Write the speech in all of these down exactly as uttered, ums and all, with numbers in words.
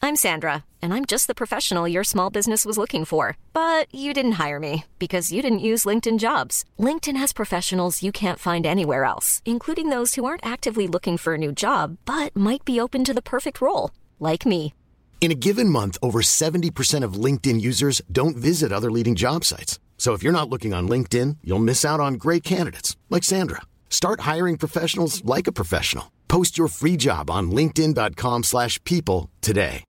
I'm Sandra, and I'm just the professional your small business was looking for. But you didn't hire me because you didn't use LinkedIn Jobs. LinkedIn has professionals you can't find anywhere else, including those who aren't actively looking for a new job, but might be open to the perfect role, like me. In a given month, over seventy percent of LinkedIn users don't visit other leading job sites. So if you're not looking on LinkedIn, you'll miss out on great candidates like Sandra. Start hiring professionals like a professional. Post your free job on linkedin.com slash people today.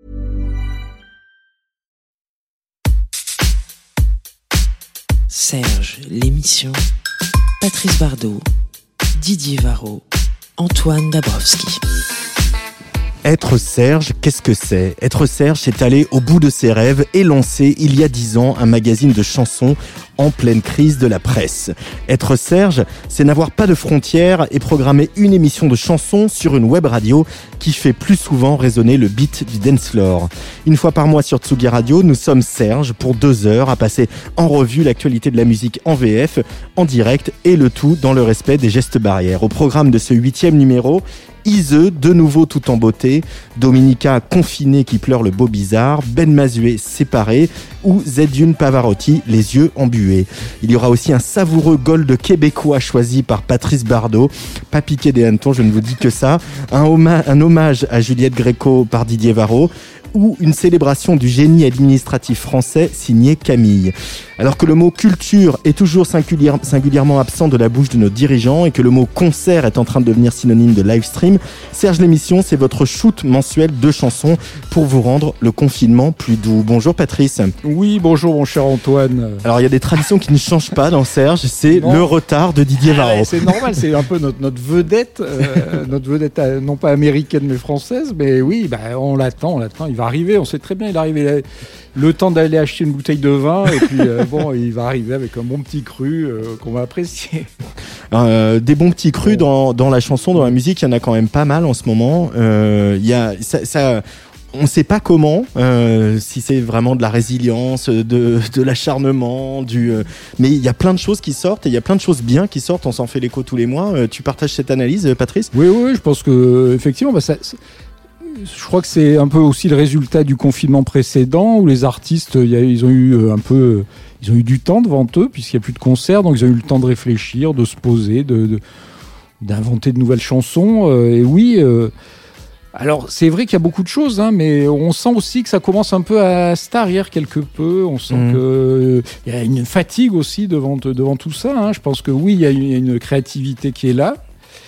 Serge, l'émission. Patrice Bardot, Didier Varro, Antoine Dabrowski. Être Serge, qu'est-ce que c'est ? Être Serge, c'est aller au bout de ses rêves et lancer, il y a dix ans, un magazine de chansons en pleine crise de la presse. Être Serge, c'est n'avoir pas de frontières et programmer une émission de chansons sur une web radio qui fait plus souvent résonner le beat du dance floor. Une fois par mois sur Tsugi Radio, nous sommes Serge pour deux heures à passer en revue l'actualité de la musique en V F, en direct et le tout dans le respect des gestes barrières. Au programme de ce huitième numéro, Iseux, de nouveau tout en beauté, Dominica confinée qui pleure le beau bizarre, Ben Mazué séparé ou Zedune Pavarotti les yeux embués. Il y aura aussi un savoureux gold québécois choisi par Patrice Bardot, pas piqué des hannetons, je ne vous dis que ça, un hommage, un hommage à Juliette Gréco par Didier Varro, ou une célébration du génie administratif français signé Camille. Alors que le mot culture est toujours singulière, singulièrement absent de la bouche de nos dirigeants et que le mot concert est en train de devenir synonyme de live stream, Serge l'émission, c'est votre shoot mensuel de chansons pour vous rendre le confinement plus doux. Bonjour Patrice. Oui, bonjour mon cher Antoine. Alors il y a des traditions qui ne changent pas dans Serge, c'est non. le retard de Didier Varro. Ah ouais, c'est normal, c'est un peu notre, notre vedette, euh, notre vedette euh, non pas américaine mais française, mais oui, bah, on l'attend, on l'attend, il va arriver, on sait très bien, il arrive, il a le temps d'aller acheter une bouteille de vin et puis euh, bon, il va arriver avec un bon petit cru euh, qu'on va apprécier. Euh, des bons petits crus dans, dans la chanson, dans la musique, il y en a quand même pas mal en ce moment. Euh, il y a, ça, ça, on ne sait pas comment, euh, si c'est vraiment de la résilience, de, de l'acharnement, du, euh, mais il y a plein de choses qui sortent et il y a plein de choses bien qui sortent, on s'en fait l'écho tous les mois. Euh, tu partages cette analyse, Patrice ? Oui, oui, je pense que effectivement, bah, ça... ça... Je crois que c'est un peu aussi le résultat du confinement précédent où les artistes, y a, ils ont eu un peu, ils ont eu du temps devant eux puisqu'il n'y a plus de concerts, donc ils ont eu le temps de réfléchir, de se poser, de, de, d'inventer de nouvelles chansons. Euh, et oui, euh, alors c'est vrai qu'il y a beaucoup de choses, hein, mais on sent aussi que ça commence un peu à se tarir quelque peu. On sent mmh. que il y a une fatigue aussi devant devant tout ça. Hein. Je pense que oui, il y a une, il y a une créativité qui est là.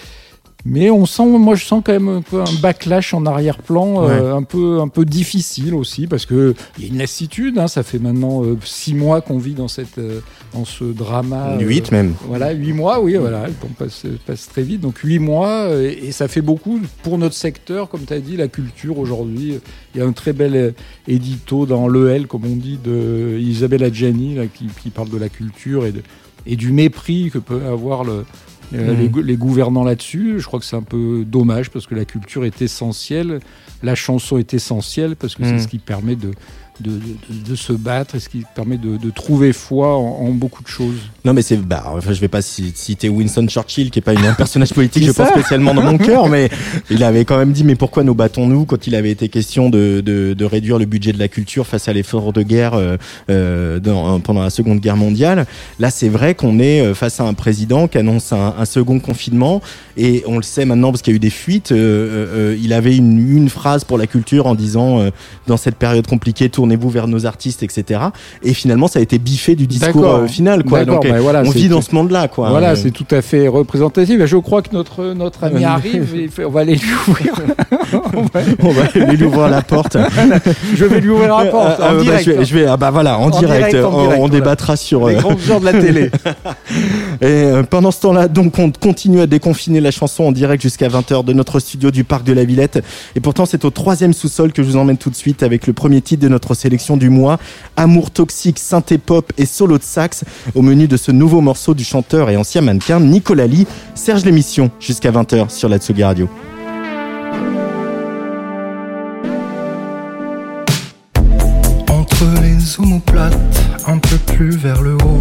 Mais on sent, moi je sens quand même un peu un backlash en arrière-plan, ouais. euh, un peu un peu difficile aussi parce que il y a une lassitude. Hein, ça fait maintenant euh, six mois qu'on vit dans cette euh, dans ce drama. Huit euh, même. Voilà, huit mois, oui, voilà, le temps passe passe très vite. Donc huit mois euh, et ça fait beaucoup pour notre secteur, comme tu as dit, la culture aujourd'hui. Il y a un très bel édito dans l'E L, comme on dit, de Isabelle Adjani là, qui, qui parle de la culture et de et du mépris que peut avoir le Euh, mmh. les, les gouvernants là-dessus. Je crois que c'est un peu dommage parce que la culture est essentielle, la chanson est essentielle parce que mmh. c'est ce qui permet de, de, de, de se battre et ce qui permet de, de trouver foi en, en beaucoup de choses. Non mais c'est, bah, enfin, je vais pas citer Winston Churchill qui est pas une, un personnage politique, je pense spécialement dans mon cœur, mais il avait quand même dit mais pourquoi nous battons-nous quand il avait été question de, de, de réduire le budget de la culture face à l'effort de guerre euh, euh, dans, pendant la Seconde Guerre mondiale. Là c'est vrai qu'on est face à un président qui annonce un, un second confinement et on le sait maintenant parce qu'il y a eu des fuites. Euh, euh, il avait une, une phrase pour la culture en disant euh, dans cette période compliquée tournez-vous vers nos artistes, et cetera. Et finalement ça a été biffé du discours euh, final, quoi. D'accord, donc bah voilà, on vit tout... dans ce monde-là, quoi. Voilà, euh... c'est tout à fait représentatif. Je crois que notre notre ami arrive et on va aller lui ouvrir. on, va... on va lui ouvrir la porte. Je vais lui ouvrir la porte en euh, direct. Bah, je, vais, je vais ah bah voilà en, en direct, direct, en direct on, on débattra voilà. sur les euh... grands heures de la télé. Et euh, pendant ce temps-là, donc on continue à déconfiner la chanson en direct jusqu'à vingt heures de notre studio du Parc de la Villette. Et pourtant, c'est au troisième sous-sol que je vous emmène tout de suite avec le premier titre de notre sélection du mois, Amour toxique, synthé-pop et solo de sax, au menu de ce nouveau morceau du chanteur et ancien mannequin Nicolas Lee. Serge l'émission jusqu'à vingt heures sur la Tsugi Radio. Entre les omoplates, un peu plus vers le haut,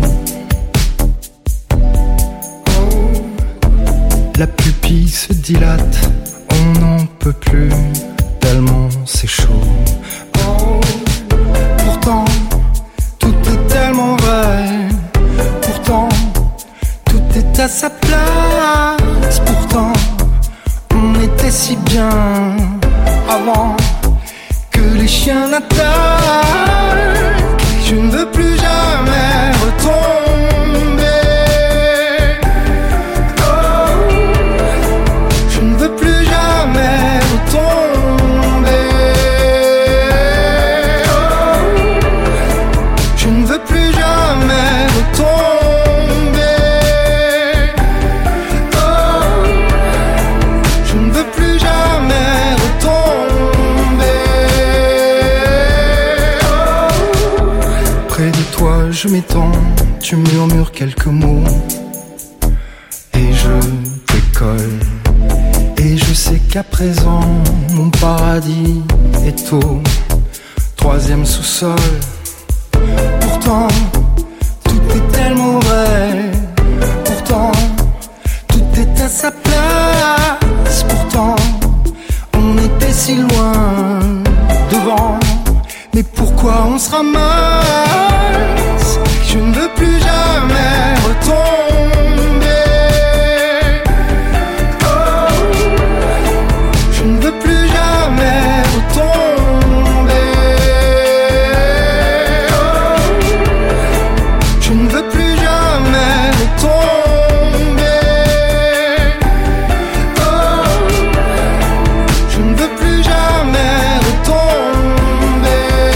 la pupille se dilate, on n'en peut plus, tellement c'est chaud. sa place. Pourtant, on était si bien avant que les chiens n'attaquent. Je ne veux plus jamais retomber. Oh, je ne veux plus jamais retomber. Oh, je ne veux plus jamais retomber. Oh, je ne veux plus jamais retomber. Oh, près de toi je m'étends, tu murmures quelques mots et je décolle. Et je sais qu'à présent mon paradis est au troisième sous-sol. Pourtant tout est tellement vrai, pourtant tout est à sa place. Pourtant on était si loin devant, mais pourquoi on se ramasse? Je ne veux plus jamais retomber. Oh, je ne veux plus jamais retomber. Oh, je ne veux plus jamais retomber. Oh, je ne veux plus jamais retomber.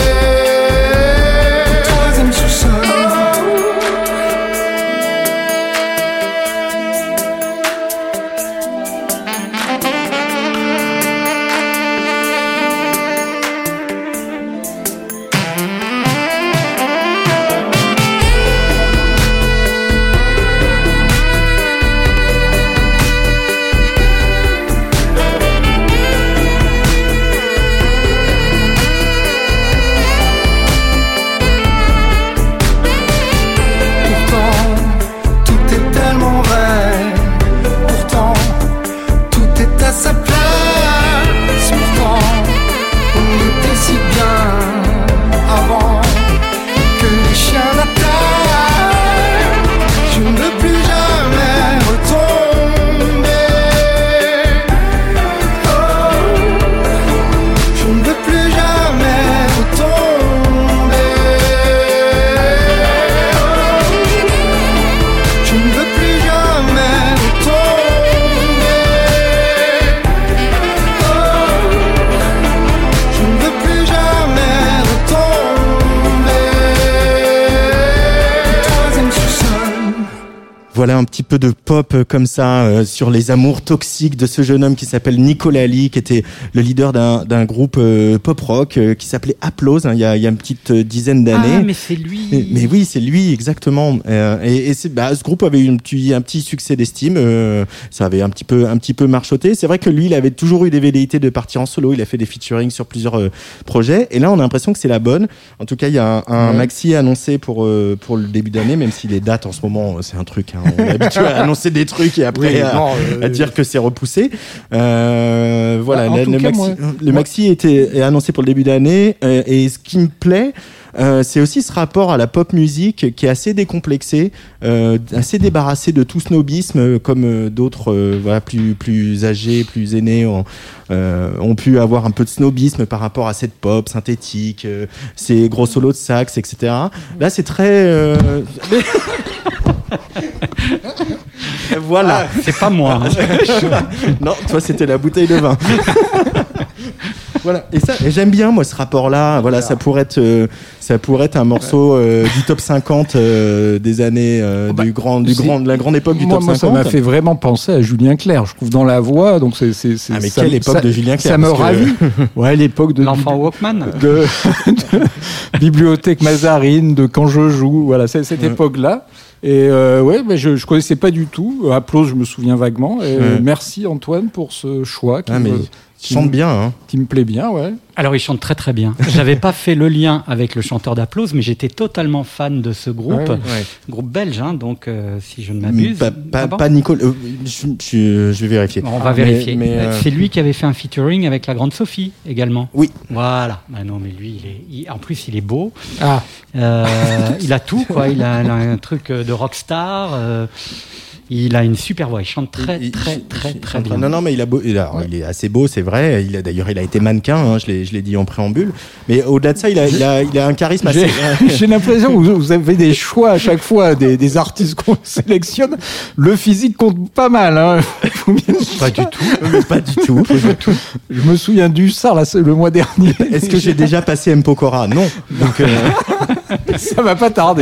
Troisième sous-sol. Pourtant, tout est tellement vrai. Pourtant, tout est à sa place. Pourtant, on était si bien avant que les chiens n'attaquent. Je ne veux plus jamais retomber. Oh, je ne veux plus jamais retomber. Je ne veux plus jamais retomber. Oh, je ne veux plus jamais retomber. Troisième sous-sol. Voilà un petit peu de pop euh, comme ça euh, sur les amours toxiques de ce jeune homme qui s'appelle Nicolas Lee, qui était le leader d'un, d'un groupe euh, pop rock euh, qui s'appelait Applause, hein, il y a, il y a une petite euh, dizaine d'années. Ah, mais c'est lui. Mais, mais oui, c'est lui exactement. Euh, et et c'est, bah, ce groupe avait eu un petit, un petit succès d'estime. Euh, ça avait un petit peu, un petit peu marchoté. C'est vrai que lui, il avait toujours eu des velléités de partir en solo. Il a fait des featuring sur plusieurs euh, projets. Et là, on a l'impression que c'est la bonne. En tout cas, il y a un, un Ouais. maxi annoncé pour euh, pour le début d'année, même si les dates en ce moment, c'est un truc. Hein, on est habitué à annoncer des trucs et après Oui, à, non, euh, à dire que c'est repoussé. Euh, voilà, Bah, en le, tout le cas, maxi, moi- le maxi était est annoncé pour le début d'année. Euh, et ce qui me plaît, euh, c'est aussi ce rapport à la pop musique qui est assez décomplexé, euh, assez débarrassé de tout snobisme, euh, comme euh, d'autres euh, voilà, plus, plus âgés, plus aînés ont, euh, ont pu avoir un peu de snobisme par rapport à cette pop synthétique, euh, ces gros solos de sax, et cetera. Là, c'est très... euh, voilà. C'est pas moi. hein. Non, toi, c'était la bouteille de vin. Voilà. Et ça, et j'aime bien moi ce rapport-là. Voilà, ça pourrait être, euh, ça pourrait être un morceau euh, du top cinquante euh, des années euh, bah, du grand, du c'est- grand, de la grande époque du moi, top moi, ça cinquante. m'a fait vraiment penser à Julien Clerc, je trouve, dans la voix. Donc c'est, c'est, c'est, Ah, mais ça- quelle époque ça- de Julien Clerc, Ça me parce que- ravit. Ouais, l'époque de L'enfant Walkman. de, de Bibliothèque Mazarine, de Quand je joue. Voilà, c'est cette Ouais. époque-là. Et euh, ouais, mais je, je connaissais pas du tout. Applause, je me souviens vaguement. Et Ouais. merci Antoine pour ce choix qui, Ah, mais me, il chante bien, hein. qui me plaît bien, ouais. Alors, il chante très très bien. J'avais pas fait le lien avec le chanteur d'Applause, mais j'étais totalement fan de ce groupe, Ouais, ouais. groupe belge, hein, donc euh, si je ne m'abuse. Pas, pas, Ah bon pas Nicole. euh, je, je- je vais vérifier. Bon, on va Ah, mais- vérifier. mais, euh, C'est lui qui avait fait un featuring avec la grande Sophie également. Oui. Voilà. Bah non, mais lui, il est, il- en plus, il est beau. Ah, Euh, il a tout, quoi. Il a, il a un truc de rockstar. Euh, Il a une super voix, il chante très, Il- il- très, il- très, il- très il- bien. Non, non, mais il, a beau, il, a- il est assez beau, c'est vrai. Il a, d'ailleurs, il a été mannequin, hein, je, l'ai, je l'ai dit en préambule. Mais au-delà de ça, il a, il a, il a un charisme assez... J'ai, j'ai l'impression que vous, vous avez des choix à chaque fois des, des artistes qu'on sélectionne. Le physique compte pas mal. Hein. Faut bien le Pas dire. du tout. Pas du tout. Je me souviens du Sar là, c'est le mois dernier. Est-ce que j'ai déjà passé M. Pokora ? Non. Donc, euh, Ça va pas tarder.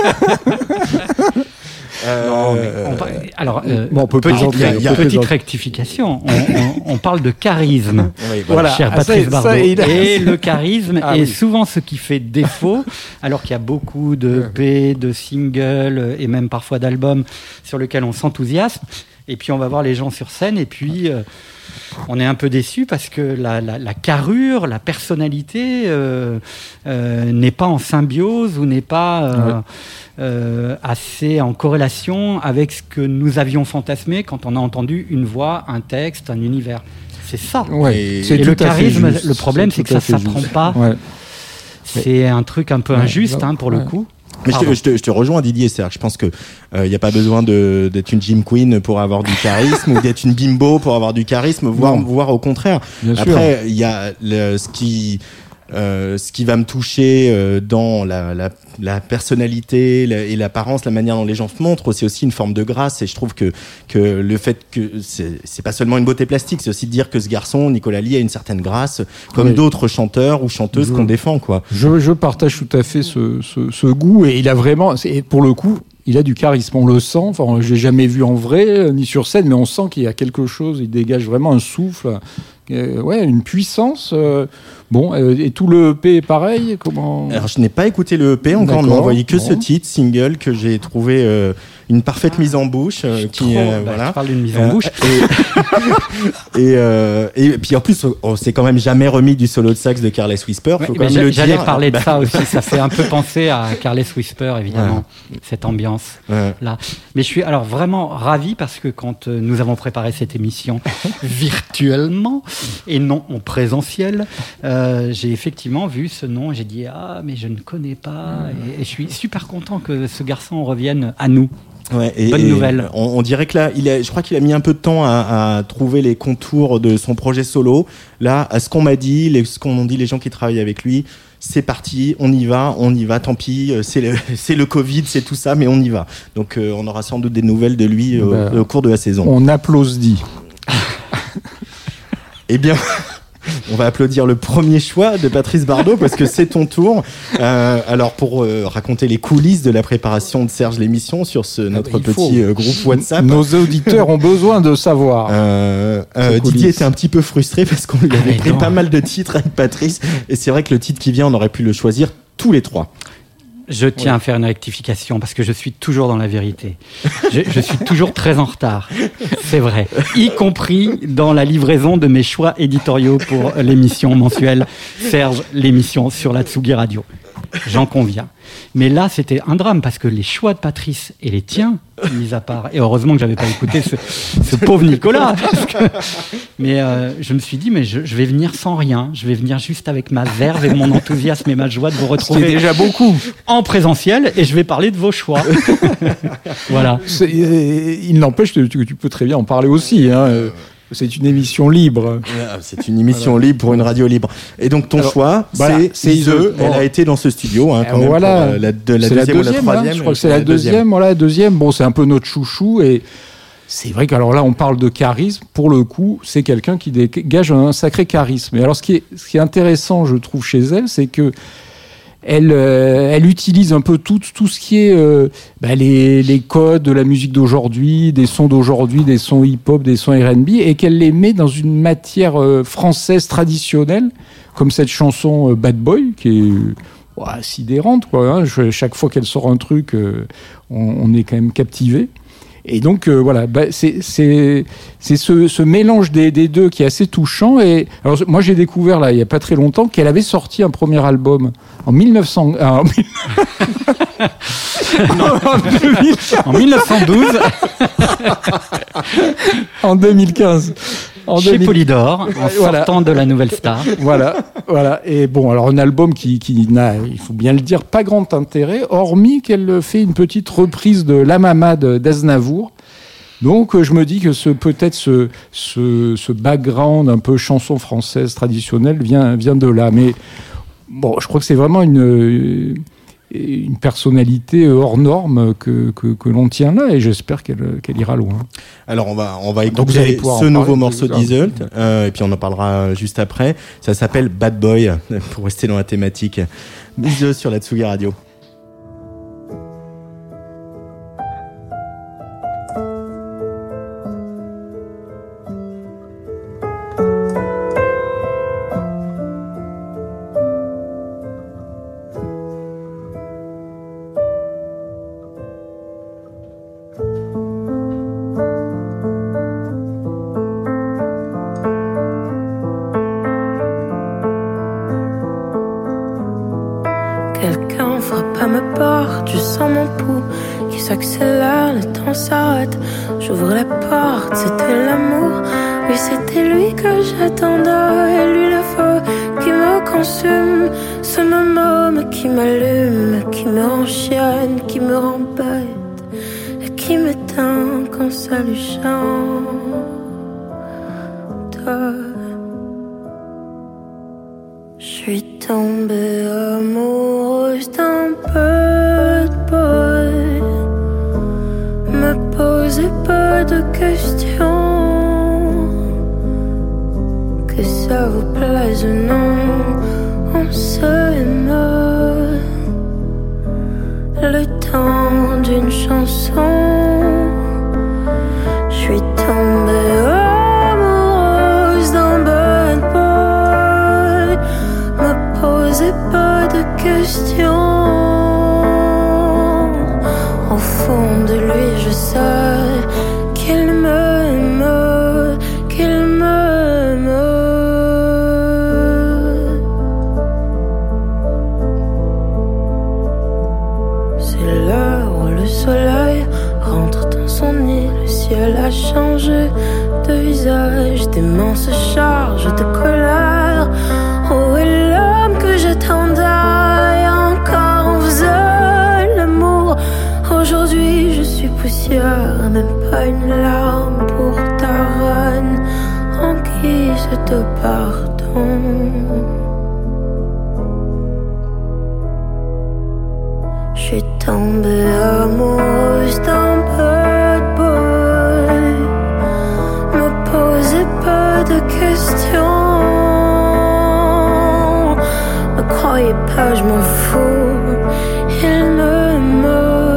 Non, mais on par- Alors, euh, Bon, on peut petite, plaisanter, il y a- petite plaisanter. rectification, on, on- on parle de charisme. oui, Voilà. Cher Ah, ça, Patrice ça, Bardot. il a- Et le charisme Ah est oui. souvent ce qui fait défaut, alors qu'il y a beaucoup de E P, de singles et même parfois d'albums sur lesquels on s'enthousiasme. Et puis on va voir les gens sur scène et puis euh, on est un peu déçu parce que la, la, la carrure, la personnalité euh, euh, n'est pas en symbiose ou n'est pas euh, Ouais. euh, assez en corrélation avec ce que nous avions fantasmé quand on a entendu une voix, un texte, un univers. C'est ça. Ouais, Et- c'est Et tout le à fait charisme, juste. le problème, c'est tout que à ça fait s'apprend juste. pas. Ouais. C'est un truc un peu Ouais, injuste non, hein, pour le ouais. coup. Mais je te, Pardon. je, te, je te rejoins, Didier. C'est-à-dire que je pense que il n'y a pas besoin de, d'être une gym queen pour avoir du charisme ou d'être une bimbo pour avoir du charisme, voire, Non. voire au contraire. Bien sûr. Après, il y a le, ce qui euh, ce qui va me toucher euh, dans la, la, la personnalité la, et l'apparence, la manière dont les gens se montrent, c'est aussi une forme de grâce. Et je trouve que que le fait que c'est, c'est pas seulement une beauté plastique, c'est aussi de dire que ce garçon, Nicolas Lee, a une certaine grâce, comme Oui. d'autres chanteurs ou chanteuses Je- qu'on défend, quoi. Je, je partage tout à fait ce, ce, ce goût et il a vraiment, c'est, pour le coup, il a du charisme, on le sent. Enfin, je l'ai jamais vu en vrai euh, ni sur scène, mais on sent qu'il y a quelque chose. Il dégage vraiment un souffle, euh, ouais, une puissance. euh, bon, euh, et tout le E P est pareil. Comment Alors, je n'ai pas écouté le E P encore, on m'a D'accord, envoyé que bon. ce titre, single, que j'ai trouvé euh, une parfaite mise en bouche. euh, qui, Trop, euh, bah, voilà. Je parle d'une mise en Euh, bouche. Et, et, euh, et puis en plus, on s'est quand même jamais remis du solo de sax de Careless Whisper. Ouais, Faut mais quand même j'a- le J'allais dire. parler de Bah, ça aussi. Ça fait un peu penser à Careless Whisper, évidemment, cette ambiance. ouais. Là. Mais je suis alors vraiment ravi parce que quand euh, nous avons préparé cette émission virtuellement et non en présentiel, euh, j'ai effectivement vu ce nom. J'ai dit ah mais je ne connais pas et, et je suis super content que ce garçon revienne à nous. Ouais, et, Bonne et nouvelle. On, on dirait que là, il a, je crois qu'il a mis un peu de temps à, à trouver les contours de son projet solo. Là, à ce qu'on m'a dit, les, ce qu'on m'ont dit les gens qui travaillent avec lui, c'est parti, on y va, on y va, tant pis, euh, c'est le, c'est le Covid, c'est tout ça, mais on y va. Donc euh, on aura sans doute des nouvelles de lui euh, Bah, au cours de la saison. On applaudit. Eh bien, on va applaudir le premier choix de Patrice Bardot parce que c'est ton tour. Euh, alors, pour euh, raconter les coulisses de la préparation de Serge l'émission sur ce, notre il faut. petit euh, groupe WhatsApp. Nos auditeurs ont besoin de savoir. Euh, euh, Ces coulisses. Didier était un petit peu frustré parce qu'on lui avait mais pris non. pas mal de titres avec Patrice. Et c'est vrai que le titre qui vient, on aurait pu le choisir tous les trois. Je tiens à faire une rectification parce que je suis toujours dans la vérité. Je, je suis toujours très en retard. C'est vrai. Y compris dans la livraison de mes choix éditoriaux pour l'émission mensuelle Serge, l'émission sur la Tsugi Radio. J'en conviens. Mais là, c'était un drame parce que les choix de Patrice et les tiens, mis à part, et heureusement que j'avais pas écouté ce, ce pauvre Nicolas. parce que- Mais euh, je me suis dit, mais je, je vais venir sans rien. Je vais venir juste avec ma verve et mon enthousiasme et ma joie de vous Ce qui est retrouver déjà beaucoup. en présentiel et je vais parler de vos choix. Voilà. C'est- euh, il n'empêche que tu, que tu peux très bien en parler aussi. Hein. Euh, C'est une émission libre. C'est une émission libre pour une radio libre. Et donc ton Alors, choix, voilà, c'est c'est Ise. Ise. Elle Bon. a été dans ce studio, hein, quand Euh, même, voilà. pour, euh, la, de, la C'est deuxième ou la hein, troisième. je crois que c'est la deuxième. Voilà, la deuxième. Bon, c'est un peu notre chouchou et c'est vrai qu'alors là, on parle de charisme. Pour le coup, c'est quelqu'un qui dégage un sacré charisme. Et alors, ce qui est, ce qui est intéressant, je trouve, chez elle, c'est que elle, euh, elle utilise un peu tout, tout ce qui est euh, bah, les, les codes de la musique d'aujourd'hui, des sons d'aujourd'hui, des sons hip-hop, des sons R and B, et qu'elle les met dans une matière euh, française traditionnelle, comme cette chanson euh, Bad Boy, qui est euh, ouais, sidérante, quoi. Hein. Je- chaque fois qu'elle sort un truc, euh, on, on est quand même captivé. Et donc, euh, voilà, bah, c'est c'est c'est ce, ce mélange des, des deux qui est assez touchant. Et alors, moi, j'ai découvert, là, il n'y a pas très longtemps, qu'elle avait sorti un premier album en mille neuf cents... ah, en mille- en deux mille En mille neuf cent douze, en deux mille quinze. En chez deux mille Polydor, en Voilà. sortant de la Nouvelle Star. Voilà, voilà. Et bon, alors un album qui, qui n'a, il faut bien le dire, pas grand intérêt, hormis qu'elle fait une petite reprise de La Mama de- d'Aznavour. Donc euh, je me dis que ce, peut-être ce, ce, ce background un peu chanson française traditionnelle vient, vient de là. Mais bon, je crois que c'est vraiment une, une personnalité hors norme que, que, que l'on tient là, et j'espère qu'elle, qu'elle ira loin. Alors on va, on va Donc vous allez écouter pouvoir ce en nouveau parler morceau plus tard. d'Iseult, euh, et puis on en parlera juste après. Ça s'appelle Bad Boy, pour rester dans la thématique. Bisous sur la Tsugi Radio. Quelqu'un frappe à ma porte, je sens mon pouls qui s'accélère, le temps s'arrête. J'ouvre la porte, c'était l'amour. Oui, c'était lui que j'attendais. Et lui le feu qui me consume, ce même homme qui m'allume, qui me enchaîne, qui me rend bête et qui m'éteint quand ça lui chante. Je suis tombée amoureuse d'un bad boy. Me posez pas de questions, que ça vous plaise ou non, on s'aime. Le temps d'une chanson, je suis tombée amoureuse d'un bad boy. Me posez pas de questions. Au fond de lui, je sais qu'il m'aime, qu'il m'aime. C'est l'heure où le soleil rentre dans son nid. Le ciel a changé de visage, d'immenses charges de colère. Où est l'homme que j'attendais? Encore on faisait l'amour. Aujourd'hui je suis poussière, même pas une larme pour ta reine en guise de pardon. Je suis tombée amoureuse d'un bad boy. Me posez pas de questions. Ne croyez pas, je m'en fous. Il m'aime.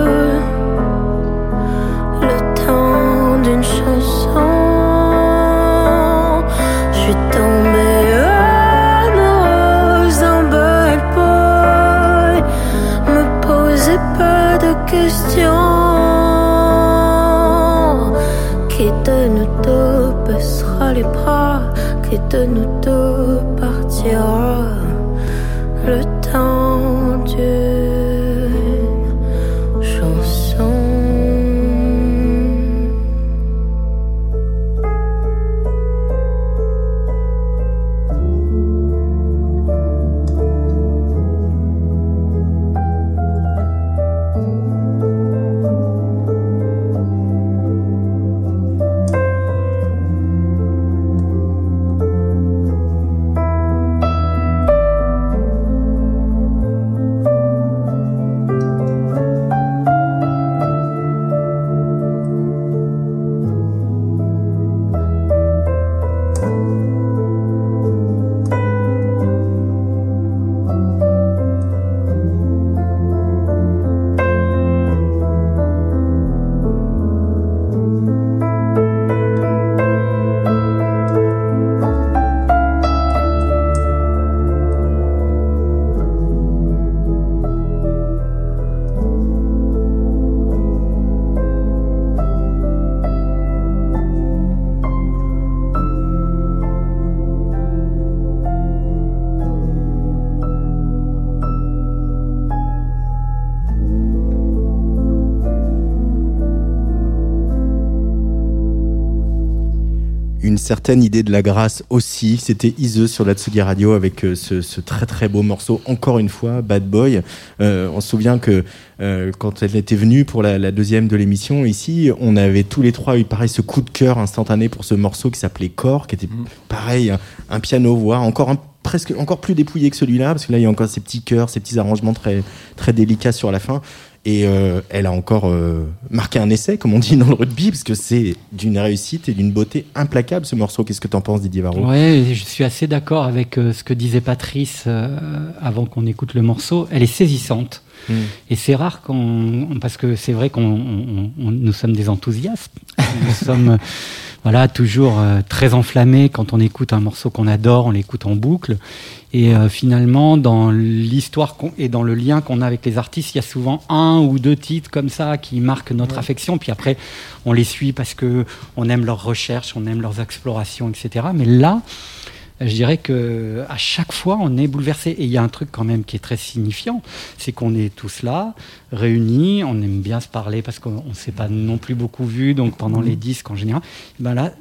Le temps d'une chanson. Je suis tombée amoureuse d'un bad boy. Me posez pas de questions. Qui de nous deux baissera les bras? Qui de nous deux partira? Le temps d'une chanson. une certaine idée de la grâce aussi. C'était Ise sur la Tsugi Radio avec euh, ce, ce très très beau morceau, encore une fois, Bad Boy. Euh, on se souvient que euh, quand elle était venue pour la, la deuxième de l'émission ici, on avait tous les trois eu pareil ce coup de cœur instantané pour ce morceau qui s'appelait Corps, qui était mmh. pareil, un, un piano-voix, encore un presque encore plus dépouillé que celui-là, parce que là il y a encore ces petits chœurs, ces petits arrangements très, très délicats sur la fin. Et euh, elle a encore euh, marqué un essai, comme on dit dans le rugby, parce que c'est d'une réussite et d'une beauté implacable ce morceau. Qu'est-ce que t'en penses, Didier Varro ? Oui, je suis assez d'accord avec euh, ce que disait Patrice euh, avant qu'on écoute le morceau. Elle est saisissante. Mmh. Et c'est rare qu'on, parce que c'est vrai qu'on on, on, nous sommes des enthousiastes. Nous sommes voilà, toujours euh, très enflammés quand on écoute un morceau qu'on adore, on l'écoute en boucle. Et euh, finalement, dans l'histoire qu'on, et dans le lien qu'on a avec les artistes, il y a souvent un ou deux titres comme ça qui marquent notre ouais. affection. Puis après, on les suit parce que on aime leurs recherches, on aime leurs explorations, et cetera. Mais là, je dirais que à chaque fois, on est bouleversé. Et il y a un truc quand même qui est très signifiant, c'est qu'on est tous là, réunis, on aime bien se parler parce qu'on ne s'est pas non plus beaucoup vu, donc pendant mmh. les disques en général. Ben là,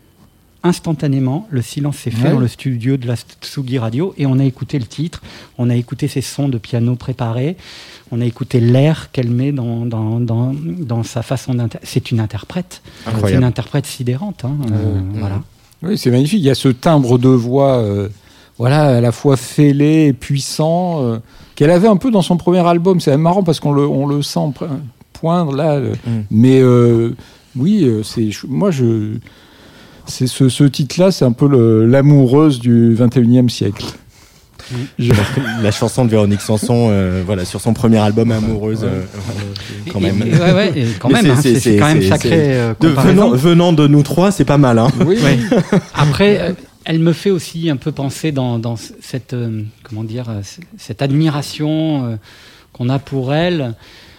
instantanément, le silence s'est fait ouais. dans le studio de la Tsugi Radio et on a écouté le titre, on a écouté ses sons de piano préparés, on a écouté l'air qu'elle met dans, dans, dans, dans sa façon d'interpréter. C'est une interprète, Incroyable. c'est une interprète sidérante. Hein, mmh. euh, mmh. Voilà. Oui, c'est magnifique. Il y a ce timbre de voix, euh, voilà, à la fois fêlé et puissant, euh, qu'elle avait un peu dans son premier album. C'est marrant parce qu'on le, on le sent poindre là. Euh, mmh. Mais euh, oui, c'est, moi, je, c'est ce, ce titre-là, c'est un peu le, l'amoureuse du vingt et unième siècle. Mmh. Je... La, la chanson de Véronique Sanson, euh, voilà, sur son premier album Amoureuse, ouais. euh, quand même. Et, et, ouais, ouais, et quand même, c'est, hein, c'est, c'est, c'est quand même c'est, sacré. C'est... Euh, de, venant, venant de nous trois, c'est pas mal. Hein. Oui. Ouais. Après, euh, elle me fait aussi un peu penser dans, dans cette, euh, comment dire, cette admiration euh, qu'on a pour elle.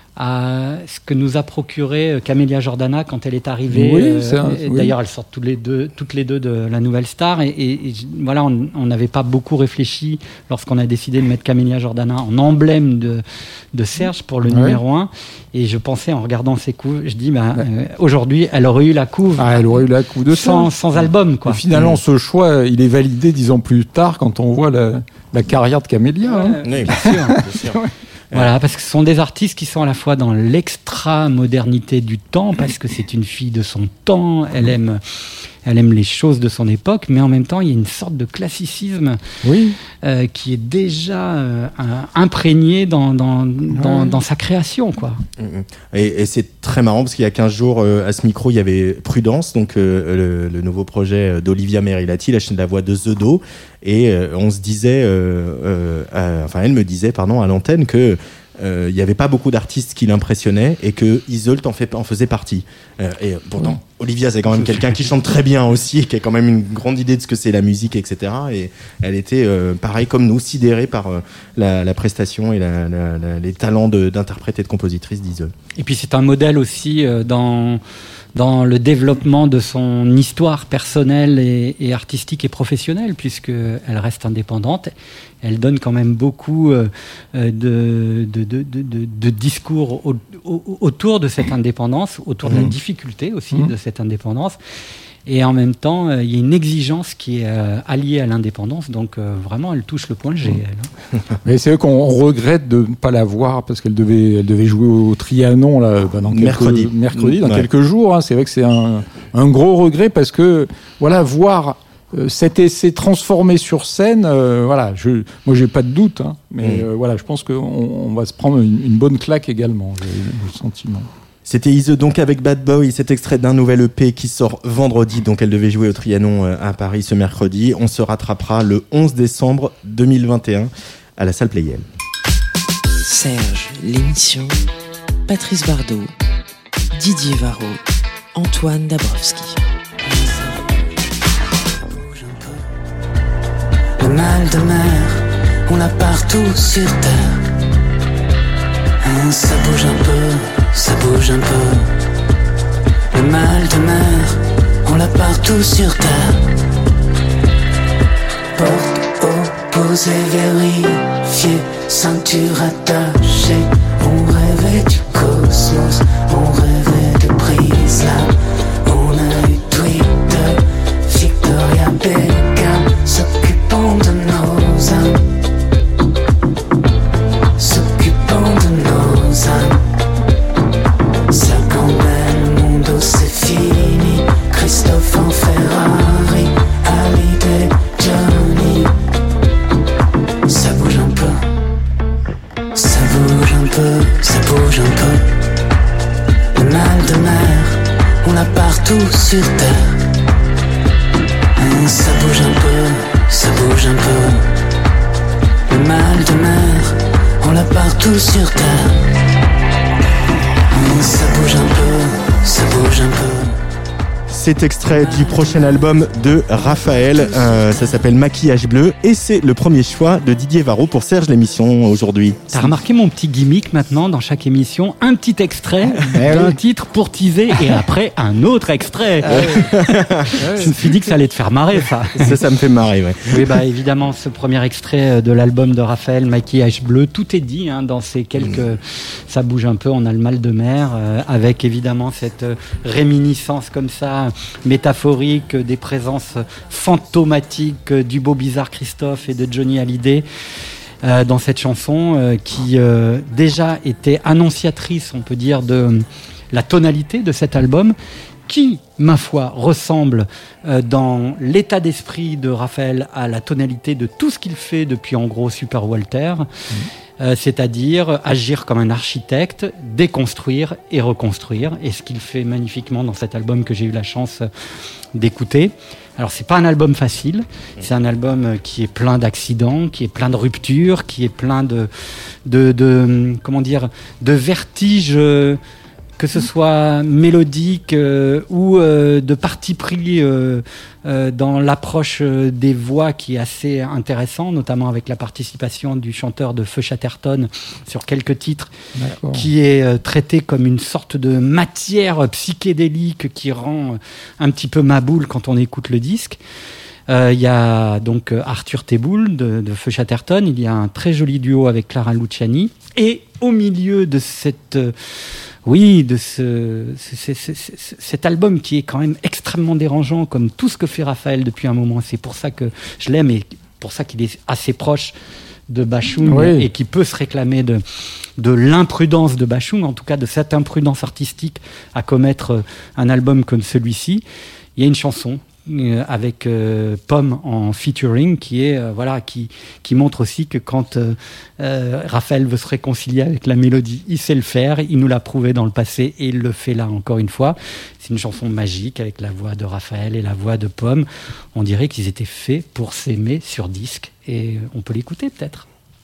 À ce que nous a procuré Camélia Jordana quand elle est arrivée. Oui, euh, un, oui. D'ailleurs, elles sortent toutes les deux, toutes les deux de la Nouvelle Star. Et, et, et voilà, on n'avait pas beaucoup réfléchi lorsqu'on a décidé de mettre Camélia Jordana en emblème de, de Serge pour le oui. numéro un. Et je pensais, en regardant ses couves, je dis, bah, ouais. euh, aujourd'hui, elle aurait eu la couve. Ah, elle aurait eu la couve de sans, sans album, quoi. Et finalement, mmh. ce choix, il est validé dix ans plus tard quand on voit la, la carrière de Camélia. Ouais, hein. Oui, bien sûr. Bien sûr. Voilà, parce que ce sont des artistes qui sont à la fois dans l'extra-modernité du temps, parce que c'est une fille de son temps, elle aime, elle aime les choses de son époque, mais en même temps, il y a une sorte de classicisme oui. euh, qui est déjà euh, imprégné dans, dans, dans, ouais. dans sa création, quoi. Et, et c'est très marrant, parce qu'il y a quinze jours, euh, à ce micro, il y avait Prudence, donc euh, le, le nouveau projet d'Olivia Merilati, la chaîne de la voix de The Do, et euh, on se disait, euh, euh, euh, enfin elle me disait, pardon, à l'antenne que il euh, n'y avait pas beaucoup d'artistes qui l'impressionnaient et que Iseult en, fait, en faisait partie. Euh, et pourtant, ouais. Olivia, c'est quand même quelqu'un qui chante très bien aussi, qui a quand même une grande idée de ce que c'est la musique, et cetera. Et elle était, euh, pareil comme nous, sidérée par euh, la, la prestation et la, la, la, les talents de, d'interprète et de compositrice d'Iseult. Et puis c'est un modèle aussi euh, dans... dans le développement de son histoire personnelle et, et artistique et professionnelle, puisqu'elle reste indépendante. Elle donne quand même beaucoup euh, de, de, de, de, de discours au, au, autour de cette indépendance, autour mmh. de la difficulté aussi mmh. de cette indépendance. Et en même temps, euh, il y a une exigence qui est euh, alliée à l'indépendance. Donc, euh, vraiment, elle touche le point G, elle. Mais c'est vrai qu'on regrette de ne pas la voir parce qu'elle devait, elle devait jouer au Trianon là, bah, dans quelques, mercredi. mercredi, dans ouais. quelques jours. Hein. C'est vrai que c'est un, un gros regret parce que, voilà, voir euh, cet essai transformé sur scène, euh, voilà, je, moi, j'ai pas de doute. Hein, mais mmh. euh, voilà, je pense qu'on on va se prendre une, une bonne claque également, j'ai, j'ai le sentiment. C'était Ise donc avec Bad Boy, cet extrait d'un nouvel E P qui sort vendredi, donc elle devait jouer au Trianon à Paris ce mercredi. On se rattrapera le onze décembre deux mille vingt et un à la salle Playel. Serge, l'émission, Patrice Bardot, Didier Varro, Antoine Dabrowski. Le mal de mer, on l'a partout sur terre. Hein, ça bouge un peu. Ça bouge un peu. Le mal de mer, on l'a partout sur terre. Porte opposée vérifiée, ceinture attachée. On rêvait du cosmos, on rêvait de brise là. On a eu Twitter, sur terre. Ça bouge un peu, ça bouge un peu. Le mal de mer, on l'a partout sur terre. Ça bouge un peu, ça bouge un peu. C'est extrait du prochain album de Raphaël, euh, ça s'appelle Maquillage bleu et c'est le premier choix de Didier Varro pour Serge l'émission aujourd'hui. T'as remarqué mon petit gimmick maintenant dans chaque émission, un petit extrait d'un oui. titre pour teaser et après un autre extrait. Ah oui. Je me suis dit que ça allait te faire marrer ça. Ça, ça me fait marrer, ouais. Oui, bah évidemment, ce premier extrait de l'album de Raphaël, Maquillage bleu, tout est dit hein, dans ces quelques... Mmh. Ça bouge un peu, on a le mal de mer, euh, avec évidemment cette euh, réminiscence comme ça, métaphorique des présences fantomatiques du beau bizarre Christophe et de Johnny Hallyday euh, dans cette chanson euh, qui euh, déjà était annonciatrice, on peut dire, de la tonalité de cet album qui, ma foi, ressemble euh, dans l'état d'esprit de Raphaël à la tonalité de tout ce qu'il fait depuis en gros Super Walter. Mmh. Euh, c'est-à-dire agir comme un architecte, déconstruire et reconstruire, et ce qu'il fait magnifiquement dans cet album que j'ai eu la chance d'écouter. Alors c'est pas un album facile, c'est un album qui est plein d'accidents, qui est plein de ruptures, qui est plein de, de, de comment dire, de vertiges, euh, que ce soit mélodique euh, ou euh, de parti pris euh, euh, dans l'approche euh, des voix qui est assez intéressant, notamment avec la participation du chanteur de Feu Chatterton sur quelques titres, D'accord. qui est euh, traité comme une sorte de matière psychédélique qui rend euh, un petit peu maboule quand on écoute le disque. Il euh, y a donc Arthur Teboul de, de Feu Chatterton, il y a un très joli duo avec Clara Luciani, et au milieu de cette... Euh, Oui, de ce, ce, ce, ce, cet album qui est quand même extrêmement dérangeant, comme tout ce que fait Raphaël depuis un moment. C'est pour ça que je l'aime et pour ça qu'il est assez proche de Bashung oui. et qui peut se réclamer de, de l'imprudence de Bashung, en tout cas de cette imprudence artistique à commettre un album comme celui-ci. Il y a une chanson euh, avec euh, Pomme en featuring qui est euh, voilà qui qui montre aussi que quand euh, euh, Raphaël veut se réconcilier avec la mélodie, il sait le faire, il nous l'a prouvé dans le passé et il le fait là encore une fois. C'est une chanson magique avec la voix de Raphaël et la voix de Pomme. On dirait qu'ils étaient faits pour s'aimer sur disque et on peut l'écouter peut-être.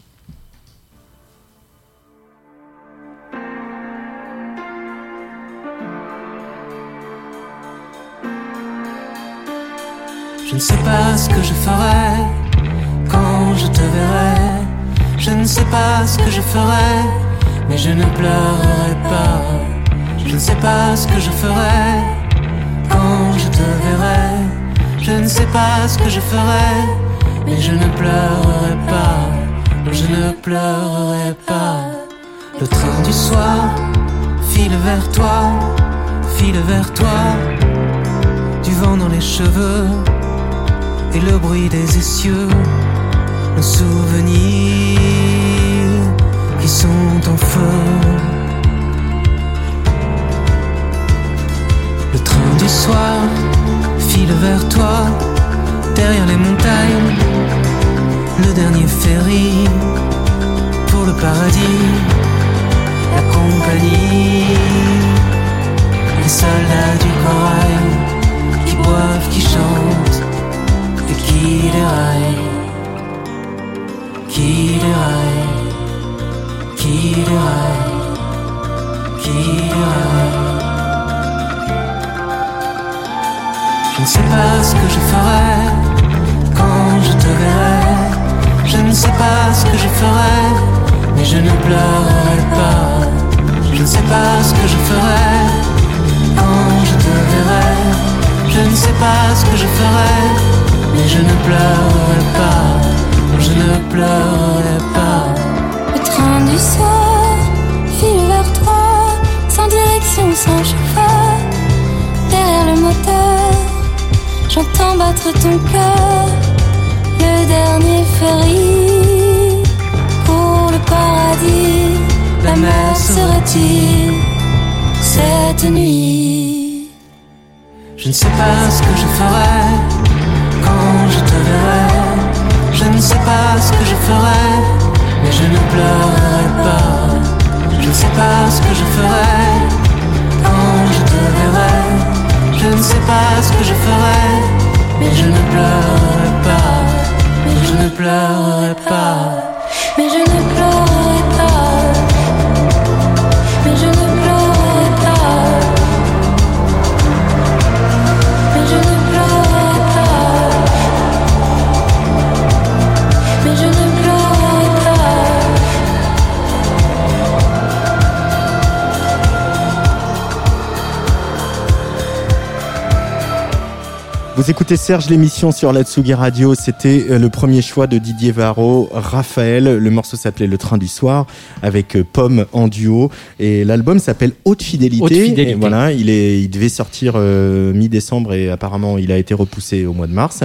Je ne sais pas ce que je ferai quand je te verrai. Je ne sais pas ce que je ferai, mais je ne pleurerai pas. Je ne sais pas ce que je ferai quand je te verrai. Je ne sais pas ce que je ferai, mais je ne pleurerai pas. Je ne pleurerai pas. Le train du soir file vers toi, file vers toi. Du vent dans les cheveux et le bruit des essieux, nos souvenirs qui sont en feu. Le train du soir file vers toi, derrière les montagnes, le dernier ferry pour le paradis, la compagnie, les soldats du corail qui boivent, qui chantent et qui déraillent, qui déraillent, qui déraillent, qui déraillent. Je ne sais pas ce que je ferai quand je te verrai. Je ne sais pas ce que je ferai, mais je ne pleurerai pas. Je ne sais pas ce que je ferai quand je te verrai. Je ne sais pas ce que je ferai, mais je ne pleurerai pas. Je ne pleurerai pas. Le train du soir file vers toi, sans direction, sans chauffeur. Derrière le moteur, j'entends battre ton cœur. Le dernier ferry pour le paradis. La mer se retire cette nuit. Je ne sais pas ce que je ferai quand je te verrai. Je ne sais pas ce que je ferai, mais je ne pleurerai pas. Je ne sais pas ce que je ferai quand je te verrai. Je Je ne sais pas ce que je ferai, mais je ne pleurerai pas, mais je ne pleurerai pas, Mais je ne pleurerai pas, mais je ne pleurerai pas, mais je ne pleurerai pas, mais je ne pleurerai pas. Vous écoutez Serge, l'émission sur la Tsugi Radio. C'était euh, le premier choix de Didier Varro, Raphaël. Le morceau s'appelait Le Train du Soir avec euh, Pomme en duo. Et l'album s'appelle Haute Fidélité. Haute Fidélité. Et voilà, il, est, il devait sortir euh, mi-décembre et apparemment il a été repoussé au mois de mars.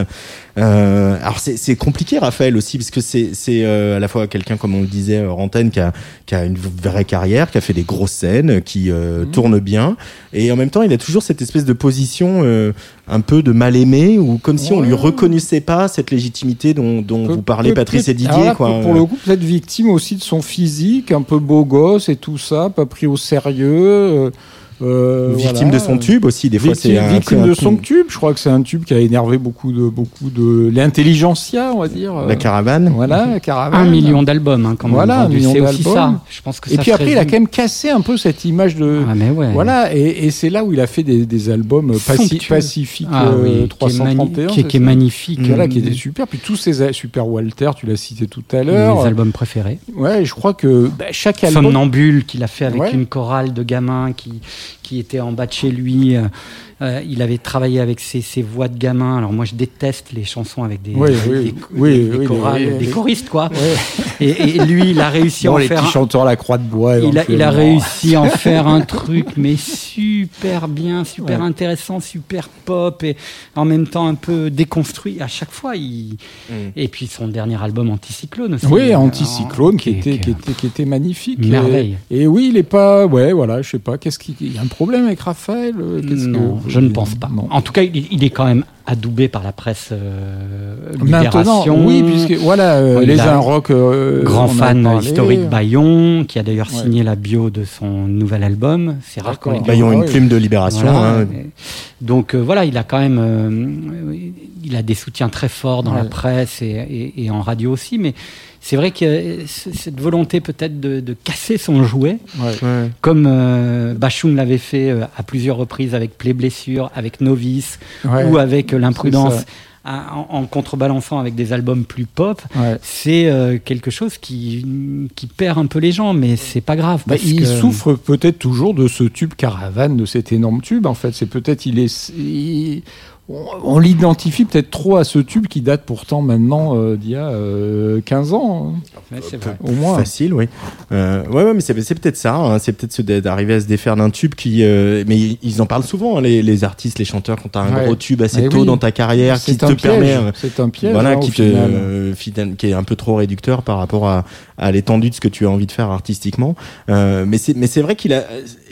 Euh, alors c'est, c'est compliqué, Raphaël, aussi, parce que c'est, c'est euh, à la fois quelqu'un, comme on le disait, hors antenne, qui a, qui a une vraie carrière, qui a fait des grosses scènes, qui euh, mmh. tourne bien. Et en même temps, il a toujours cette espèce de position euh, un peu de mal aimé, ou comme si ouais. on lui reconnaissait pas cette légitimité dont, dont Pe- vous parlez, Patrice et Didier. Là, quoi. Pour, pour le coup, peut-être victime aussi de son physique, un peu beau gosse et tout ça, pas pris au sérieux. Euh, victime voilà. de son tube aussi, des fois victime, c'est un victime peu de un son tube. Je crois que c'est un tube qui a énervé beaucoup de beaucoup de l'intelligentsia, on va dire. La caravane. Voilà, la caravane. Un million d'albums, hein, quand même. Voilà, vendu. un million c'est d'albums. aussi ça. Je pense que et ça puis après, résume. il a quand même cassé un peu cette image de. Ah mais ouais. Voilà, et, et c'est là où il a fait des, des albums paci- pacifiques, ah, oui, euh, trois cent trente et un, qui est, mani- qui est magnifique. Voilà, mmh. qui était super. Puis tous ces Super Walter, tu l'as cité tout à l'heure. Mes albums préférés. Ouais, je crois que bah, chaque album. Somnambule qu'il a fait avec ouais. une chorale de gamins qui qui était en bas de chez lui. Euh, il avait travaillé avec ses, ses voix de gamins. Alors moi, je déteste les chansons avec des, oui, des, oui, des, oui, des, oui, des chorales, oui, oui, des oui. choristes, quoi. Ouais. Et, et lui, il a réussi bon, à en les faire. petits un... chanteurs à la croix de bois. Il a, il a réussi à en faire un truc, mais super bien, super ouais. intéressant, super pop, et en même temps un peu déconstruit. À chaque fois, il. Mm. Et puis son dernier album, Anticyclone aussi. Oui, Anticyclone, qui, qui, était, qui, qui, était, qui était magnifique. Merveille. Et, et oui, il est pas. Ouais, voilà, je sais pas. Qu'est-ce qu'il il y a un problème avec Raphaël? Qu'est-ce Non, que... je ne pense pas. Non. En tout cas, il, il est quand même adoubé par la presse euh, Libération. Maintenant, oui, puisque voilà, euh, les un rock. Euh, grand fan historique Bayon, qui a d'ailleurs ouais. signé la bio de son nouvel album. C'est rare qu'on ait Bayon, une plume de Libération. Voilà. Hein. Donc euh, voilà, il a quand même, euh, il a des soutiens très forts dans ouais. la presse et, et, et en radio aussi, mais. C'est vrai que cette volonté peut-être de, de casser son jouet, ouais, ouais. comme euh, Bachung l'avait fait euh, à plusieurs reprises avec Play Blessure, avec Novice, ouais, ou avec euh, l'imprudence, à, en, en contrebalançant avec des albums plus pop, ouais. c'est euh, quelque chose qui, qui perd un peu les gens, mais c'est pas grave. Bah, parce il que... souffre peut-être toujours de ce tube Caravane, de cet énorme tube. En fait, c'est peut-être il est. Il... On l'identifie peut-être trop à ce tube qui date pourtant maintenant euh, d'il y a euh, quinze ans. Ouais, c'est vrai. Au moins. Facile, oui. Euh, ouais, ouais, mais c'est, c'est peut-être ça. Hein, c'est peut-être d'arriver à se défaire d'un tube qui. Euh, mais ils en parlent souvent, hein, les, les artistes, les chanteurs, quand t'as un ouais. gros tube assez mais tôt oui. dans ta carrière, c'est qui te piège. permet. C'est un piège. Voilà, hein, qui te, euh, qui est un peu trop réducteur par rapport à, à l'étendue de ce que tu as envie de faire artistiquement. Euh, mais c'est, mais c'est vrai qu'il a.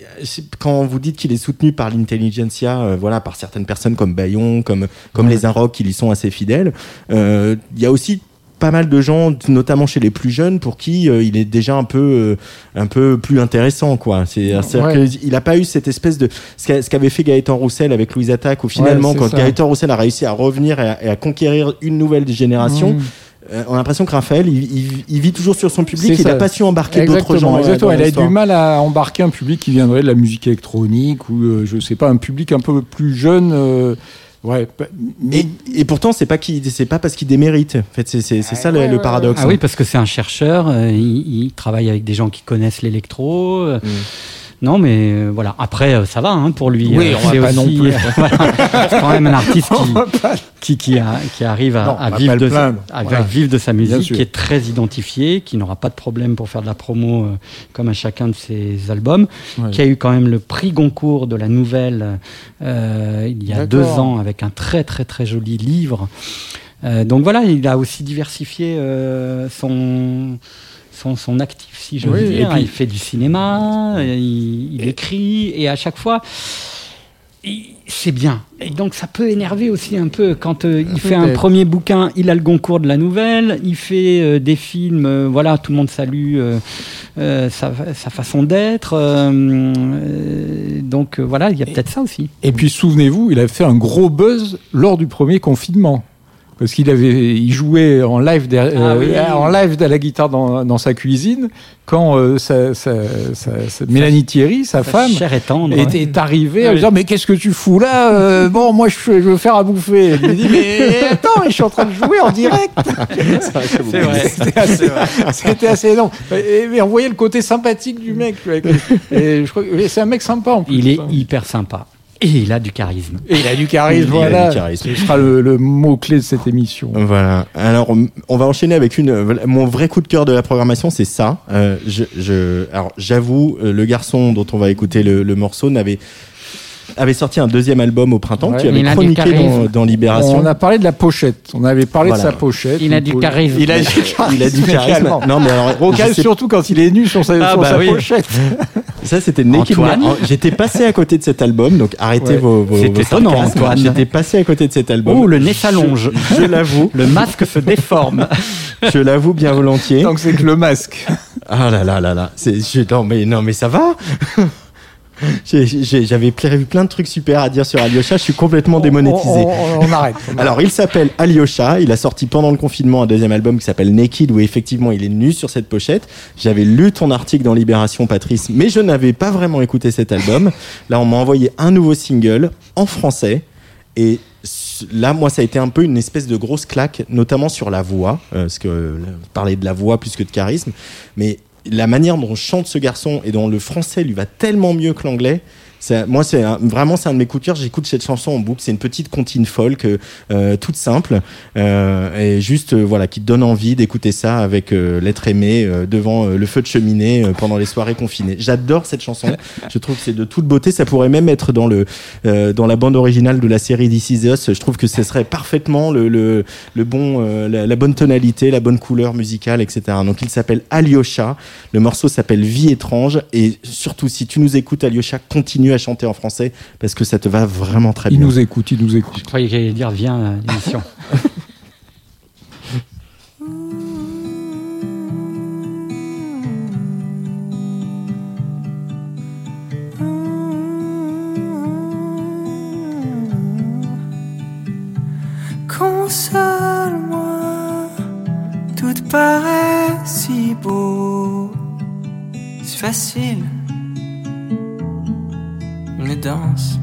Quand vous dites qu'il est soutenu par l'intelligentsia, euh, voilà, par certaines personnes comme Bayon, comme comme ouais. les Inrock qui lui sont assez fidèles, il euh, y a aussi pas mal de gens, notamment chez les plus jeunes, pour qui euh, il est déjà un peu euh, un peu plus intéressant, quoi. C'est, c'est-à-dire ouais. qu'il a pas eu cette espèce de ce, ce qu'avait fait Gaëtan Roussel avec Louise Attaque, où finalement, ouais, quand ça. Gaëtan Roussel a réussi à revenir et à, et à conquérir une nouvelle génération. Mmh. On a l'impression que Raphaël, il, il, il vit toujours sur son public, c'est il n'a pas su embarquer exactement, d'autres gens. Exactement, il a du mal à embarquer un public qui viendrait de la musique électronique ou, euh, je sais pas, un public un peu plus jeune. Euh, ouais. Mais... Et, et pourtant, c'est pas, qu'il, c'est pas parce qu'il démérite. En fait, c'est, c'est, c'est ça ouais, le, le paradoxe. Ah hein. Oui, parce que c'est un chercheur, euh, il, il travaille avec des gens qui connaissent l'électro. Euh, mm. Non, mais euh, voilà. Après, euh, ça va hein, pour lui. Oui, euh, on va pas aussi, non plus. Voilà, c'est quand même un artiste qui, qui, qui, a, qui arrive à, non, à, vivre, de, à voilà. vivre de sa musique, qui est très identifié, qui n'aura pas de problème pour faire de la promo euh, comme à chacun de ses albums, ouais. qui a eu quand même le prix Goncourt de la Nouvelle euh, il y a D'accord. deux ans avec un très très très joli livre. Euh, donc voilà, il a aussi diversifié euh, son... Son, son actif, si je veux oui, dire. Puis... Il fait du cinéma, il, il et... écrit, et à chaque fois, il, c'est bien. Et donc, ça peut énerver aussi un peu quand euh, il fait un premier bouquin, il a le Goncourt de la Nouvelle, il fait euh, des films, euh, voilà, tout le monde salue euh, euh, sa, sa façon d'être. Euh, euh, donc euh, voilà, il y a peut-être ça aussi. Et puis souvenez-vous, il a fait un gros buzz lors du premier confinement. Parce qu'il avait, il jouait en live, de, ah, euh, oui. en live de la guitare dans, dans sa cuisine quand euh, sa, sa, sa, sa, Mélanie Thierry, sa, sa femme, chère et tendre, est, ouais. est arrivée ah, en oui. disant mais qu'est-ce que tu fous là euh, Bon, moi je, je veux faire à bouffer. Elle lui dit mais attends, mais je suis en train de jouer en direct. C'est vrai. C'est vrai. C'était assez, c'était assez énorme. Et, mais on voyait le côté sympathique du mec. Et je crois que c'est un mec sympa en plus. Il est hyper sympa. Et il a du charisme. Et il a du charisme, il voilà. a du charisme. Ce sera le, le mot-clé de cette émission. Voilà. Alors, on va enchaîner avec une. Mon vrai coup de cœur de la programmation, c'est ça. Euh, je, je, alors, j'avoue, le garçon dont on va écouter le, le morceau n'avait avait sorti un deuxième album au printemps, ouais, qui avait chroniqué dans, dans Libération. On a parlé de la pochette. On avait parlé voilà. de sa pochette. Il a du charisme. Il a du charisme. Il a du charisme. Non, mais alors, Rocal, sais... surtout quand il est nu sur sa, ah, sur bah sa oui. pochette. Ça, c'était Naked Man. J'étais passé à côté de cet album, donc arrêtez ouais. vos, vos. C'est étonnant, Antoine. J'étais passé à côté de cet album. Oh, le nez s'allonge. Je, je l'avoue. Le masque se déforme. Je l'avoue bien volontiers. Donc c'est que le masque. Ah là là là là. C'est, je, non mais non mais ça va. J'ai, j'ai, j'avais prévu plein de trucs super à dire sur Alyosha, je suis complètement démonétisé. On, on, on, on arrête. On Alors, il s'appelle Alyosha, il a sorti pendant le confinement un deuxième album qui s'appelle Naked, où effectivement il est nu sur cette pochette. J'avais lu ton article dans Libération, Patrice, mais je n'avais pas vraiment écouté cet album. Là, on m'a envoyé un nouveau single en français, et là, moi, ça a été un peu une espèce de grosse claque, notamment sur la voix, euh, parce que euh, parler de la voix plus que de charisme, mais la manière dont chante ce garçon et dont le français lui va tellement mieux que l'anglais, c'est, moi c'est un, vraiment c'est un de mes coups de cœur. J'écoute cette chanson en boucle, c'est une petite comptine folk euh, toute simple euh, et juste euh, voilà, qui te donne envie d'écouter ça avec euh, l'être aimé euh, devant euh, le feu de cheminée euh, pendant les soirées confinées. J'adore cette chanson, je trouve que c'est de toute beauté. Ça pourrait même être dans le euh, dans la bande originale de la série This Is Us. Je trouve que ce serait parfaitement le le, le bon euh, la, la bonne tonalité, la bonne couleur musicale, et cetera. Donc il s'appelle Alyosha, le morceau s'appelle Vie étrange, et surtout si tu nous écoutes Alyosha, continue à chanter en français parce que ça te va vraiment très il bien. Il nous écoute, il nous écoute. Je croyais qu'il allait dire viens à l'émission. Console-moi, tout paraît si beau, si facile. Une danse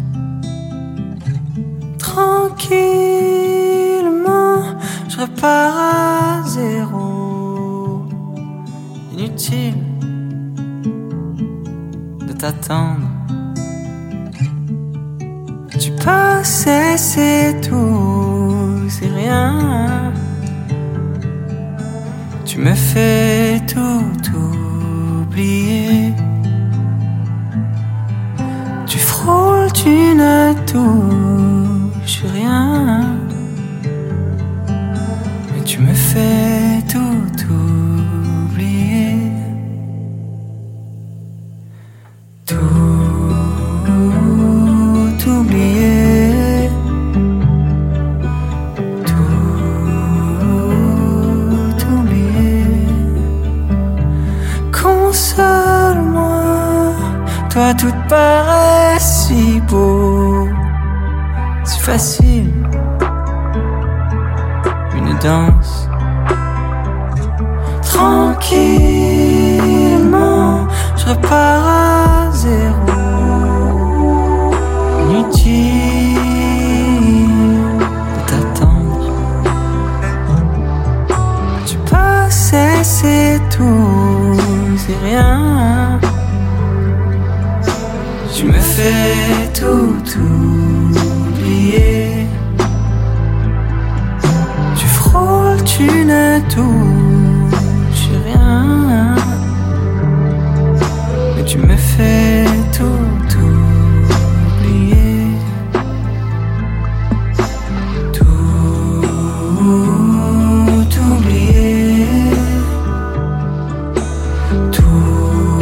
tranquillement, je repars à zéro. Inutile de t'attendre. Tu passais, c'est tout, c'est rien. Tu me fais tout oublier. Tu frôles, tu ne touches rien. Mais tu me fais tout oublier. Tout oublier. Tout oublier. Console-moi, toi tout paraît si beau, si facile. Une danse tranquillement, je repars à zéro. Inutile de t'attendre. Tu passais, c'est tout, c'est rien. Tu me fais tout oublier. Tu frôles, tu ne touches rien. Mais tu me fais tout oublier. Tout oublier. Tout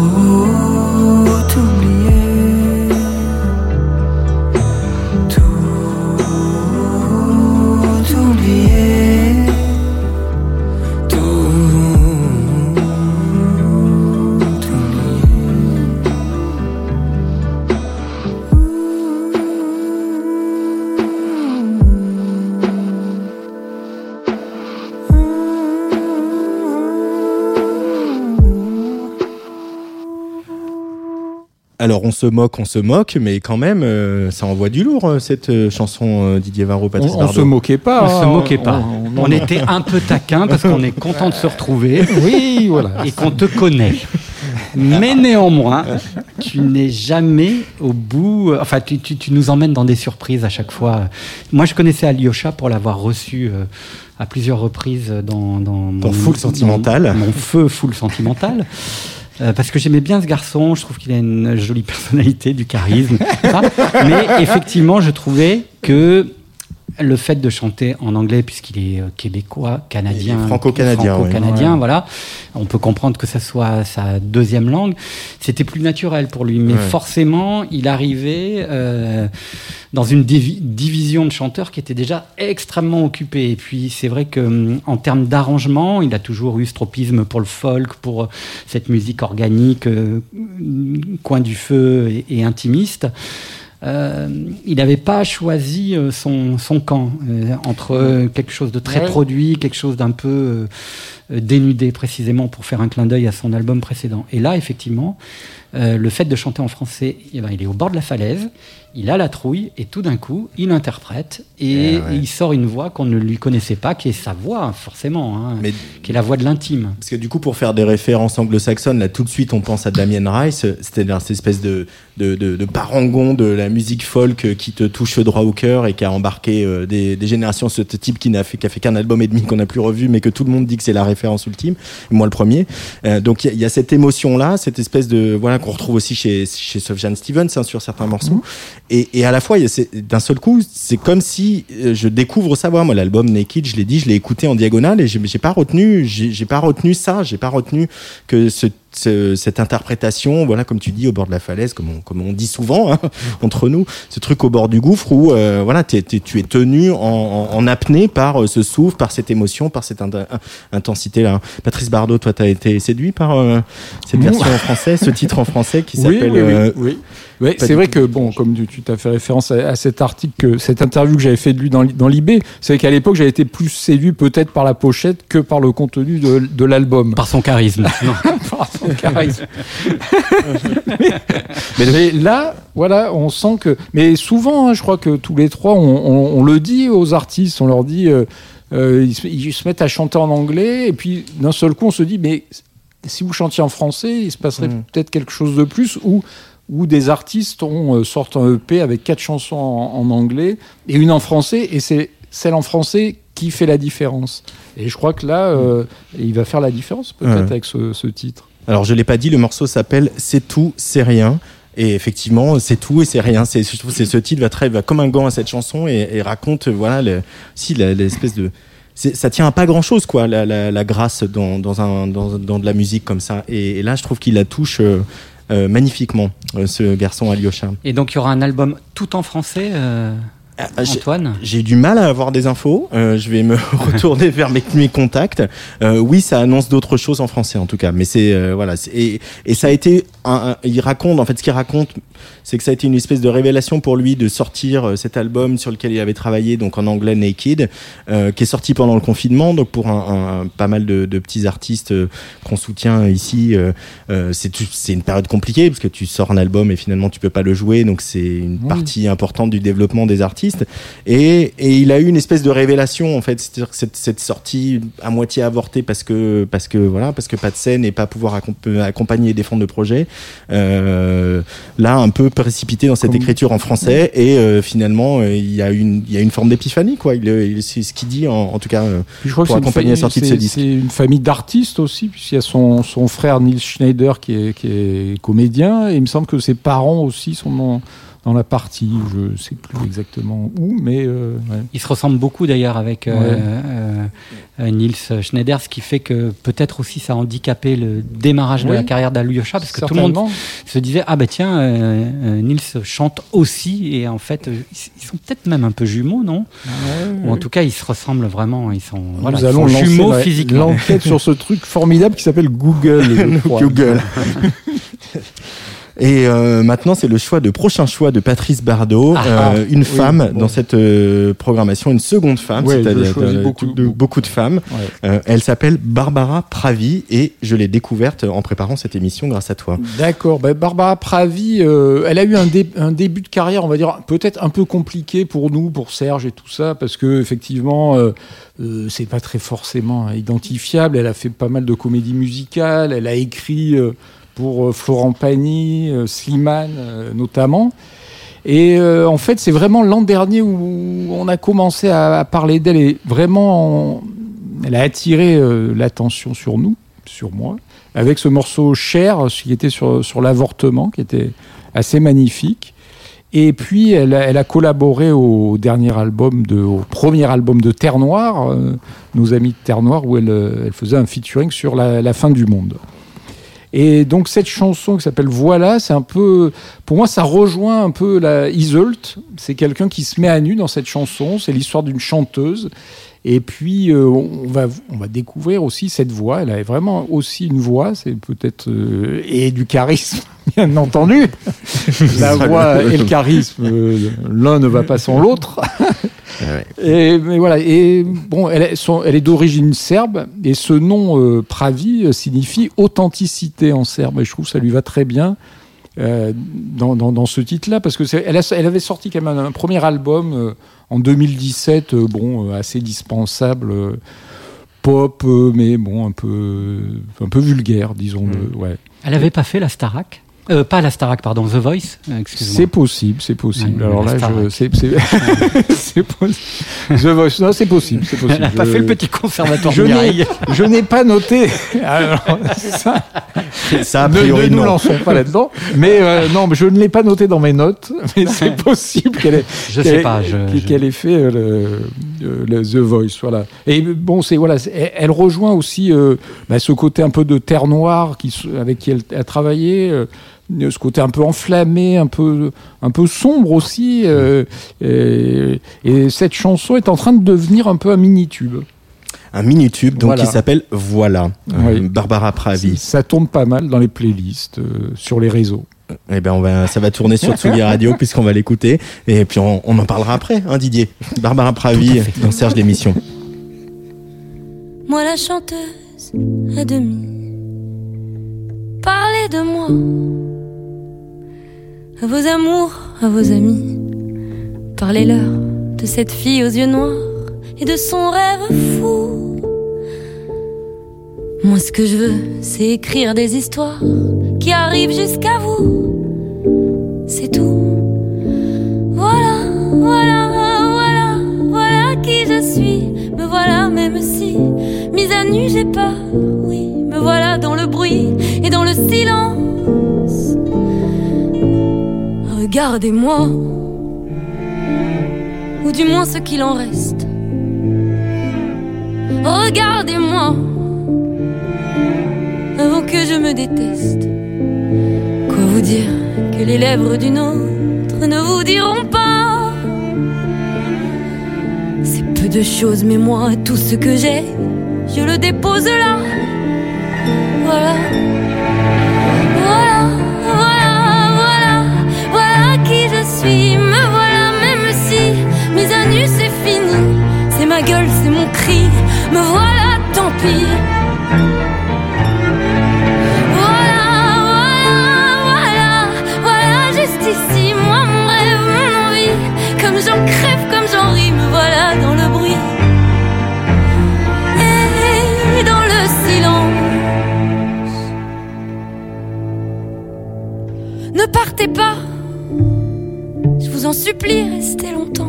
oublier. Tout oublier. Alors on se moque, on se moque, mais quand même, euh, ça envoie du lourd euh, cette euh, chanson euh, Didier Varro, Patrice On, on Bardot. se moquait pas. On hein, se moquait pas. On, On, on était un peu taquin parce qu'on est content de se retrouver. Oui, voilà. Et qu'on te connaît. Mais néanmoins, tu n'es jamais au bout. euh, Enfin, tu, tu, tu nous emmènes dans des surprises à chaque fois. Moi, je connaissais Alyosha pour l'avoir reçu euh, à plusieurs reprises dans, dans Ton mon full sentimental. Mon, mon feu full sentimental. Euh, parce que j'aimais bien ce garçon, je trouve qu'il a une jolie personnalité, du charisme, et cetera. Mais effectivement, je trouvais que le fait de chanter en anglais, puisqu'il est euh, québécois, canadien, Et franco-canadien, franco-canadien, oui. voilà, on peut comprendre que ça soit sa deuxième langue. C'était plus naturel pour lui, mais Ouais. forcément, il arrivait euh, dans une divi- division de chanteurs qui était déjà extrêmement occupée. Et puis, c'est vrai que hum, en termes d'arrangement, il a toujours eu ce tropisme pour le folk, pour euh, cette musique organique, euh, coin du feu et, et intimiste. Euh, il n'avait pas choisi euh, son, son camp euh, entre euh, quelque chose de très Ouais. produit, quelque chose d'un peu euh, euh, dénudé précisément pour faire un clin d'œil à son album précédent. Et là, effectivement, euh, le fait de chanter en français, eh ben, il est au bord de la falaise, il a la trouille et tout d'un coup, il interprète et, Eh ouais. et il sort une voix qu'on ne lui connaissait pas, qui est sa voix forcément, hein, Mais qui est la voix de l'intime. parce que du coup, pour faire des références anglo-saxonnes, là tout de suite, on pense à Damien Rice, c'est-à-dire cette espèce de, de, de, de parangon de la musique folk qui te touche droit au cœur et qui a embarqué euh, des, des générations. Ce type qui n'a fait, qui a fait qu'un album et demi qu'on n'a plus revu, mais que tout le monde dit que c'est la référence ultime. Moi, le premier. Euh, donc il y, y a cette émotion-là, cette espèce de voilà qu'on retrouve aussi chez chez Sufjan Stevens hein, sur certains morceaux. Et, et à la fois, il y a ces- d'un seul coup, c'est comme si euh, je découvre sa voix. Moi, l'album Naked, je l'ai dit, je l'ai écouté en diagonale et j'ai, j'ai pas retenu, j'ai, j'ai pas retenu ça, j'ai pas retenu que ce, ce- cette interprétation, voilà, comme tu dis, au bord de la falaise, comme on, comme on dit souvent hein, entre nous, ce truc au bord du gouffre où, euh, voilà, t'es, t'es, tu es tenu en, en, en apnée par euh, ce souffle, par cette émotion, par cette int- intensité-là. Patrice Bardot, toi, t'as été séduit par euh, cette Non. version en français, ce titre en français qui Oui, s'appelle. oui, oui, euh, oui. Ouais, pas c'est du vrai tout. que, bon, comme tu, tu t'as fait référence à, à cet article, que, cette interview que j'avais fait de lui dans, l'I- dans l'I B, c'est vrai qu'à l'époque, j'avais été plus séduit peut-être par la pochette que par le contenu de, de l'album. Par son charisme. Non. Par son charisme. mais, mais là, voilà, on sent que... Mais souvent, hein, je crois que tous les trois, on, on, on le dit aux artistes, on leur dit... Euh, euh, ils, se, ils se mettent à chanter en anglais, et puis d'un seul coup, on se dit, mais si vous chantiez en français, il se passerait Mmh. peut-être quelque chose de plus, ou... où des artistes ont, euh, sortent un E P avec quatre chansons en, en anglais et une en français, et c'est celle en français qui fait la différence. Et je crois que là, euh, il va faire la différence peut-être Ouais. avec ce, ce titre. Alors je l'ai pas dit, le morceau s'appelle C'est tout, c'est rien. Et effectivement, c'est tout et c'est rien. C'est, je trouve que c'est ce titre va très, va comme un gant à cette chanson et, et raconte, voilà, le, si la- l'espèce de, c'est, ça tient à pas grand chose, quoi, la, la, la grâce dans, dans un, dans, dans de la musique comme ça. Et, et là, je trouve qu'il la touche euh, euh, magnifiquement, euh, ce garçon Alyosha. Et donc, il y aura un album tout en français, euh, Ah, j'ai- Antoine. J'ai eu du mal à avoir des infos. Euh, je vais me retourner vers mes, mes contacts. Euh, oui, ça annonce d'autres choses en français en tout cas. Mais c'est euh, voilà. C'est, et, et ça a été. Un, un- il raconte en fait ce qu'il raconte, c'est que ça a été une espèce de révélation pour lui de sortir euh, cet album sur lequel il avait travaillé donc en anglais Naked, euh, qui est sorti pendant le confinement. Donc pour un, un pas mal de, de petits artistes euh, qu'on soutient ici, euh, euh, c'est tout- c'est une période compliquée parce que tu sors un album et finalement tu peux pas le jouer. Donc c'est une Oui. partie importante du développement des artistes. Et, et il a eu une espèce de révélation en fait, c'est-à-dire que cette, cette sortie à moitié avortée parce que parce que voilà, parce que pas de scène et pas pouvoir accomp- accompagner et défendre le projet. Euh, là, un peu précipité dans cette Comme- écriture en français et euh, finalement euh, il y a une il y a une forme d'épiphanie quoi. Il, il- c'est ce qu'il dit en, en tout cas. euh, Puis je crois Pour que c'est une, accompagner la famille, sortie de c'est- ce disque. c'est une famille d'artistes aussi, puisqu'il y a son, son frère Nils Schneider qui est, qui est comédien, et il me semble que ses parents aussi sont dans, dans la partie, je ne sais plus exactement où, mais euh, ouais. Il se ressemble beaucoup d'ailleurs avec euh, Ouais. euh, euh, Nils Schneider, ce qui fait que peut-être aussi ça a handicapé le démarrage de Oui. la carrière d'Alyosha, parce que tout le monde Certainement. se disait ah bah tiens euh, euh, Nils chante aussi, et en fait euh, ils ils sont peut-être même un peu jumeaux, non? Ou en tout cas ils se ressemblent vraiment, ils sont voilà, Nous ils allons sont lancer jumeaux la- physiquement. l'enquête sur ce truc formidable qui s'appelle Google. je crois. Google. Et euh, maintenant, c'est le choix de prochain choix de Patrice Bardot, Ah, euh, ah, une oui, femme bon. dans cette euh, programmation, une seconde femme, Ouais, c'est-à-dire je choisis de- beaucoup, de- beaucoup de femmes. Ouais. Euh, elle s'appelle Barbara Pravi et je l'ai découverte en préparant cette émission grâce à toi. D'accord. Ben, Barbara Pravi, euh, elle a eu un, dé- un début de carrière, on va dire, peut-être un peu compliqué pour nous, pour Serge et tout ça, parce que effectivement, euh, euh, c'est pas très forcément identifiable. Elle a fait pas mal de comédies musicales. Elle a écrit euh, pour euh, Florent Pagny, euh, Slimane euh, notamment. Et euh, en fait, c'est vraiment l'an dernier où on a commencé à, à parler d'elle et vraiment, on- elle a attiré euh, l'attention sur nous, sur moi, avec ce morceau Cher, qui était sur, sur l'avortement, qui était assez magnifique. Et puis, elle a, elle a collaboré au dernier album, de, au premier album de Terre Noire, euh, nos amis de Terre Noire, où elle, elle faisait un featuring sur la, la fin du monde. Et donc cette chanson qui s'appelle Voilà, c'est un peu, pour moi, ça rejoint un peu la Iseult. C'est quelqu'un qui se met à nu dans cette chanson. C'est l'histoire d'une chanteuse. Et puis euh, on va on va découvrir aussi cette voix. Elle avait vraiment aussi une voix. C'est peut-être euh, et du charisme, bien entendu. La voix et le charisme, euh, l'un ne va pas sans l'autre. Ouais. Et, mais voilà, et bon, elle est, son- elle est d'origine serbe, et ce nom euh, Pravi euh, signifie authenticité en serbe, et je trouve que ça lui va très bien euh, dans, dans, dans ce titre-là, parce que c'est, elle, a- elle avait sorti quand même un, un premier album euh, en deux mille dix-sept, euh, bon, euh, assez dispensable, euh, pop, euh, mais bon, un peu, un peu vulgaire, disons-le, ouais. Elle avait pas fait la Starac euh, Pas la Starac, pardon, The Voice. Euh, excuse-moi. C'est possible, c'est possible. Ouais, Alors la là, Starac. je, c'est, c'est, c'est possible. Je vois- non, c'est possible, c'est possible. Elle n'a pas Je- fait le petit conservatoire Je de n'ai, Mireille. je n'ai pas noté. Alors, ça, Ça, a ne, priori, ne nous non. lançons pas là-dedans. Mais euh, non, mais je ne l'ai pas noté dans mes notes. Mais c'est possible qu'elle ait, Je qu'elle sais ait- pas. Je, je- qu'elle ait fait euh, le, euh, le The Voice, voilà. Et bon, c'est voilà, c'est- elle, elle rejoint aussi euh, bah, ce côté un peu de Terre Noire qui, s- avec qui elle a travaillé. euh, ce côté un peu enflammé, un peu, un peu sombre aussi. euh, et, et cette chanson est en train de devenir un peu un mini-tube. Un mini-tube donc, Voilà. qui s'appelle Voilà, euh, Oui. Barbara Pravi. Ça tourne pas mal dans les playlists, euh, sur les réseaux. Eh ben, on va, ça va tourner sur Tsugi Radio puisqu'on va l'écouter. Et puis on, on en parlera après, hein, Didier. Barbara Pravi dans Serge l'émission. Moi la chanteuse à demi, parlez de moi à vos amours, à vos amis, parlez-leur de cette fille aux yeux noirs et de son rêve fou. Moi ce que je veux c'est écrire des histoires qui arrivent jusqu'à vous, c'est tout. Voilà, voilà, voilà, voilà qui je suis. Me voilà même si mise à nu j'ai peur, oui. Me voilà dans le bruit et dans le silence. Regardez-moi, ou du moins ce qu'il en reste. Regardez-moi, avant que je me déteste. Quoi vous dire que les lèvres d'une autre ne vous diront pas? C'est peu de choses, mais moi, tout ce que j'ai, je le dépose là. Voilà. Voilà, voilà, voilà, voilà qui je suis. Me voilà même si mise à nu c'est fini. C'est ma gueule, c'est mon cri. Me voilà, tant pis. Voilà, voilà, voilà, voilà juste ici. Moi mon rêve, mon envie. Comme j'en crève, comme j'en ris. Me voilà dans le bruit et dans le silence. Ne partez pas, je vous en supplie, restez longtemps.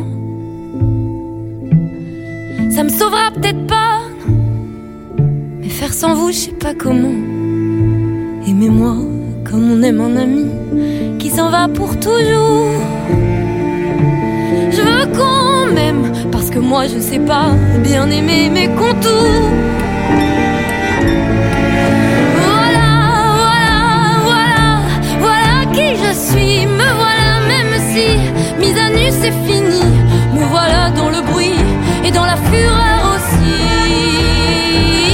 Ça me sauvera peut-être pas, non. Mais faire sans vous, je sais pas comment. Aimez-moi comme on aime un ami qui s'en va pour toujours. Je veux qu'on m'aime, parce que moi je sais pas bien aimer mes contours. Je suis, me voilà même si mise à nu c'est fini. Me voilà dans le bruit et dans la fureur aussi.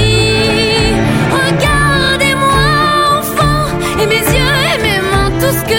Regardez-moi enfant, et mes yeux et mes mains, tout ce que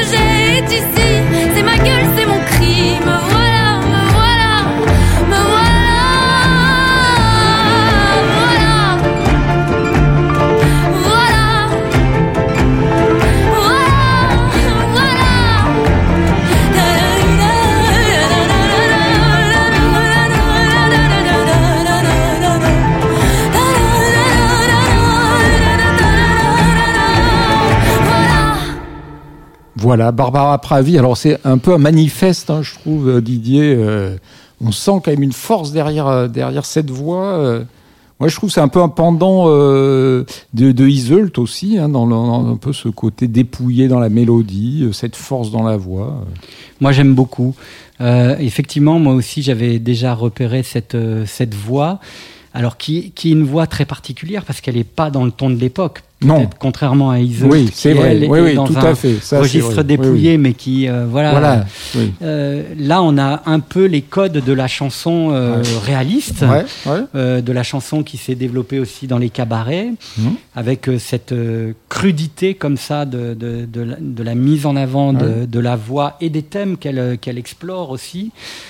Voilà, Barbara Pravi. Alors c'est un peu un manifeste, hein, je trouve, Didier. Euh, on sent quand même une force derrière, derrière cette voix. Euh, moi, je trouve que c'est un peu un pendant euh, de, de Iseult aussi, hein, dans, le, dans un peu ce côté dépouillé dans la mélodie, cette force dans la voix. Moi, j'aime beaucoup. Euh, effectivement, moi aussi, j'avais déjà repéré cette, cette voix, alors qui, qui est une voix très particulière parce qu'elle n'est pas dans le ton de l'époque. Non. Contrairement à Iseult, oui, qui c'est vrai. elle oui, est oui, dans tout un à fait. Ça, registre dépouillé, oui, oui. mais qui euh, voilà. voilà oui. euh, là, on a un peu les codes de la chanson euh, ouais. réaliste, ouais, ouais. Euh, de la chanson qui s'est développée aussi dans les cabarets, mmh. avec euh, cette euh, crudité comme ça de, de, de, la, de la mise en avant de, ouais. de la voix et des thèmes qu'elle, qu'elle explore aussi.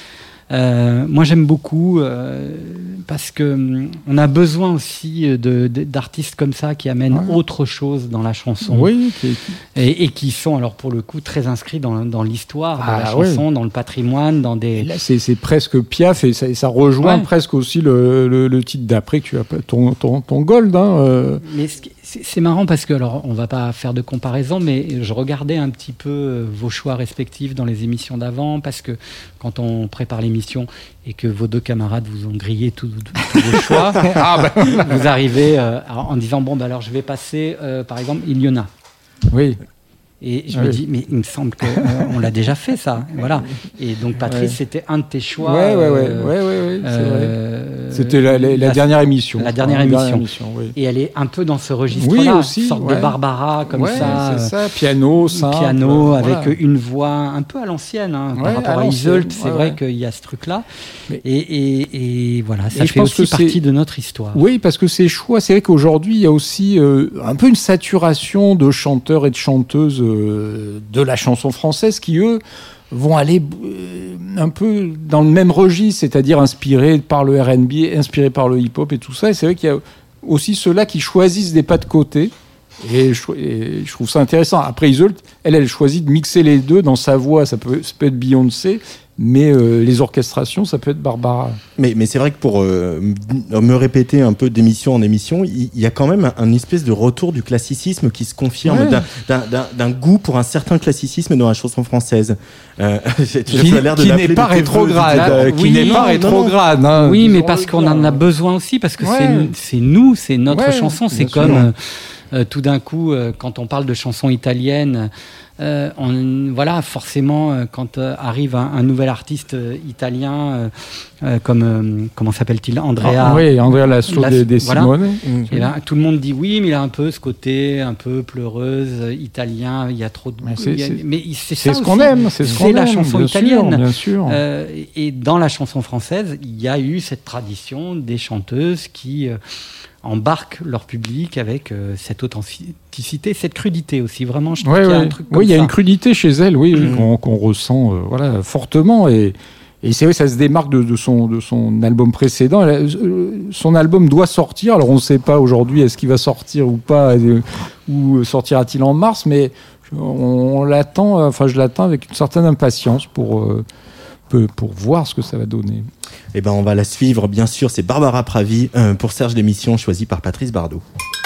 Euh, moi j'aime beaucoup euh, parce que hum, on a besoin aussi de, de, d'artistes comme ça qui amènent ouais. autre chose dans la chanson, oui, qui... et, et qui sont alors pour le coup très inscrits dans, dans l'histoire ah, de la chanson, oui. dans le patrimoine, dans des. Et là c'est, c'est presque Piaf et ça, et ça rejoint ouais. presque aussi le, le, le titre d'après que tu as ton ton, ton Gold. Hein, euh... Mais c'est, c'est marrant parce que alors on va pas faire de comparaison, mais je regardais un petit peu vos choix respectifs dans les émissions d'avant parce que quand on prépare l'émission et que vos deux camarades vous ont grillé tous vos choix, ah ben. vous arrivez euh, en disant bon bah alors je vais passer euh, par exemple Iliona. Oui. Et je oui. me dis, mais il me semble qu'on euh, l'a déjà fait, ça. Voilà. Et donc, Patrice, ouais. c'était un de tes choix. Oui, oui, oui. Euh, ouais, ouais, ouais, c'est euh, vrai. C'était la, la, la, la dernière émission. La dernière émission. Dernière émission oui. Et elle est un peu dans ce registre-là. Oui, aussi. Une sorte ouais. de Barbara, comme ouais, ça. C'est ça. Piano, simple. Piano, voilà. avec une voix un peu à l'ancienne. Hein, ouais, par rapport à, à Iseult, c'est ouais, vrai ouais. qu'il y a ce truc-là. Mais... Et, et, et voilà, ça et fait aussi partie de notre histoire. Oui, parce que ces choix, c'est vrai qu'aujourd'hui, il y a aussi euh, un peu une saturation de chanteurs et de chanteuses euh, de la chanson française qui, eux, vont aller euh, un peu dans le même registre, c'est-à-dire inspirés par le R and B, inspirés par le hip-hop et tout ça. Et c'est vrai qu'il y a aussi ceux-là qui choisissent des pas de côté. Et je, et je trouve ça intéressant. Après, Iseult, elle, elle choisit de mixer les deux dans sa voix. Ça peut, ça peut être Beyoncé, mais euh, les orchestrations, ça peut être Barbara. Mais, mais c'est vrai que pour euh, me répéter un peu d'émission en émission, il y, y a quand même un, un espèce de retour du classicisme qui se confirme, ouais. d'un, d'un, d'un, d'un goût pour un certain classicisme dans la chanson française. Euh, qui l'air de qui n'est pas rétrograde. Euh, qui oui, n'est pas non, rétrograde. Non, non. Hein, oui, mais parce qu'on en a besoin aussi, parce que ouais. c'est, c'est nous, c'est notre ouais, chanson. C'est comme euh, euh, tout d'un coup, euh, quand on parle de chansons italiennes, Euh, on, voilà, forcément, euh, quand euh, arrive un, un nouvel artiste euh, italien, euh, euh, comme euh, comment s'appelle-t-il, Andrea. Ah, oui, Andrea Lasso Las, de, de voilà. Simone. Mmh. Et là, tout le monde dit oui, mais il a un peu ce côté un peu pleureuse, euh, italien. Il y a trop de. Mais c'est, a, c'est, mais c'est, c'est ça ce aussi. qu'on aime. C'est, ce c'est qu'on la aime, chanson bien italienne. Sûr, bien sûr. Euh, et dans la chanson française, il y a eu cette tradition des chanteuses qui euh, embarquent leur public avec euh, cette authenticité, cette crudité aussi. Vraiment, je trouve ouais, qu'il y a ouais. un truc comme oui, il y a ça. une crudité chez elle, oui, mmh. qu'on, qu'on ressent euh, voilà, fortement. Et, et c'est vrai, ça se démarque de, de, son, de son album précédent. Elle, euh, son album doit sortir. Alors, on ne sait pas aujourd'hui est-ce qu'il va sortir ou pas, euh, ou sortira-t-il en mars, mais on, on l'attend, enfin, je l'attends avec une certaine impatience pour... Euh, pour voir ce que ça va donner. Eh ben, on va la suivre, bien sûr. C'est Barbara Pravi euh, pour Serge l'émission, choisie par Patrice Bardot.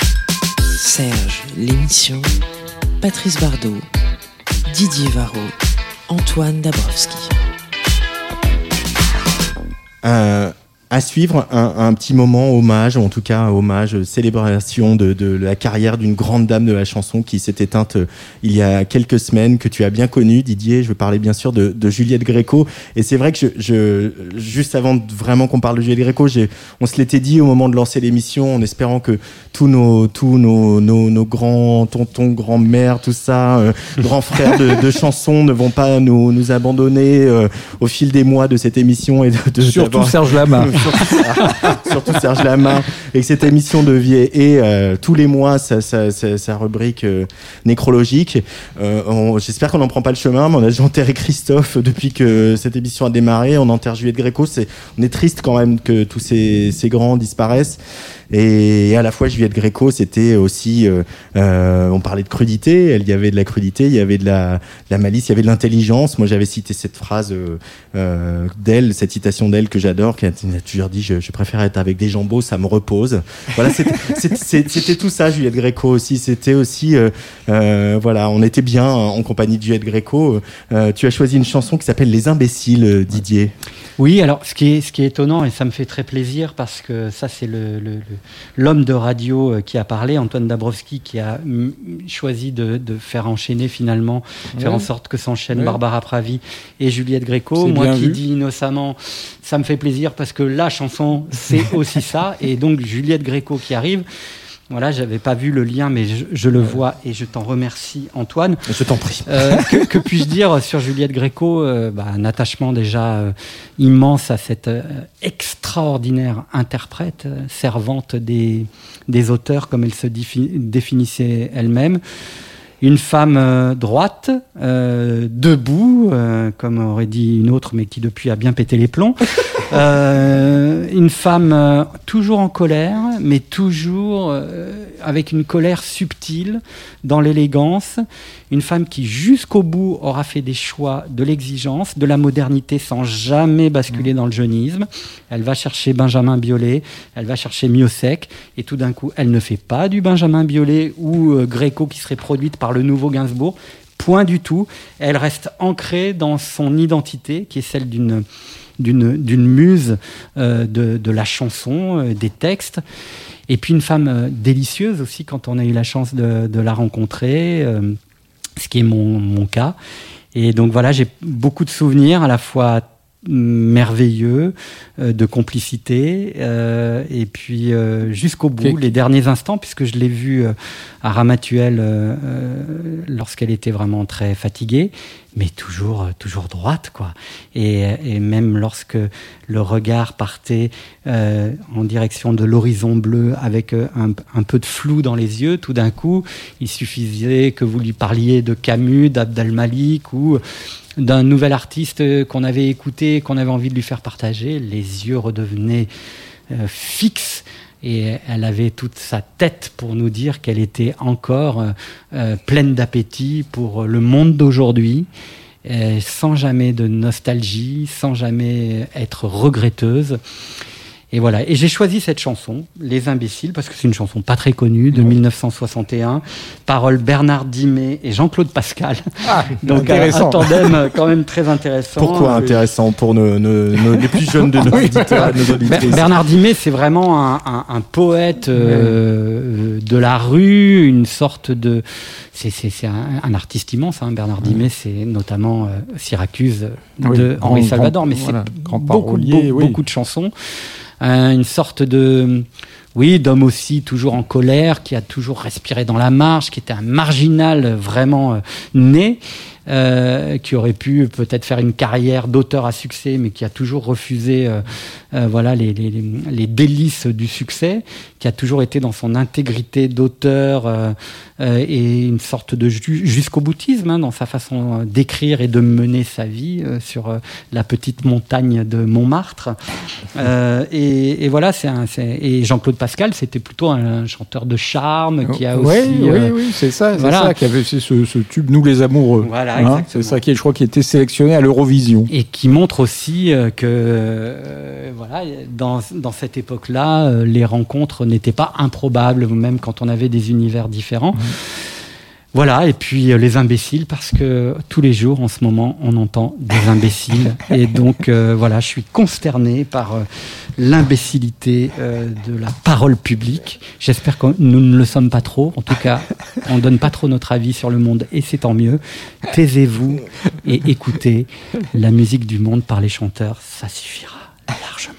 Serge l'émission, Patrice Bardot, Didier Varro, Antoine Dabrowski. Euh, à suivre un, un petit moment hommage, ou en tout cas hommage, célébration de, de la carrière d'une grande dame de la chanson qui s'est éteinte euh, il y a quelques semaines, que tu as bien connue, Didier. Je veux parler bien sûr de, de Juliette Gréco. Et c'est vrai que je, je, juste avant de vraiment qu'on parle de Juliette Gréco, j'ai, on se l'était dit au moment de lancer l'émission, en espérant que tous nos, tous nos, nos, nos grands tontons, grands-mères, tout ça, euh, grands frères de, de chansons ne vont pas nous, nous abandonner euh, au fil des mois de cette émission. Et de, de, surtout Serge Lama. surtout Serge Lama, et que cette émission devient et euh, tous les mois sa, sa, sa, sa rubrique euh, nécrologique. Euh, on, j'espère qu'on n'en prend pas le chemin, mais on a déjà enterré Christophe depuis que cette émission a démarré. On enterre Juliette Gréco. C'est, on est triste quand même que tous ces, ces grands disparaissent. Et à la fois Juliette Gréco, c'était aussi, euh, euh, on parlait de crudité, il y avait de la crudité, il y avait de la, de la malice, il y avait de l'intelligence. Moi, j'avais cité cette phrase euh, euh, d'elle, cette citation d'elle que j'adore, qui a, qui a toujours dit je, je préfère être avec des jambos, ça me repose. Voilà, c'était, c'était, c'était tout ça, Juliette Gréco aussi. C'était aussi, euh, euh, voilà, on était bien en compagnie de Juliette Gréco. Euh, tu as choisi une chanson qui s'appelle Les Imbéciles, Didier. Oui, alors ce qui est, ce qui est étonnant, et ça me fait très plaisir, parce que ça c'est le, le, le, l'homme de radio qui a parlé, Antoine Dabrowski, qui a m- choisi de, de faire enchaîner finalement, oui. faire en sorte que s'enchaînent oui. Barbara Pravi et Juliette Gréco. C'est Moi qui vu. dis innocemment, ça me fait plaisir parce que la chanson c'est aussi ça, et donc Juliette Gréco qui arrive. Voilà, j'avais pas vu le lien, mais je, je le vois et je t'en remercie, Antoine. Je t'en prie. Euh, que, que puis-je dire sur Juliette Gréco euh, bah, un attachement déjà euh, immense à cette euh, extraordinaire interprète, euh, servante des, des auteurs, comme elle se défi- définissait elle-même. Une femme euh, droite, euh, debout, euh, comme aurait dit une autre, mais qui depuis a bien pété les plombs. Euh, une femme euh, toujours en colère, mais toujours euh, avec une colère subtile, dans l'élégance. Une femme qui, jusqu'au bout, aura fait des choix de l'exigence, de la modernité, sans jamais basculer dans le jeunisme. Elle va chercher Benjamin Biolay, elle va chercher Miossec, et tout d'un coup, elle ne fait pas du Benjamin Biolay ou euh, Gréco qui serait produite par le nouveau Gainsbourg. Point du tout. Elle reste ancrée dans son identité, qui est celle d'une... D'une, d'une muse euh, de, de la chanson, euh, des textes. Et puis une femme euh, délicieuse aussi, quand on a eu la chance de, de la rencontrer, euh, ce qui est mon, mon cas. Et donc voilà, j'ai beaucoup de souvenirs, à la fois merveilleux, euh, de complicité, euh, et puis euh, jusqu'au bout, les derniers instants, puisque je l'ai vue euh, à Ramatuelle euh, euh, lorsqu'elle était vraiment très fatiguée, mais toujours, euh, toujours droite, quoi. Et, et même lorsque le regard partait euh, en direction de l'horizon bleu avec euh, un, un peu de flou dans les yeux, tout d'un coup, il suffisait que vous lui parliez de Camus, d'Abd al-Malik ou d'un nouvel artiste qu'on avait écouté, qu'on avait envie de lui faire partager. Les yeux redevenaient euh, fixes, et elle avait toute sa tête pour nous dire qu'elle était encore euh, euh, pleine d'appétit pour le monde d'aujourd'hui, euh, sans jamais de nostalgie, sans jamais être regretteuse. Et voilà. Et j'ai choisi cette chanson, Les Imbéciles, parce que c'est une chanson pas très connue, de mille neuf cent soixante et un. Paroles Bernard Dimet et Jean-Claude Pascal. Ah, donc un, un tandem quand même très intéressant. Pourquoi intéressant pour nos, nos, nos, les plus jeunes de nos auditeurs, nos auditrices? Bernard Dimet, c'est vraiment un, un, un poète euh, de la rue, une sorte de... C'est, c'est, c'est un, un artiste immense, hein. Bernard Dimet, oui. c'est notamment euh, Syracuse de oui, Henri grand, Salvador, mais voilà, c'est beaucoup, parolier, beaucoup, oui. beaucoup de chansons. Euh, une sorte de, oui, d'homme aussi toujours en colère, qui a toujours respiré dans la marge, qui était un marginal vraiment euh, né, euh, qui aurait pu peut-être faire une carrière d'auteur à succès, mais qui a toujours refusé euh, euh, voilà, les, les, les délices du succès, qui a toujours été dans son intégrité d'auteur euh, euh, et une sorte de ju- jusqu'au boutisme hein, dans sa façon d'écrire et de mener sa vie euh, sur euh, la petite montagne de Montmartre. Euh, et, et voilà, c'est un, c'est... et Jean-Claude Pascal, c'était plutôt un chanteur de charme qui a oui, aussi... Oui, euh, oui, c'est ça, c'est voilà. ça qui avait fait ce, ce tube Nous les amoureux. Voilà, hein, exactement. c'est ça qui est, je crois, qui a été sélectionné à l'Eurovision. Et qui montre aussi euh, que euh, voilà, dans, dans cette époque-là, euh, les rencontres n'étaient pas improbables, même quand on avait des univers différents. Mmh. Voilà, et puis euh, les imbéciles, parce que tous les jours, en ce moment, on entend des imbéciles. Et donc, euh, voilà, je suis consterné par euh, l'imbécilité euh, de la parole publique. J'espère que nous ne le sommes pas trop. En tout cas, on ne donne pas trop notre avis sur le monde, et c'est tant mieux. Taisez-vous et écoutez la musique du monde par les chanteurs. Ça suffira largement.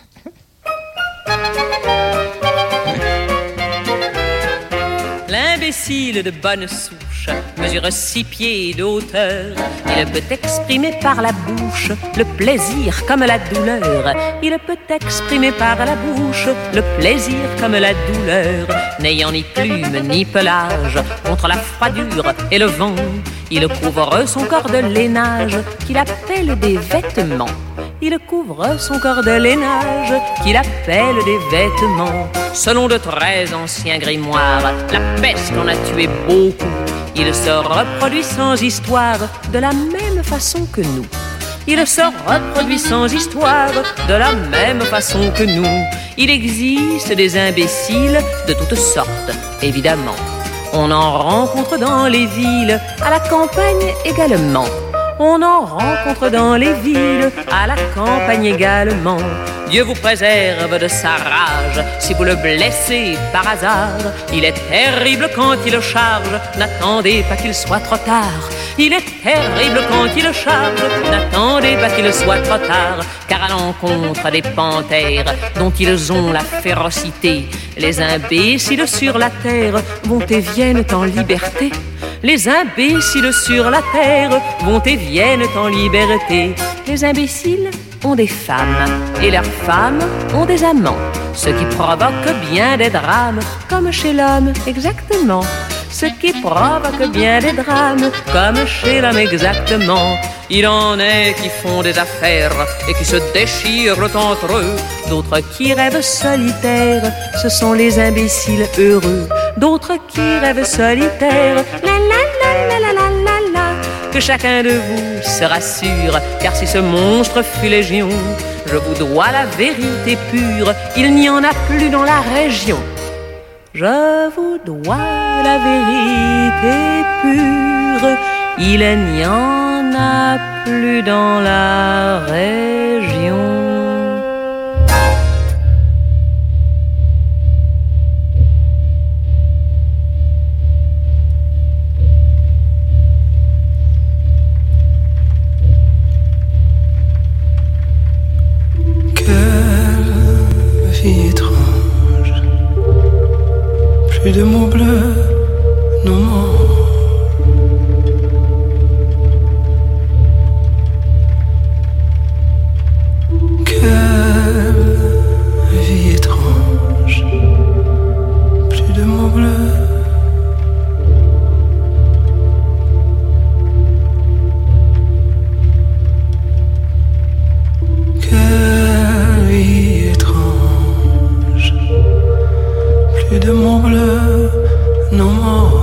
L'imbécile de bonne souche mesure six pieds de hauteur. Il peut exprimer par la bouche le plaisir comme la douleur. Il peut exprimer par la bouche le plaisir comme la douleur. N'ayant ni plume ni pelage, contre la froidure et le vent, il couvre son corps de lainage qu'il appelle des vêtements. il couvre son corps de lainage qu'il appelle des vêtements. Selon de très anciens grimoires, la peste en a tué beaucoup. Il se reproduit sans histoire de la même façon que nous. Il se reproduit sans histoire de la même façon que nous. Il existe des imbéciles de toutes sortes, évidemment. On en rencontre dans les villes, à la campagne également. On en rencontre dans les villes, à la campagne également. Dieu vous préserve de sa rage, si vous le blessez par hasard. Il est terrible quand il charge, n'attendez pas qu'il soit trop tard. Il est terrible quand il charge, n'attendez pas qu'il soit trop tard. Car à l'encontre des panthères, dont ils ont la férocité, les imbéciles sur la terre vont et viennent en liberté. Les imbéciles sur la terre vont et viennent en liberté. Les imbéciles ont des femmes et leurs femmes ont des amants, ce qui provoque bien des drames, comme chez l'homme exactement. Ce qui provoque bien des drames, comme chez l'homme exactement. Il en est qui font des affaires et qui se déchirent entre eux. D'autres qui rêvent solitaires, ce sont les imbéciles heureux. D'autres qui rêvent solitaires, la la la la la la la la. Que chacun de vous se rassure, car si ce monstre fut légion, je vous dois la vérité pure, il n'y en a plus dans la région. Je vous dois la vérité pure, il n'y en a plus dans la région. Quelle vie étrange, plus de mots bleus, nos mots. Quelle vie étrange, plus de mots bleus. Quelle vie étrange, plus de mots bleus, nos mots.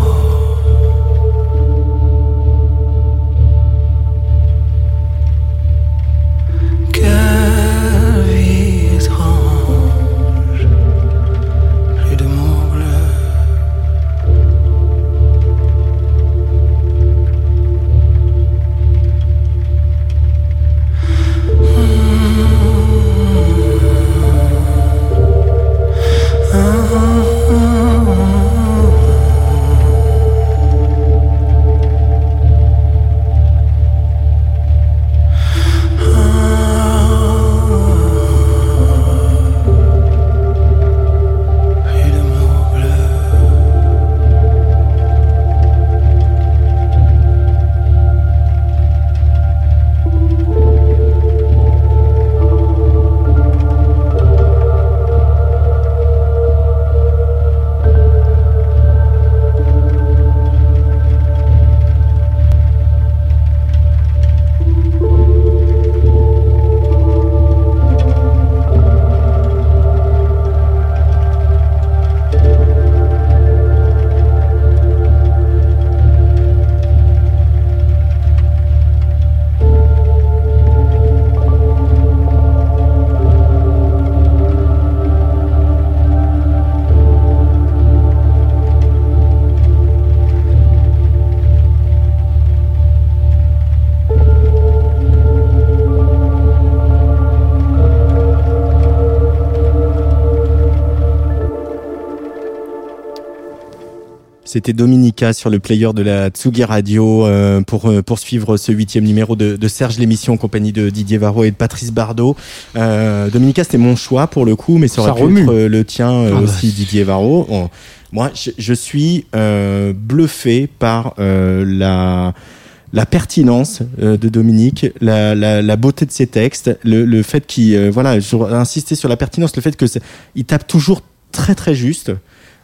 C'était Dominica sur le player de la Tsugi Radio euh, pour euh, poursuivre ce huitième numéro de, de Serge l'émission en compagnie de Didier Varro et de Patrice Bardot. Euh, Dominica, c'était mon choix pour le coup, mais ça aurait ça pu remue. être euh, le tien euh, ah aussi, bah. Didier Varro. Bon, moi, je, je suis euh, bluffé par euh, la la pertinence euh, de Dominique, la, la, la beauté de ses textes, le, le fait qu'il, euh, voilà, j'ai insisté sur la pertinence, le fait que il tape toujours très très juste.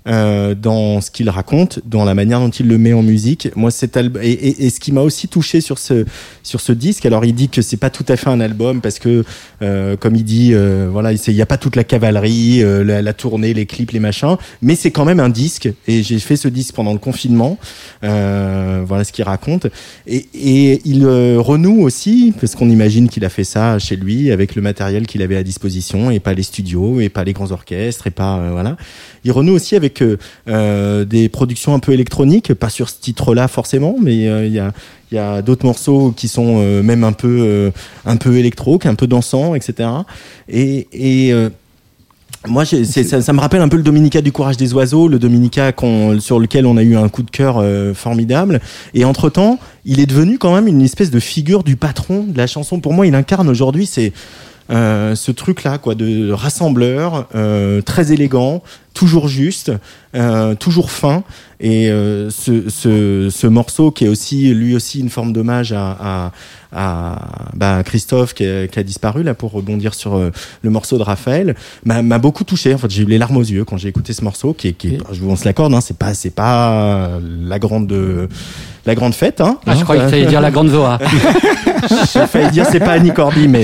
euh, dans ce qu'il raconte, dans la manière dont il le met en musique. Moi, cet album et, et, et ce qui m'a aussi touché sur ce sur ce disque. Alors, il dit que c'est pas tout à fait un album parce que, euh, comme il dit, euh, voilà, il y a pas toute la cavalerie, euh, la, la tournée, les clips, les machins, mais c'est quand même un disque. Et j'ai fait ce disque pendant le confinement. Euh, voilà ce qu'il raconte. Et, et il euh, renoue aussi, parce qu'on imagine qu'il a fait ça chez lui avec le matériel qu'il avait à disposition et pas les studios et pas les grands orchestres et pas euh, voilà. Il renoue aussi avec euh, euh, des productions un peu électroniques, pas sur ce titre-là forcément, mais il euh, y a il y a d'autres morceaux qui sont euh, même un peu euh, un peu électro, un peu dansants, et cetera. Et, et euh, moi, j'ai, c'est, ça, ça me rappelle un peu le Dominica du Courage des Oiseaux, le Dominica qu'on, sur lequel on a eu un coup de cœur euh, formidable. Et entre-temps, il est devenu quand même une espèce de figure du patron de la chanson. Pour moi, il incarne aujourd'hui, c'est euh, ce truc-là, quoi, de rassembleur, euh, très élégant, toujours juste, euh, toujours fin. Et euh, ce, ce, ce morceau qui est aussi, lui aussi, une forme d'hommage à, à, à bah, Christophe qui a, qui a disparu, là, pour rebondir sur euh, le morceau de Raphaël, m'a, m'a beaucoup touché. En fait, j'ai eu les larmes aux yeux quand j'ai écouté ce morceau, qui est, qui est, je vous on se l'accorde, hein, c'est pas, c'est pas la grande, euh, la grande fête, hein. Ah, je croyais que tu allais dire la grande Zoa. J'ai failli dire c'est pas Annie Cordy, mais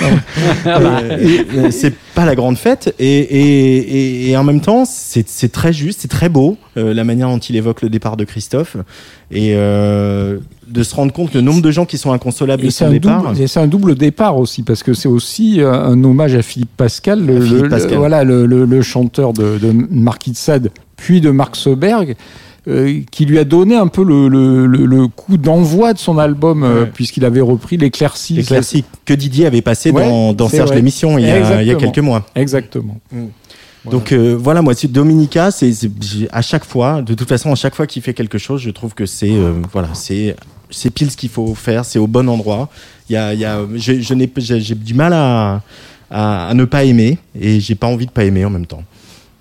ah bah. euh, c'est pas la grande fête. Et, et, et, et en même temps, c'est, c'est très juste, c'est très beau, euh, la manière dont il évoque le départ de Christophe. Et euh, de se rendre compte que le nombre de gens qui sont inconsolables de son départ. Double, c'est un double départ aussi, parce que c'est aussi un hommage à Philippe Pascal, le, Philippe le, Pascal. le, voilà, le, le, le chanteur de, de Marquis de Sade, puis de Marc Soberg. Euh, qui lui a donné un peu le, le, le, le coup d'envoi de son album, euh, ouais. puisqu'il avait repris l'Éclaircie. L'Éclaircie que Didier avait passé ouais, dans, dans Serge vrai. l'émission il y, a, il y a quelques mois. Exactement. Mmh. Voilà. Donc euh, voilà, moi, c'est Dominica, c'est, c'est à chaque fois, de toute façon, à chaque fois qu'il fait quelque chose, je trouve que c'est euh, voilà, c'est c'est pile ce qu'il faut faire, c'est au bon endroit. Il y a, il y a, je, je n'ai, j'ai, j'ai du mal à, à à ne pas aimer et j'ai pas envie de pas aimer en même temps.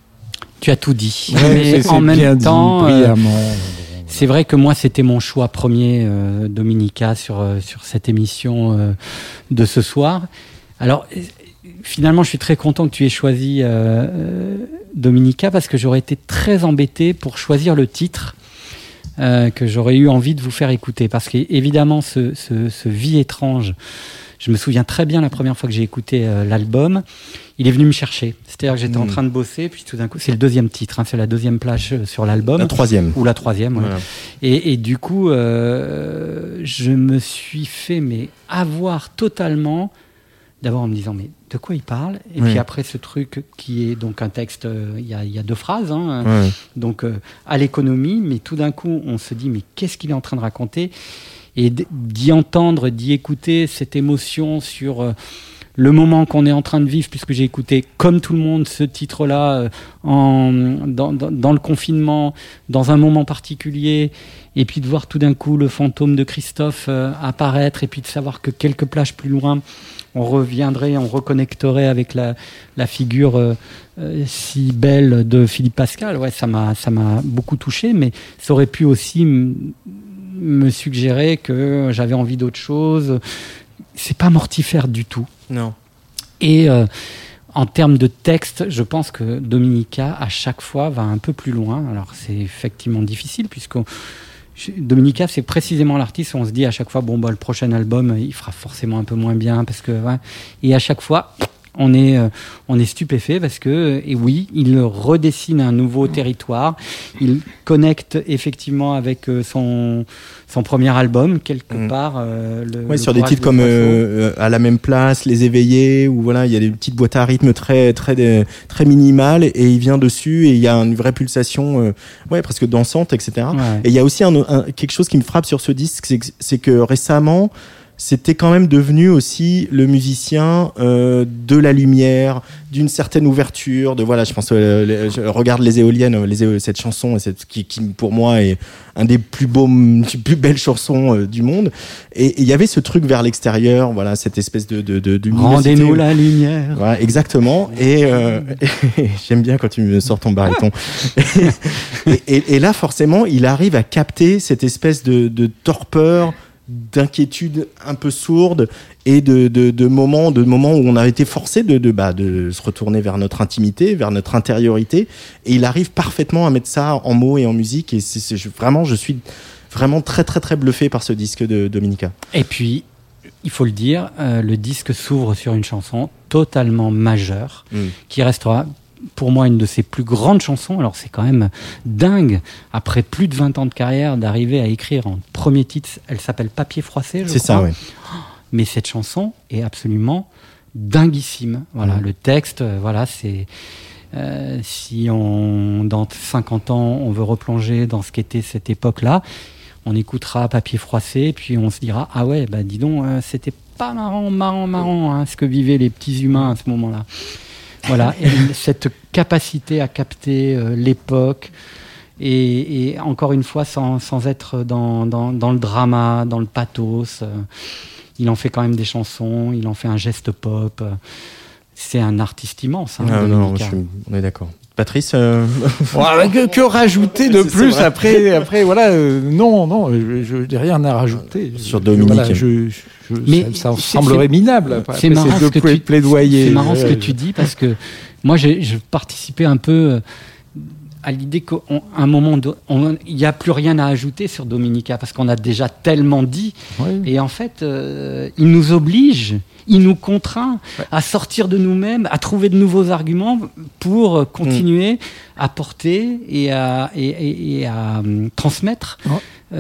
Tu as tout dit, ouais, mais c'est, en c'est même dit, temps, euh, c'est vrai que moi c'était mon choix premier, euh, Dominica, sur euh, sur cette émission euh, de ce soir. Alors finalement, je suis très content que tu aies choisi euh, euh, Dominica parce que j'aurais été très embêté pour choisir le titre euh, que j'aurais eu envie de vous faire écouter, parce qu'évidemment, ce, ce, ce Vie étrange. Je me souviens très bien la première fois que j'ai écouté euh, l'album, il est venu me chercher. C'est-à-dire que j'étais mmh. en train de bosser, puis tout d'un coup, c'est le deuxième titre, hein, c'est la deuxième plage sur l'album. La troisième. Ou la troisième, ouais. Voilà. Et, et du coup, euh, je me suis fait mais avoir totalement, d'abord en me disant, mais de quoi il parle ? Et oui. puis après, ce truc qui est donc un texte, il y, a, y a deux phrases, hein, oui. donc euh, à l'économie, mais tout d'un coup, on se dit, mais qu'est-ce qu'il est en train de raconter ? Et d'y entendre, d'y écouter cette émotion sur euh, le moment qu'on est en train de vivre, puisque j'ai écouté, comme tout le monde, ce titre-là euh, en, dans, dans, dans le confinement, dans un moment particulier, et puis de voir tout d'un coup le fantôme de Christophe euh, apparaître, et puis de savoir que quelques plages plus loin, on reviendrait, on reconnecterait avec la, la figure euh, euh, si belle de Philippe Pascal. Ouais, ça m'a, ça m'a beaucoup touché, mais ça aurait pu aussi... M- me suggérer que j'avais envie d'autre chose. C'est pas mortifère du tout. Non. Et euh, en termes de texte, je pense que Dominica, à chaque fois, va un peu plus loin. Alors, c'est effectivement difficile, puisque Dominica, c'est précisément l'artiste où on se dit à chaque fois, bon, bah, le prochain album, il fera forcément un peu moins bien, parce que, ouais. Et à chaque fois... On est, euh, on est stupéfait parce que, et oui, il redessine un nouveau territoire. Il connecte effectivement avec euh, son, son premier album, quelque mmh. part. Euh, le, ouais, le sur des titres comme euh, À la même place, Les Éveillés, où voilà, il y a des petites boîtes à rythme très, très, très minimales, et il vient dessus, et il y a une vraie pulsation, euh, ouais, presque dansante, et cetera. Ouais. Et il y a aussi un, un, quelque chose qui me frappe sur ce disque, c'est que, c'est que récemment, c'était quand même devenu aussi le musicien euh, de la lumière, d'une certaine ouverture, de voilà, je pense, euh, les, je regarde les éoliennes, les, cette chanson, cette, qui, qui pour moi est un des plus beaux, plus belles chansons euh, du monde. Et il y avait ce truc vers l'extérieur, voilà, cette espèce de, de, de, de rendez-nous la lumière. Voilà, exactement. Et, euh, et j'aime bien quand tu me sors ton baryton. et, et, et là, forcément, il arrive à capter cette espèce de, de torpeur, d'inquiétudes un peu sourdes et de, de, de, moments, de moments où on a été forcé de, de, bah, de se retourner vers notre intimité, vers notre intériorité. Et il arrive parfaitement à mettre ça en mots et en musique. Et c'est, c'est, je, vraiment, je suis vraiment très, très, très bluffé par ce disque de Dominica. Et puis, il faut le dire, euh, le disque s'ouvre sur une chanson totalement majeure, mmh. qui restera pour moi une de ses plus grandes chansons. Alors c'est quand même dingue, après plus de vingt ans de carrière, d'arriver à écrire en premier titre. Elle s'appelle Papier froissé, je c'est crois. Ça, oui. Mais cette chanson est absolument dinguissime. Voilà, mmh. le texte, euh, voilà, c'est... Euh, si on, dans cinquante ans, on veut replonger dans ce qu'était cette époque-là, on écoutera Papier froissé, puis on se dira « Ah ouais, bah dis donc, euh, c'était pas marrant, marrant, marrant, hein, ce que vivaient les petits humains à ce moment-là. » Voilà, et cette capacité à capter euh, l'époque, et, et encore une fois, sans, sans être dans, dans, dans le drama, dans le pathos, euh, il en fait quand même des chansons, il en fait un geste pop. Euh, c'est un artiste immense. Hein, ah, non, je suis, on est d'accord. Patrice euh... ouais, que, que rajouter de c'est, plus c'est après, après, voilà, euh, non, non, je n'ai rien à rajouter. Sur Dominique. Voilà, je, je, mais ça, ça semblerait minable. Après, c'est marrant ce que tu plaidoyer. C'est marrant ce que tu dis parce que moi, j'ai, je participais un peu à l'idée qu'à un moment, il n'y a plus rien à ajouter sur Dominica parce qu'on a déjà tellement dit. Oui. Et en fait, euh, il nous oblige. Il nous contraint ouais. à sortir de nous-mêmes, à trouver de nouveaux arguments pour continuer mmh. à porter et à, et, et, et à um, transmettre ouais.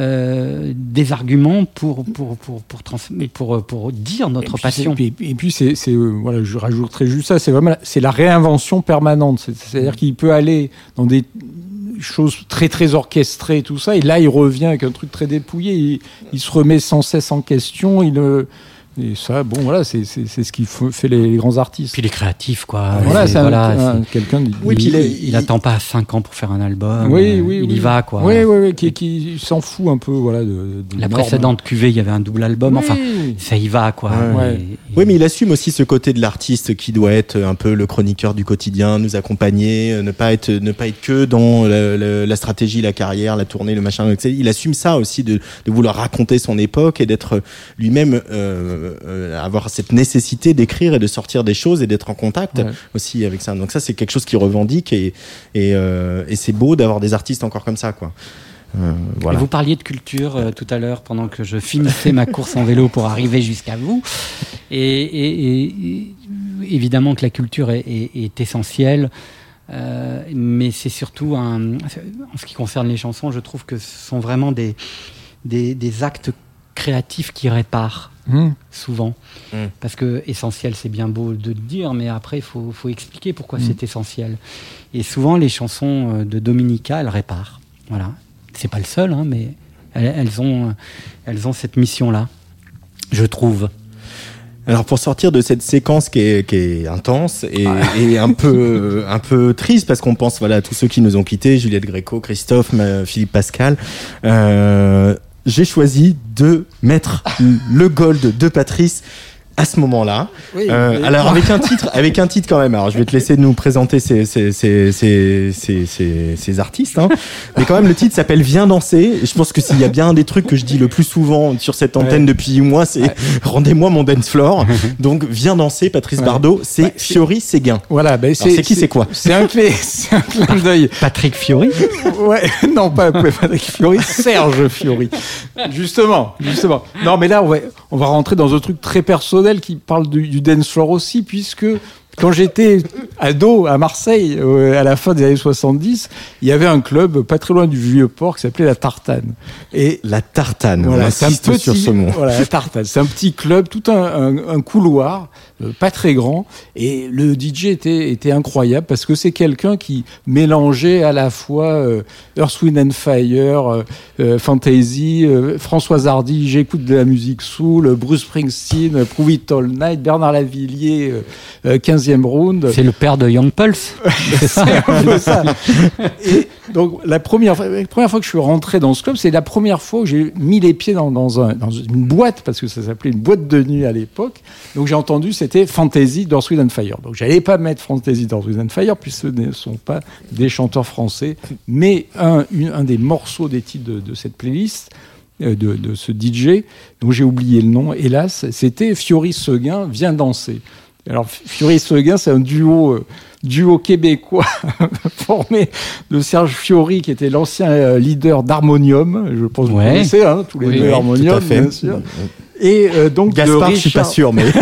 euh, des arguments pour, pour, pour, pour, trans- pour, pour dire notre et puis passion. Et puis, et puis c'est, c'est, euh, voilà, je rajouterai juste ça, c'est vraiment la, c'est la réinvention permanente. C'est, c'est-à-dire qu'il peut aller dans des choses très très orchestrées, tout ça, et là il revient avec un truc très dépouillé, il, il se remet sans cesse en question, il... Euh, Et ça, bon, voilà, c'est, c'est, c'est ce qui fait les, les grands artistes. Puis les créatifs, quoi. Voilà, c'est, c'est, voilà, un, un, quelqu'un... Il, oui, il, il, il attend pas cinq ans pour faire un album. Oui, oui, il oui. y va, quoi. Oui, oui, oui, qui, qui s'en fout un peu, voilà. De, de La normes. précédente cuvée, il y avait un double album. Oui. Enfin, ça y va, quoi. Ouais. Ouais. Et, et... Oui, mais il assume aussi ce côté de l'artiste qui doit être un peu le chroniqueur du quotidien, nous accompagner, ne pas être, ne pas être que dans la, la, la stratégie, la carrière, la tournée, le machin. Il assume ça aussi de, de vouloir raconter son époque et d'être lui-même, euh, euh, avoir cette nécessité d'écrire et de sortir des choses et d'être en contact ouais. aussi avec ça. Donc ça, c'est quelque chose qu'il revendique et, et, euh, et c'est beau d'avoir des artistes encore comme ça, quoi. Euh, voilà. Vous parliez de culture euh, tout à l'heure pendant que je finissais ma course en vélo pour arriver jusqu'à vous. Et, et, et évidemment que la culture est, est, est essentielle. Euh, mais c'est surtout un, en ce qui concerne les chansons, je trouve que ce sont vraiment des, des, des actes créatifs qui réparent. Mmh. Souvent, mmh. parce que essentiel, c'est bien beau de le dire, mais après il faut, faut expliquer pourquoi mmh. c'est essentiel. Et souvent les chansons de Dominica, elles réparent. Voilà, c'est pas le seul, hein, mais elles, elles ont, elles ont cette mission-là, je trouve. Alors pour sortir de cette séquence qui est, qui est intense et, ah. et un peu un peu triste parce qu'on pense voilà à tous ceux qui nous ont quittés, Juliette Gréco, Christophe, Philippe Pascal. Euh, J'ai choisi de mettre le gold de Patrice à ce moment-là. Oui, euh, mais... Alors avec un titre, avec un titre quand même. Alors je vais te laisser nous présenter ces ces ces ces ces, ces, ces artistes. Hein. Mais quand même le titre s'appelle Viens danser. Et je pense que s'il y a bien un des trucs que je dis le plus souvent sur cette antenne ouais. depuis huit mois, c'est ouais. rendez-moi mon dance floor. Donc Viens danser, Patrice ouais. Bardot. C'est bah, Fiori Séguin. Voilà. Ben c'est, c'est qui, c'est, c'est quoi C'est un clé, c'est un clin d'œil. Patrick Fiori. Ouais. Non, pas Patrick Fiori. Serge Fiori. Justement, justement. Non, mais là on va on va rentrer dans un truc très personnel qui parle du, du dance floor aussi, puisque quand j'étais ado à Marseille, euh, à la fin des années soixante-dix, il y avait un club pas très loin du Vieux-Port qui s'appelait La Tartane. Et la Tartane, voilà, on insiste petit, sur ce mot. Voilà, La Tartane, c'est un petit club, tout un, un, un couloir, euh, pas très grand, et le D J était, était incroyable parce que c'est quelqu'un qui mélangeait à la fois euh, Earth, Wind and Fire, euh, euh, Fantasy, euh, Françoise Hardy, j'écoute de la musique soul, Bruce Springsteen, Prove It All Night, Bernard Lavillier, euh, quinzième round. C'est le père de Young Pulse. C'est ça, un peu ça. Et donc la première fois, la première fois que je suis rentré dans ce club, c'est la première fois où j'ai mis les pieds dans, dans, un, dans une boîte, parce que ça s'appelait une boîte de nuit à l'époque. Donc j'ai entendu, c'était Fantasy d'Earth, Wind and Fire. Donc j'allais pas mettre Fantasy d'Earth, Wind and Fire, puisque ce ne sont pas des chanteurs français, mais un, une, un des morceaux des titres de, de cette playlist de, de ce D J, dont j'ai oublié le nom, hélas, c'était Fiori Seguin vient danser. Alors Fiori Seguin, c'est un duo, euh, duo québécois formé de Serge Fiori, qui était l'ancien leader d'Harmonium. Je pense que ouais. vous connaissez, hein, tous les oui, deux oui, Harmonium, bien sûr. Et euh, donc Gaspard, de Richard... je suis pas sûr, mais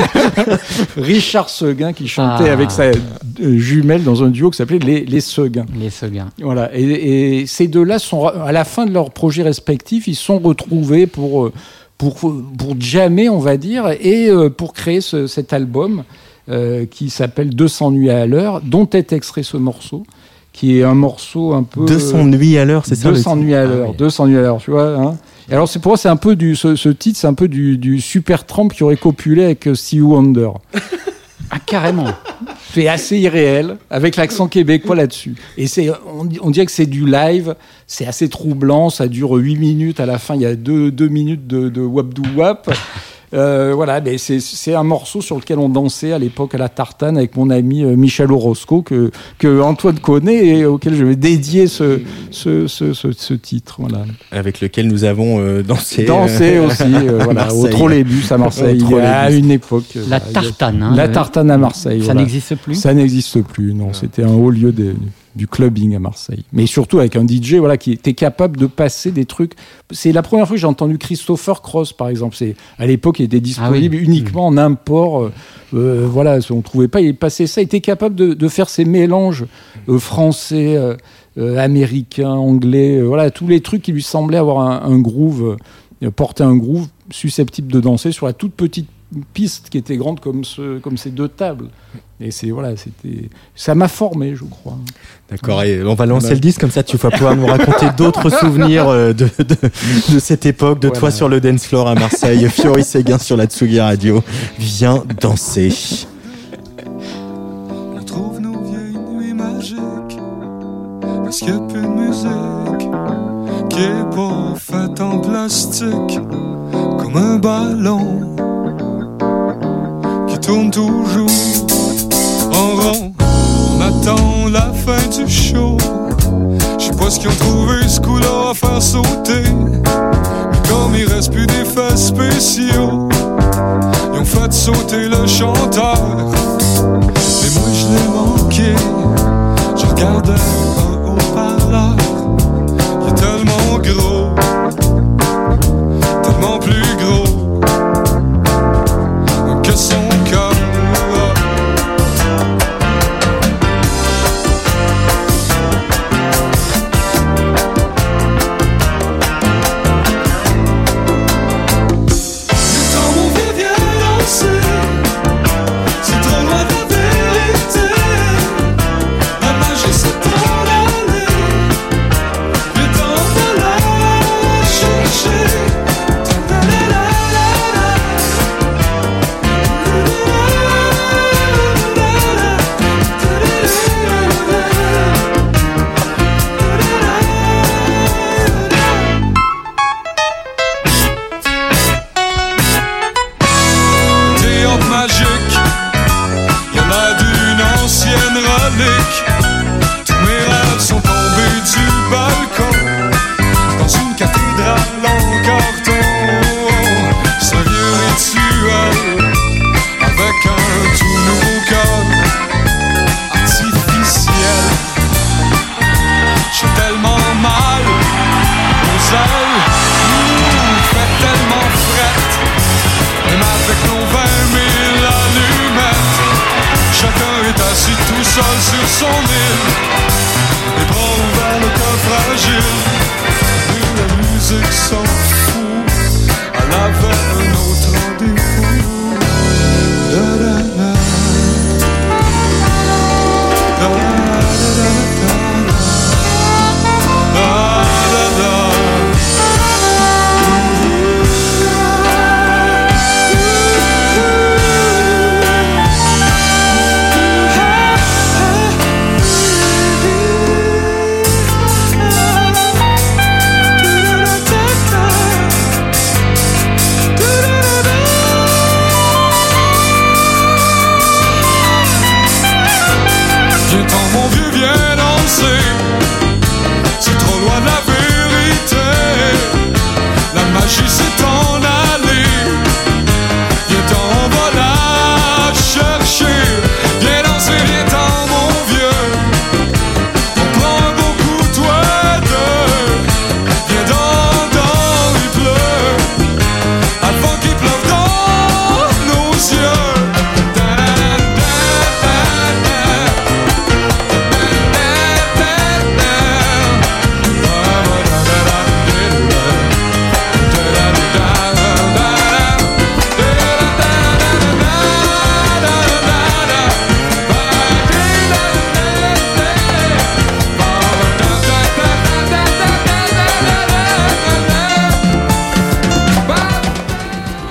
Richard Seguin qui chantait Ah. avec sa euh, jumelle dans un duo qui s'appelait les, les Seguin. Les Seguin. Voilà. Et, et ces deux-là sont à la fin de leurs projets respectifs, ils sont retrouvés pour pour pour jammer, on va dire, et euh, pour créer ce, cet album euh, qui s'appelle deux cents nuits à l'heure, dont est extrait ce morceau, qui est un morceau un peu deux cents nuits à l'heure, c'est ça? deux cents nuits à l'heure, ah, oui. deux cents nuits à l'heure, tu vois. Hein. Et alors c'est pour moi c'est un peu du ce, ce titre, c'est un peu du, du Supertramp qui aurait copulé avec euh, Stevie Wonder. Ah carrément. C'est assez irréel avec l'accent québécois là-dessus. Et c'est on, on dirait que c'est du live, c'est assez troublant, ça dure huit minutes, à la fin il y a deux deux minutes de, de wap dou wap. Euh, voilà, mais c'est, c'est un morceau sur lequel on dansait à l'époque à la tartane avec mon ami euh, Michel Orozco que, que Antoine connaît et auquel je vais dédier ce, ce, ce, ce, ce titre. Voilà. Avec lequel nous avons euh, dansé. Dansé euh, aussi, euh, voilà, au Trolleybus à Marseille, Trolleybus. à une époque. La voilà, tartane. Hein, la le... tartane à Marseille. Ça voilà. n'existe plus. Ça n'existe plus, non. C'était un haut lieu de, du clubbing à Marseille. Mais surtout avec un D J voilà, qui était capable de passer des trucs. C'est la première fois que j'ai entendu Christopher Cross, par exemple. C'est, à l'époque, il était disponible ah oui. uniquement mmh. en import. Euh, euh, voilà, on ne trouvait pas. Il passait ça. Il était capable de, de faire ces mélanges euh, français, euh, euh, américains, anglais. Euh, voilà, tous les trucs qui lui semblaient avoir un, un groove, euh, porter un groove susceptible de danser sur la toute petite piste qui était grande comme, ce, comme ces deux tables. Et c'est, voilà, c'était, ça m'a formé, je crois. D'accord, et on va lancer voilà. le disque, comme ça tu vas pouvoir nous raconter d'autres souvenirs de, de, de cette époque, de voilà. toi sur le dance floor à Marseille, Fiori Seguin sur la Tsugi Radio. Viens danser. On trouve nos vieilles nuits magiques, parce qu'il n'y a plus de musique, qui est pas faite en plastique, comme un ballon, qui tourne toujours en rond. On attend la fin du show. Je sais pas ce qu'ils ont trouvé ce coup-là à faire sauter, mais comme il reste plus d'effets spéciaux, ils ont fait sauter le chanteur. Et moi je l'ai manqué. Je regardais un haut-parleur, il est tellement gros, tellement plus gros que son cœur.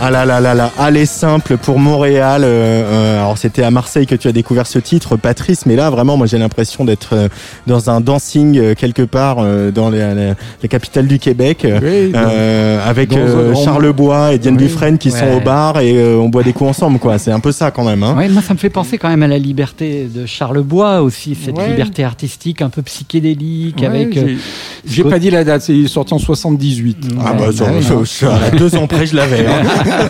Ah là là là là, aller simple pour Montréal. Euh, euh, alors c'était à Marseille que tu as découvert ce titre, Patrice, mais là vraiment, moi j'ai l'impression d'être euh, dans un dancing euh, quelque part euh, dans les, les, la capitale du Québec, oui, euh, avec euh, Charles Bois et Diane oui, Dufresne qui ouais. sont au bar et euh, on boit des coups ensemble, quoi. C'est un peu ça quand même. Hein. Ouais, moi ça me fait penser quand même à la liberté de Charles Bois aussi, cette ouais. liberté artistique un peu psychédélique ouais, avec. J'ai, euh, j'ai pas dit la date, c'est sorti en soixante-dix-huit. Ah ouais, bah ça, ouais, ça, ça, à deux ans près je l'avais. Hein.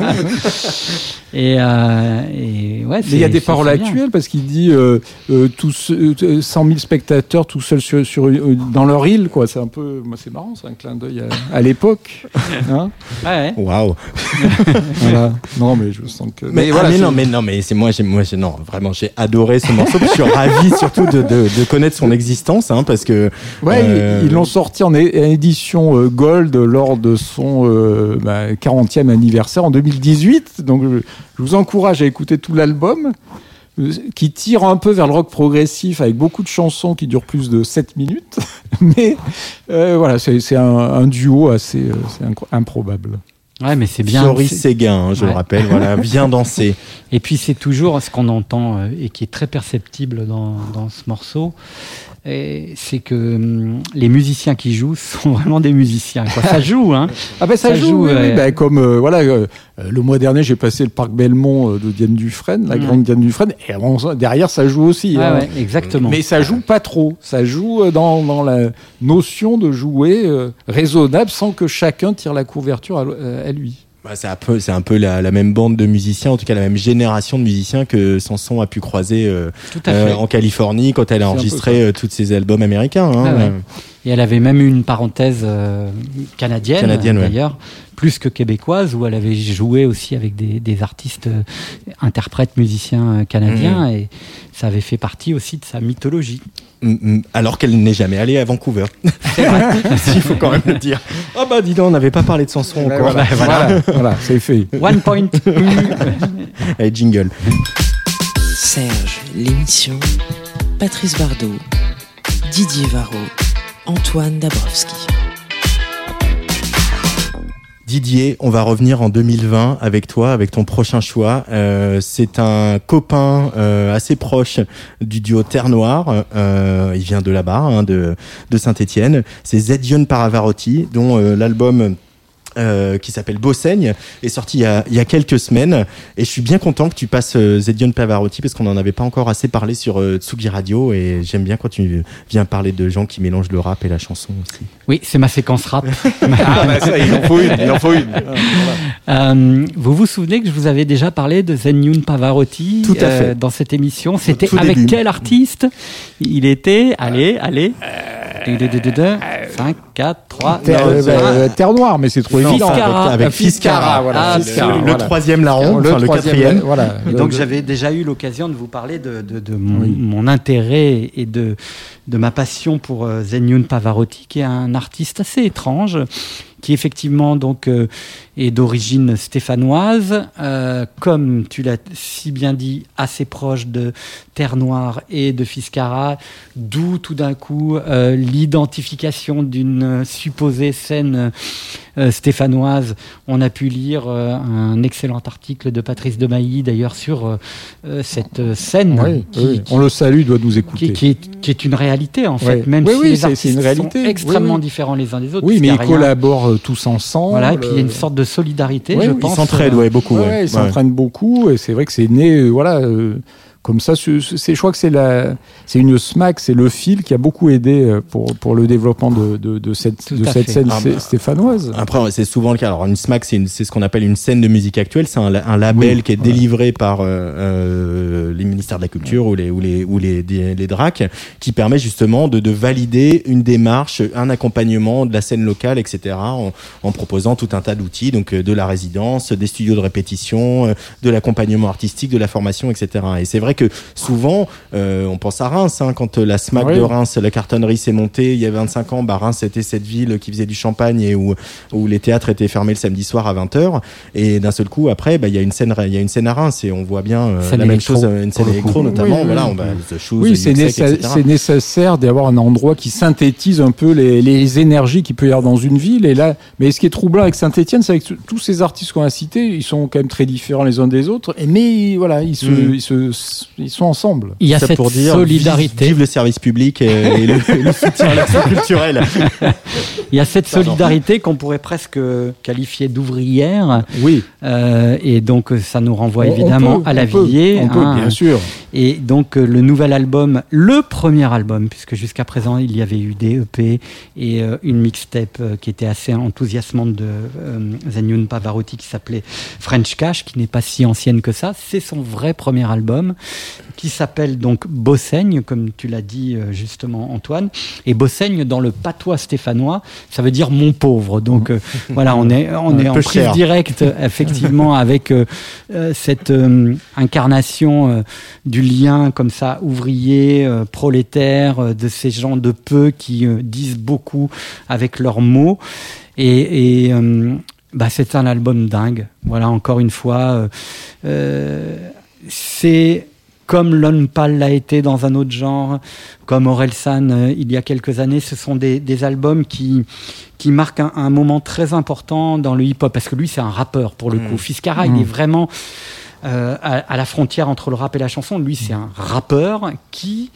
et, euh, et ouais, mais il y a des paroles actuelles parce qu'il dit euh, euh, tous euh, cent mille spectateurs tout seuls sur, sur euh, dans leur île, quoi. C'est un peu, moi c'est marrant, c'est un clin d'œil à, à l'époque. Hein ouais. Waouh. Voilà. Non mais je sens que. Mais, mais, voilà, ah, mais non, mais non, mais c'est moi, j'ai, moi, j'ai, non, vraiment, j'ai adoré ce morceau. Je suis ravi surtout de, de, de connaître son existence, hein, parce que. Ouais, euh... ils l'ont sorti en, é- en édition euh, Gold lors de son euh, bah, quarantième anniversaire en deux mille dix-huit. Donc, je, je vous encourage à écouter tout l'album, euh, qui tire un peu vers le rock progressif avec beaucoup de chansons qui durent plus de sept minutes. Mais euh, voilà, c'est, c'est un, un duo assez euh, c'est inc- improbable. Ouais, mais c'est bien. Floris Séguin, hein, je ouais. le rappelle, voilà, bien dansé. Et puis c'est toujours ce qu'on entend euh, et qui est très perceptible dans, dans ce morceau. Et c'est que hum, les musiciens qui jouent sont vraiment des musiciens, quoi. Ça joue, hein. Ah ben ça, ça joue, joue oui, euh... oui. Ben, comme euh, voilà, euh, le mois dernier j'ai passé le parc Belmont euh, de Diane Dufresne, la mmh. grande Diane Dufresne, et bon, derrière ça joue aussi. Ah, hein. ouais, exactement. Mais ça joue pas trop, ça joue dans, dans la notion de jouer euh, raisonnable sans que chacun tire la couverture à, à lui. Bah, c'est un peu, c'est un peu la, la même bande de musiciens, en tout cas la même génération de musiciens que Sanson a pu croiser euh, euh, en Californie quand elle a c'est enregistré euh, tous ses albums américains. Hein. Ah ouais. Et elle avait même eu une parenthèse euh, canadienne, canadienne d'ailleurs, ouais. plus que québécoise, où elle avait joué aussi avec des, des artistes euh, interprètes, musiciens canadiens, mmh. et ça avait fait partie aussi de sa mythologie. Alors qu'elle n'est jamais allée à Vancouver. C'est vrai. Il faut quand même le dire. Oh bah dis donc, on n'avait pas parlé de Sanson ben encore. Voilà, voilà, voilà, c'est fait. One point. Allez, jingle. Serge, l'émission. Patrice Bardot. Didier Varro. Antoine Dabrowski. Didier, on va revenir en deux mille vingt avec toi, avec ton prochain choix. Euh, c'est un copain euh, assez proche du duo Terre Noire. Euh, il vient de là-bas, hein, de, de Saint-Étienne. C'est Zedion Pavarotti, dont euh, l'album... Euh, qui s'appelle Bossaigne, est sorti il y, a, il y a quelques semaines, et je suis bien content que tu passes euh, Zedion Pavarotti parce qu'on n'en avait pas encore assez parlé sur euh, Tsugi Radio, et j'aime bien quand tu viens parler de gens qui mélangent le rap et la chanson aussi. Oui, c'est ma séquence rap. Ah bah ça, il en faut une, il en faut une. euh, vous vous souvenez que je vous avais déjà parlé de Zedion Pavarotti Tout à fait. Euh, dans cette émission. C'était avec début. Quel artiste? Il était, allez, allez, cinq, quatre, trois, Terre, non, euh, Terre Noire, mais c'est trop évident. Fiscara. Avec Fiscara, voilà. Ah, Fiscara, le, voilà. le troisième larron, le, enfin, le quatrième. Voilà. Et donc j'avais déjà eu l'occasion de vous parler de, de, de mon, oui. mon intérêt et de, de ma passion pour euh, Zedion Pavarotti, qui est un artiste assez étrange, qui effectivement donc euh, est d'origine stéphanoise, euh, comme tu l'as si bien dit, assez proche de Terre Noire et de Fiscara, d'où tout d'un coup euh, l'identification d'une supposée scène euh, stéphanoise. On a pu lire euh, un excellent article de Patrice Demailly d'ailleurs sur euh, cette scène. Oui, qui, oui. Qui, on le salue, il doit nous écouter. Qui, qui, est, qui est une réalité en fait, oui. même oui, si oui, les c'est, artistes c'est une réalité. sont extrêmement oui, oui. différents les uns des autres. Oui, mais ils collaborent tous ensemble. Voilà, et puis il y a une sorte de solidarité, oui, je ils pense. Ils s'entraident, ouais, beaucoup. Ouais, ouais. Ils s'entraînent ouais. beaucoup, et c'est vrai que c'est né, euh, voilà, euh, comme ça. C'est, c'est, je crois que c'est la, c'est une SMAC, c'est le fil qui a beaucoup aidé pour pour le développement de de, de cette de cette fait. scène ah, bah, stéphanoise. Après, c'est souvent le cas. Alors une SMAC, c'est, une, c'est ce qu'on appelle une scène de musique actuelle. C'est un, un label oui, qui est voilà. délivré par euh, euh, les ministères de la Culture ouais. ou les ou les ou les les, les D R A C, qui permet justement de de valider une démarche, un accompagnement de la scène locale, et cetera. En, en proposant tout un tas d'outils, donc de la résidence, des studios de répétition, de l'accompagnement artistique, de la formation, et cetera. Et c'est vrai vrai que souvent, euh, on pense à Reims, hein, quand la SMAC oui. de Reims, la cartonnerie s'est montée il y a vingt-cinq ans, bah, Reims était cette ville qui faisait du champagne et où, où les théâtres étaient fermés le samedi soir à vingt heures. Et d'un seul coup, après, bah, il y a une scène, il y a une scène à Reims et on voit bien euh, la même chose, une scène électro notamment. Oui, voilà, oui. on va The Shoes, oui, The c'est, Yuxek, nécess- et cetera. c'est nécessaire d'avoir un endroit qui synthétise un peu les, les énergies qu'il peut y avoir dans une ville. Et là, mais ce qui est troublant avec Saint-Étienne, c'est que tous ces artistes qu'on a cités, ils sont quand même très différents les uns des autres. Et mais voilà, ils se, mmh. ils se, ils sont ensemble. Il y a ça cette pour dire, solidarité. Vive, vive le service public et, et, le, et le soutien à l'action culturelle. Il y a cette Pardon. solidarité qu'on pourrait presque qualifier d'ouvrière. Oui. Euh, et donc ça nous renvoie on, évidemment on peut, à la on peut, Villiers. On peut, hein. bien sûr. Et donc le nouvel album, le premier album, puisque jusqu'à présent il y avait eu des E P et euh, une mixtape euh, qui était assez enthousiasmante de euh, Zeniun Pavarotti qui s'appelait French Cash, qui n'est pas si ancienne que ça. C'est son vrai premier album qui s'appelle donc Bossaigne, comme tu l'as dit euh, justement Antoine. Et Bossaigne dans le patois stéphanois, ça veut dire mon pauvre. Donc euh, voilà, on est on est en prise cher. directe effectivement avec euh, euh, cette euh, incarnation euh, du lien comme ça ouvrier, euh, prolétaire, euh, de ces gens de peu qui euh, disent beaucoup avec leurs mots. Et, et euh, bah, c'est un album dingue. Voilà, encore une fois, euh, euh, c'est comme Lon Pal l'a été dans un autre genre, comme Orelsan euh, il y a quelques années. Ce sont des, des albums qui, qui marquent un, un moment très important dans le hip-hop, parce que lui, c'est un rappeur pour le mmh. coup. Fiskara, mmh. il est vraiment euh, à, à la frontière entre le rap et la chanson. Lui, c'est un rappeur qui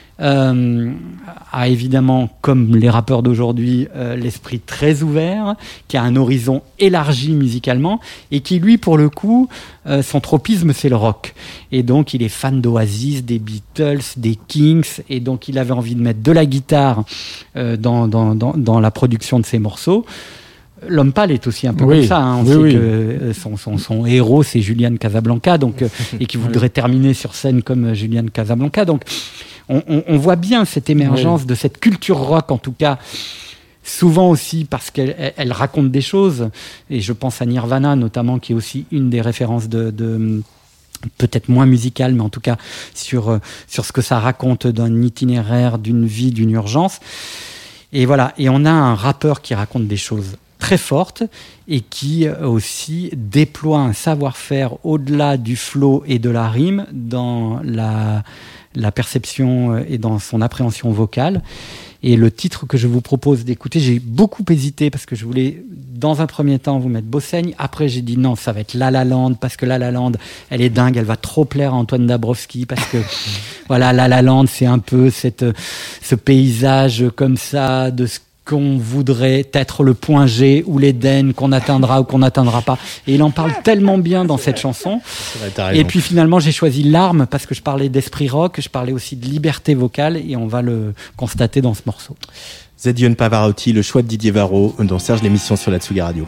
Euh, a évidemment, comme les rappeurs d'aujourd'hui, euh, l'esprit très ouvert, qui a un horizon élargi musicalement, et qui, lui, pour le coup, euh, son tropisme, c'est le rock. Et donc, il est fan d'Oasis, des Beatles, des Kings, et donc il avait envie de mettre de la guitare euh, dans, dans, dans, dans la production de ses morceaux. L'homme pâle est aussi un peu oui, comme ça. Hein. On oui, sait oui. que son, son, son héros, c'est Julian Casablanca, donc, euh, et qui voudrait terminer sur scène comme Julian Casablanca. Donc, on, on, on voit bien cette émergence oui. de cette culture rock, en tout cas, souvent aussi parce qu'elle elle, elle raconte des choses. Et je pense à Nirvana, notamment, qui est aussi une des références de... de peut-être moins musicale, mais en tout cas sur, euh, sur ce que ça raconte d'un itinéraire, d'une vie, d'une urgence. Et voilà, et on a un rappeur qui raconte des choses très fortes et qui aussi déploie un savoir-faire au-delà du flow et de la rime dans la, la perception et dans son appréhension vocale. Et le titre que je vous propose d'écouter, j'ai beaucoup hésité parce que je voulais, dans un premier temps, vous mettre Bossaigne. Après, j'ai dit non, ça va être La La Land, parce que La La Land, elle est dingue, elle va trop plaire à Antoine Dabrowski, parce que voilà, La La Land, c'est un peu cette, ce paysage comme ça, de ce qu'on voudrait être le point G ou l'Éden, qu'on atteindra ou qu'on n'atteindra pas. Et il en parle tellement bien dans cette chanson. Vrai, et puis finalement, j'ai choisi Larmes parce que je parlais d'esprit rock, je parlais aussi de liberté vocale, et on va le constater dans ce morceau. Zeniun Pavarotti, le choix de Didier Varro, dans Serge l'émission sur la Tsugi Radio.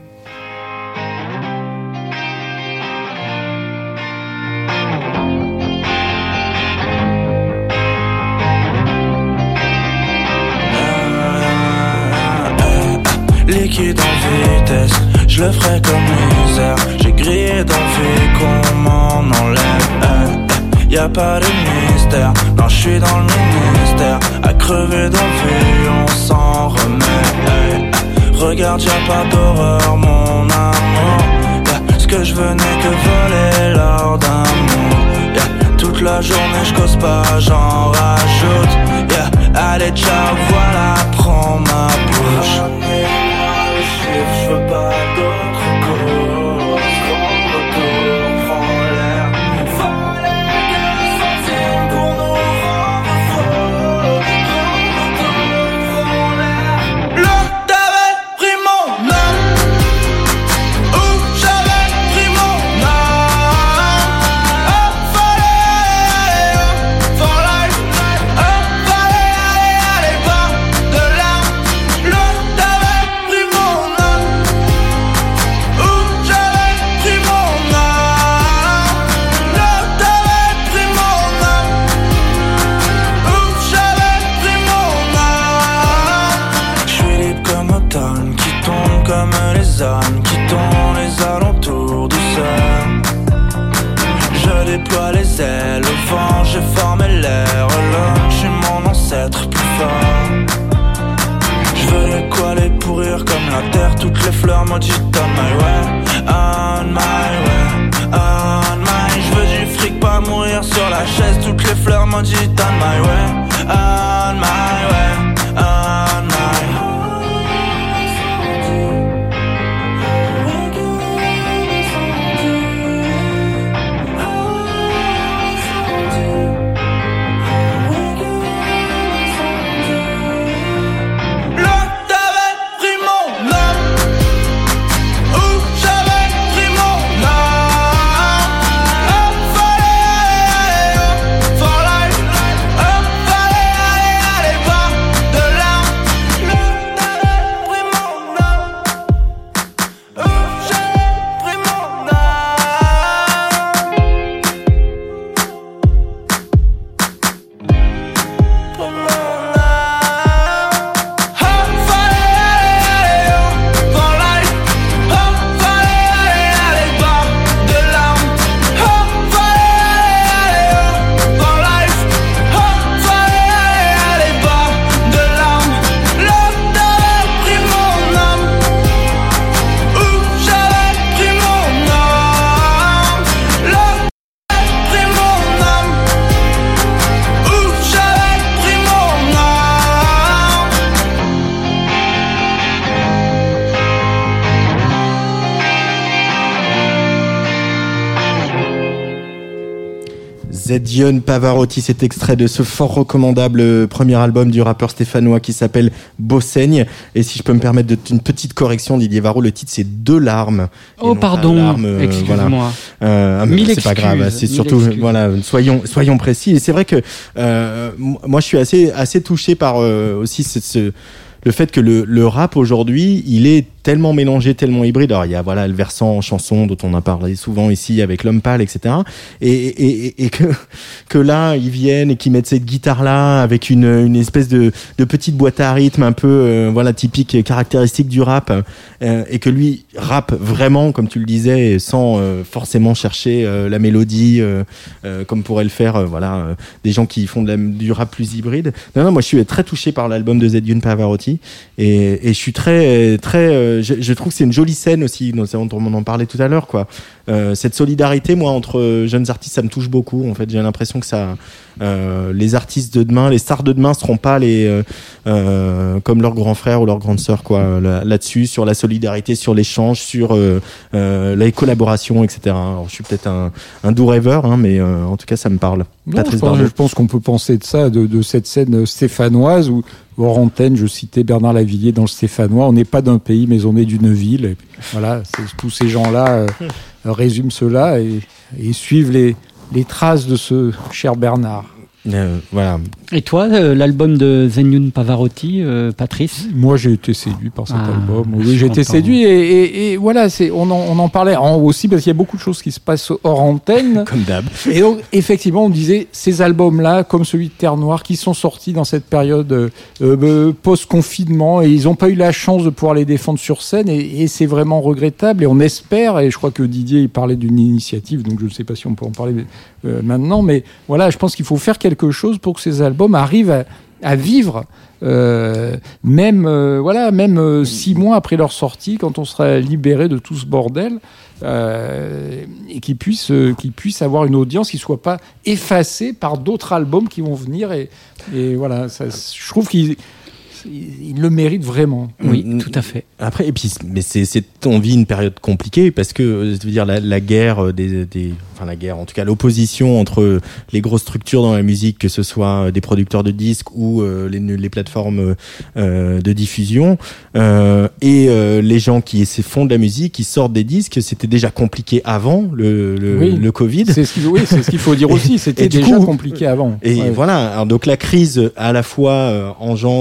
Liquide en vitesse, je le ferai comme misère. J'ai grillé d'envie qu'on m'en enlève. Eh, eh, y a pas de mystère, non je suis dans le ministère. À crever d'envie, on s'en remet. Eh, regarde, y'a pas d'horreur, mon amour. Yeah, ce que je veux n'est que voler l'or d'amour. Yeah, toute la journée je cause pas, j'en rajoute. Yeah, allez ciao, voilà, prends ma bouche. Je veux pas d'autre cause. Grand retour, prends l'air. Fallait qu'elle s'en pour nous rendre faux. Grand retour, prends l'air. L'eau t'avait pris mon nom. Où j'avais pris mon nom. Oh, fallait aller, oh, for life. Oh, fallait aller, aller, pas de là. L'eau t'avait pris mon nom. Comme les ânes qui tournent les alentours du sol. Je déploie les ailes au vent, j'ai formé l'air. Là, je suis mon ancêtre plus fort. Je veux de quoi les pourrir comme la terre, toutes les fleurs maudites on my way, on my way, on my. Je veux du fric, pas mourir sur la chaise, toutes les fleurs maudites on my way, on my way, on my. Zedyon Pavarotti, cet extrait de ce fort recommandable premier album du rappeur stéphanois qui s'appelle Bossaigne. Et si je peux me permettre de, une petite correction, Didier Varro, le titre c'est Deux larmes. Oh pardon, larme, euh, excuse-moi. Voilà. Euh, Mille c'est excuses, pas grave, c'est mille surtout, excuses. voilà, soyons, soyons précis. Et c'est vrai que euh, moi je suis assez, assez touché par euh, aussi ce, ce, le fait que le, le rap aujourd'hui, il est tellement mélangé, tellement hybride. Alors il y a voilà le versant chanson dont on a parlé souvent ici avec L'Homme Pâle, et cetera. Et, et, et, et que que là ils viennent et qu'ils mettent cette guitare là avec une une espèce de de petite boîte à rythme un peu euh, voilà typique et caractéristique du rap euh, et que lui rappe vraiment comme tu le disais sans euh, forcément chercher euh, la mélodie euh, euh, comme pourraient le faire euh, voilà euh, des gens qui font de la, du rap plus hybride. Non non moi je suis très touché par l'album de Zedyon Pavarotti et et je suis très très euh, Je, je trouve que c'est une jolie scène aussi, dont on en parlait tout à l'heure, quoi. Euh, cette solidarité, moi, entre jeunes artistes, ça me touche beaucoup. En fait, j'ai l'impression que ça, euh, les artistes de demain, les stars de demain, seront pas les euh, euh, comme leurs grands frères ou leurs grandes sœurs, quoi. Là, là-dessus, sur la solidarité, sur l'échange, sur euh, euh, les collaborations, et cetera. Alors, je suis peut-être un, un doux rêveur, hein, mais euh, en tout cas, ça me parle. Non, je, pense, je pense qu'on peut penser de ça, de, de cette scène stéphanoise où, hors antenne, je citais Bernard Lavillier dans le Stéphanois. On n'est pas d'un pays, mais on est d'une ville. Et puis, voilà, c'est, tous ces gens-là euh, résument cela et, et suivent les, les traces de ce cher Bernard. Euh, voilà. Et toi, euh, l'album de Zedyon Pavarotti, euh, Patrice ? Moi, j'ai été séduit par cet ah, album. Oui, j'ai été séduit et, et, et voilà, c'est, on, en, on en parlait en, aussi parce qu'il y a beaucoup de choses qui se passent hors antenne. Comme d'hab. Et donc, effectivement, on disait ces albums-là, comme celui de Terre Noire, qui sont sortis dans cette période euh, euh, post-confinement et ils n'ont pas eu la chance de pouvoir les défendre sur scène et, et c'est vraiment regrettable. Et on espère, et je crois que Didier il parlait d'une initiative, donc je ne sais pas si on peut en parler euh, maintenant, mais voilà, je pense qu'il faut faire quelque chose pour que ces albums arrivent à, à vivre euh, même euh, voilà même euh, six mois après leur sortie quand on sera libéré de tout ce bordel euh, et qu'ils puissent euh, qu'ils puissent avoir une audience qui soit pas effacée par d'autres albums qui vont venir et, et voilà ça, je trouve qu'ils il le mérite vraiment. Oui, tout à fait. Après, et puis, mais c'est, c'est, on vit une période compliquée parce que, je veux dire, la, la guerre des, des, enfin la guerre, en tout cas l'opposition entre les grosses structures dans la musique, que ce soit des producteurs de disques ou euh, les, les plateformes euh, de diffusion, euh, et euh, les gens qui font de la musique, qui sortent des disques, c'était déjà compliqué avant le, le, oui, le Covid. C'est ce qu'il, oui, c'est ce qu'il faut dire aussi. C'était et déjà coup, compliqué avant. Et ouais. voilà. Alors, donc la crise à la fois euh, engendre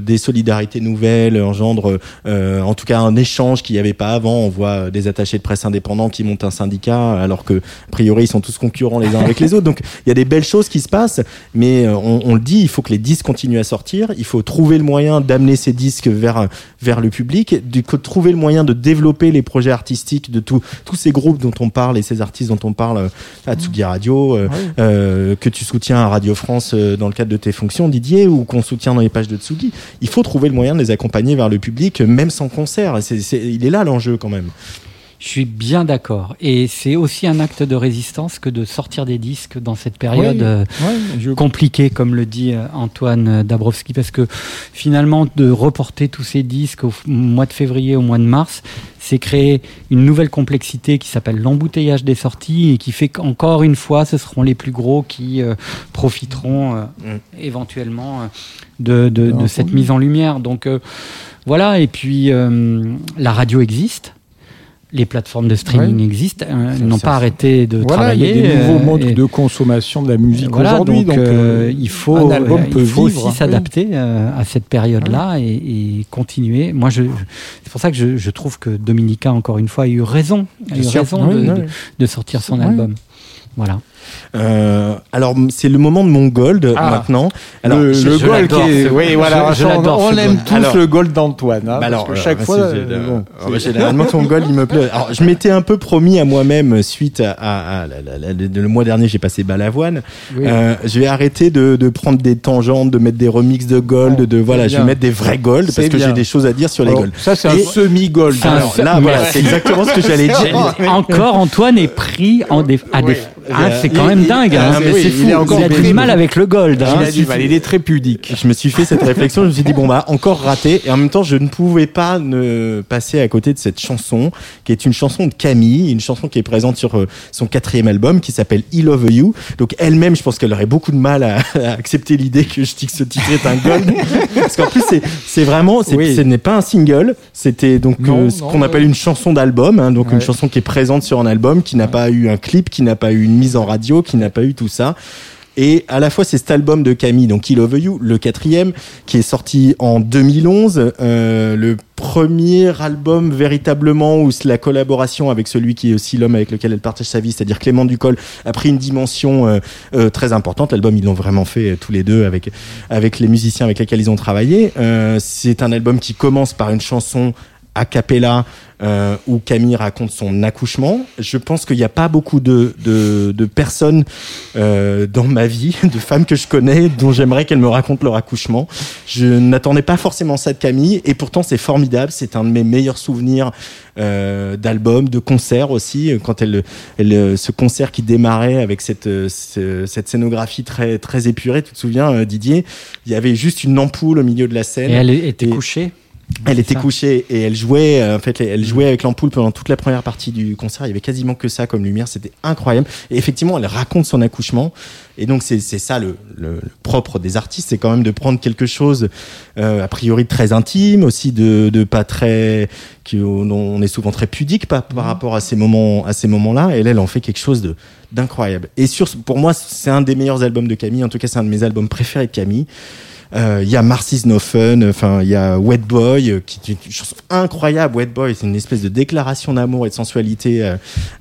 des solidarités nouvelles, engendre euh, en tout cas un échange qu'il n'y avait pas avant. On voit des attachés de presse indépendants qui montent un syndicat alors que a priori ils sont tous concurrents les uns avec les autres. Donc il y a des belles choses qui se passent, mais on, on le dit, il faut que les disques continuent à sortir. Il faut trouver le moyen d'amener ces disques vers vers le public, du, trouver le moyen de développer les projets artistiques de tout, tous ces groupes dont on parle et ces artistes dont on parle à Tsugi Radio, euh, oui. euh, que tu soutiens à Radio France euh, dans le cadre de tes fonctions, Didier, ou qu'on soutient dans les pages de Tsugi. Il faut trouver le moyen de les accompagner vers le public, même sans concert. C'est, c'est, il est là l'enjeu quand même. Je suis bien d'accord. Et c'est aussi un acte de résistance que de sortir des disques dans cette période oui, ouais, je... compliquée, comme le dit Antoine Dabrowski, parce que finalement, de reporter tous ces disques au mois de février, au mois de mars, c'est créer une nouvelle complexité qui s'appelle l'embouteillage des sorties et qui fait qu'encore une fois, ce seront les plus gros qui euh, profiteront euh, mmh. éventuellement euh, de, de, de cette mise en lumière. Donc euh, voilà, et puis euh, la radio existe. Les plateformes de streaming ouais. existent, euh, n'ont pas arrêté de voilà, travailler. Il y a des nouveaux euh, modes de consommation de la musique voilà, aujourd'hui. Donc, donc euh, il faut, un album euh, peut il faut vivre, aussi s'adapter oui. euh, à cette période-là ouais. et, et continuer. Moi, je, je, c'est pour ça que je, je trouve que Dominica, encore une fois, a eu raison, a eu sûr. raison oui, de, oui. de, de sortir son oui. album. Voilà. Euh, alors c'est le moment de mon gold ah, maintenant. Alors le, je, le je gold, qui est, ce, oui voilà, je, je on, on aime gold. tous alors, le gold d'Antoine. Hein, bah alors, parce que chaque alors, fois, euh, bon, alors, généralement ton gold il me plaît. Alors je m'étais un peu promis à moi-même suite à, à, à, la, la, la, le mois dernier j'ai passé Balavoine. Oui. Euh, je vais arrêter de, de prendre des tangentes, de mettre des remixes de gold, oh, de voilà, je vais mettre des vrais gold parce que bien. j'ai des choses à dire sur les alors, gold. Ça c'est Et, un semi gold. Alors là voilà, c'est exactement ce que j'allais dire. Encore Antoine est pris en des, à des ah, c'est quand même dingue. Hein. Mais c'est fou. Il, est encore il a du mal avec le gold. Hein. Il a du mal. Il est très pudique. Je me suis fait cette réflexion. Je me suis dit bon bah encore raté. Et en même temps, je ne pouvais pas ne passer à côté de cette chanson, qui est une chanson de Camille, une chanson qui est présente sur euh, son quatrième album, qui s'appelle I Love You. Donc elle-même, je pense qu'elle aurait beaucoup de mal à, à accepter l'idée que je dis que ce titre est un gold, parce qu'en plus c'est c'est vraiment, c'est, oui. ce n'est pas un single. C'était donc non, euh, ce non, qu'on appelle une chanson d'album. Hein, donc ouais. une chanson qui est présente sur un album, qui n'a ouais. pas eu un clip, qui n'a pas eu une mise en radio, qui n'a pas eu tout ça. Et à la fois c'est cet album de Camille, donc I Love You, le quatrième, qui est sorti en deux mille onze, euh, le premier album véritablement où la collaboration avec celui qui est aussi l'homme avec lequel elle partage sa vie, c'est-à-dire Clément Ducol, a pris une dimension euh, euh, très importante. L'album ils l'ont vraiment fait euh, tous les deux avec avec les musiciens avec lesquels ils ont travaillé. Euh, c'est un album qui commence par une chanson a cappella euh, où Camille raconte son accouchement. Je pense qu'il n'y a pas beaucoup de, de, de personnes euh, dans ma vie, de femmes que je connais, dont j'aimerais qu'elles me racontent leur accouchement. Je n'attendais pas forcément ça de Camille, et pourtant c'est formidable. C'est un de mes meilleurs souvenirs euh, d'album, de concert aussi. Quand elle, elle, ce concert qui démarrait avec cette, ce, cette scénographie très, très épurée, tu te souviens, Didier, il y avait juste une ampoule au milieu de la scène. Et elle était et, couchée. Elle était ça. couchée et elle jouait, en fait, elle jouait avec l'ampoule pendant toute la première partie du concert. Il y avait quasiment que ça comme lumière, c'était incroyable. Et effectivement, elle raconte son accouchement. Et donc c'est c'est ça le, le, le propre des artistes, c'est quand même de prendre quelque chose euh, a priori de très intime, aussi de de pas très, qui on est souvent très pudique par, par rapport à ces moments à ces moments-là. Et là, elle en fait quelque chose de d'incroyable. Et sur, pour moi, c'est un des meilleurs albums de Camille. En tout cas, c'est un de mes albums préférés de Camille. Il euh, y a Mars Is No Fun, enfin il y a Wet Boy, euh, qui est une chanson incroyable. Wet Boy, c'est une espèce de déclaration d'amour et de sensualité euh,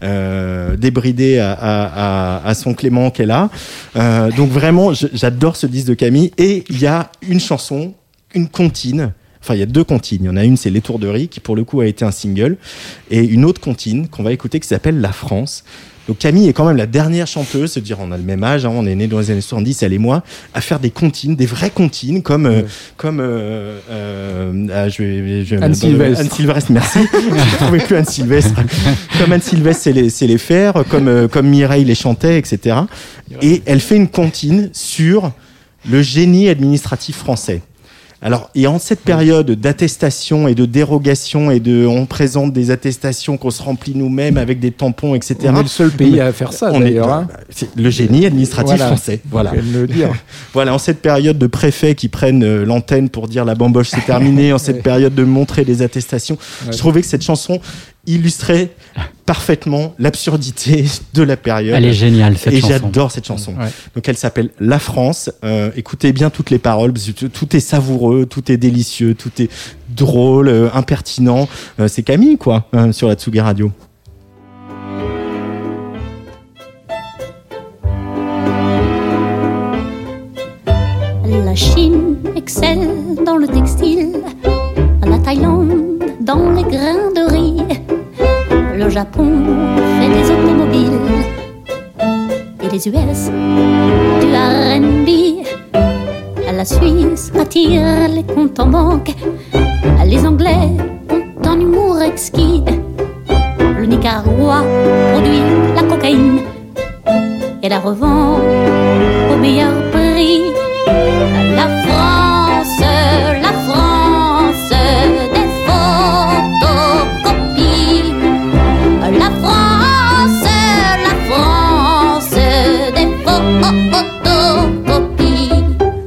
euh, débridée à, à, à, à son Clément qu'elle a. Euh, donc vraiment, j'adore ce disque de Camille. Et il y a une chanson, une comptine. Enfin, il y a deux comptines. Il y en a une, c'est Les Tourderies, qui pour le coup a été un single, et une autre comptine qu'on va écouter qui s'appelle La France. Donc Camille est quand même la dernière chanteuse, c'est dire on a le même âge, hein, on est né dans les années soixante-dix, elle et moi, à faire des comptines, des vraies comptines, comme euh, ouais. comme euh, euh, ah, je vais, je vais Anne Sylvestre. Anne Sylvestre, merci. Je ne trouvais plus Anne Sylvestre. Comme Anne Sylvestre, c'est les c'est les faire, comme euh, comme Mireille les chantait, et cetera. Et elle fait une comptine sur le génie administratif français. Alors, et en cette période d'attestation et de dérogation et de, on présente des attestations qu'on se remplit nous-mêmes avec des tampons, et cetera. On est le seul pays à faire ça, on d'ailleurs. Est, hein. C'est le génie administratif voilà. français. Voilà. Le dire. Voilà, en cette période de préfets qui prennent l'antenne pour dire la bamboche c'est terminé, en cette ouais. période de montrer des attestations, ouais. je trouvais que cette chanson illustrait parfaitement l'absurdité de la période. Elle est géniale, cette et chanson. Et j'adore cette chanson. Ouais. Donc elle s'appelle La France. Euh, écoutez bien toutes les paroles, parce que tout est savoureux, tout est délicieux, tout est drôle, euh, impertinent. Euh, c'est Camille, quoi, hein, sur la Tsugi Radio. La Chine excelle dans le textile, la Thaïlande dans les grains de riz, le Japon fait des automobiles et les U S du R and B. La Suisse attire les comptes en banque, les Anglais ont un humour exquis, le Nicaragua produit la cocaïne et la revend au meilleur prix. La France, la France, des photocopies. La France, la France, des photocopies.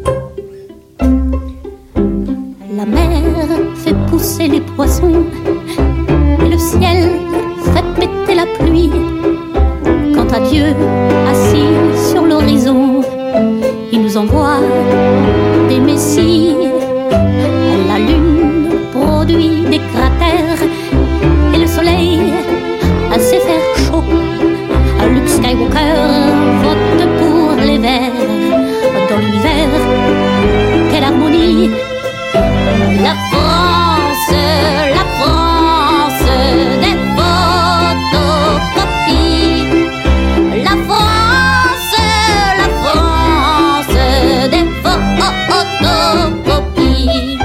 La mer fait pousser les poissons et le ciel fait péter la pluie. Quant à Dieu, assis sur l'horizon, il nous envoie des messies. La lune produit des cratères et le soleil sait faire chaud. Luke Skywalker vote pour les verts. Dans l'univers, quelle harmonie. La France, la France, des photocopies. La France, la France, des photocopies.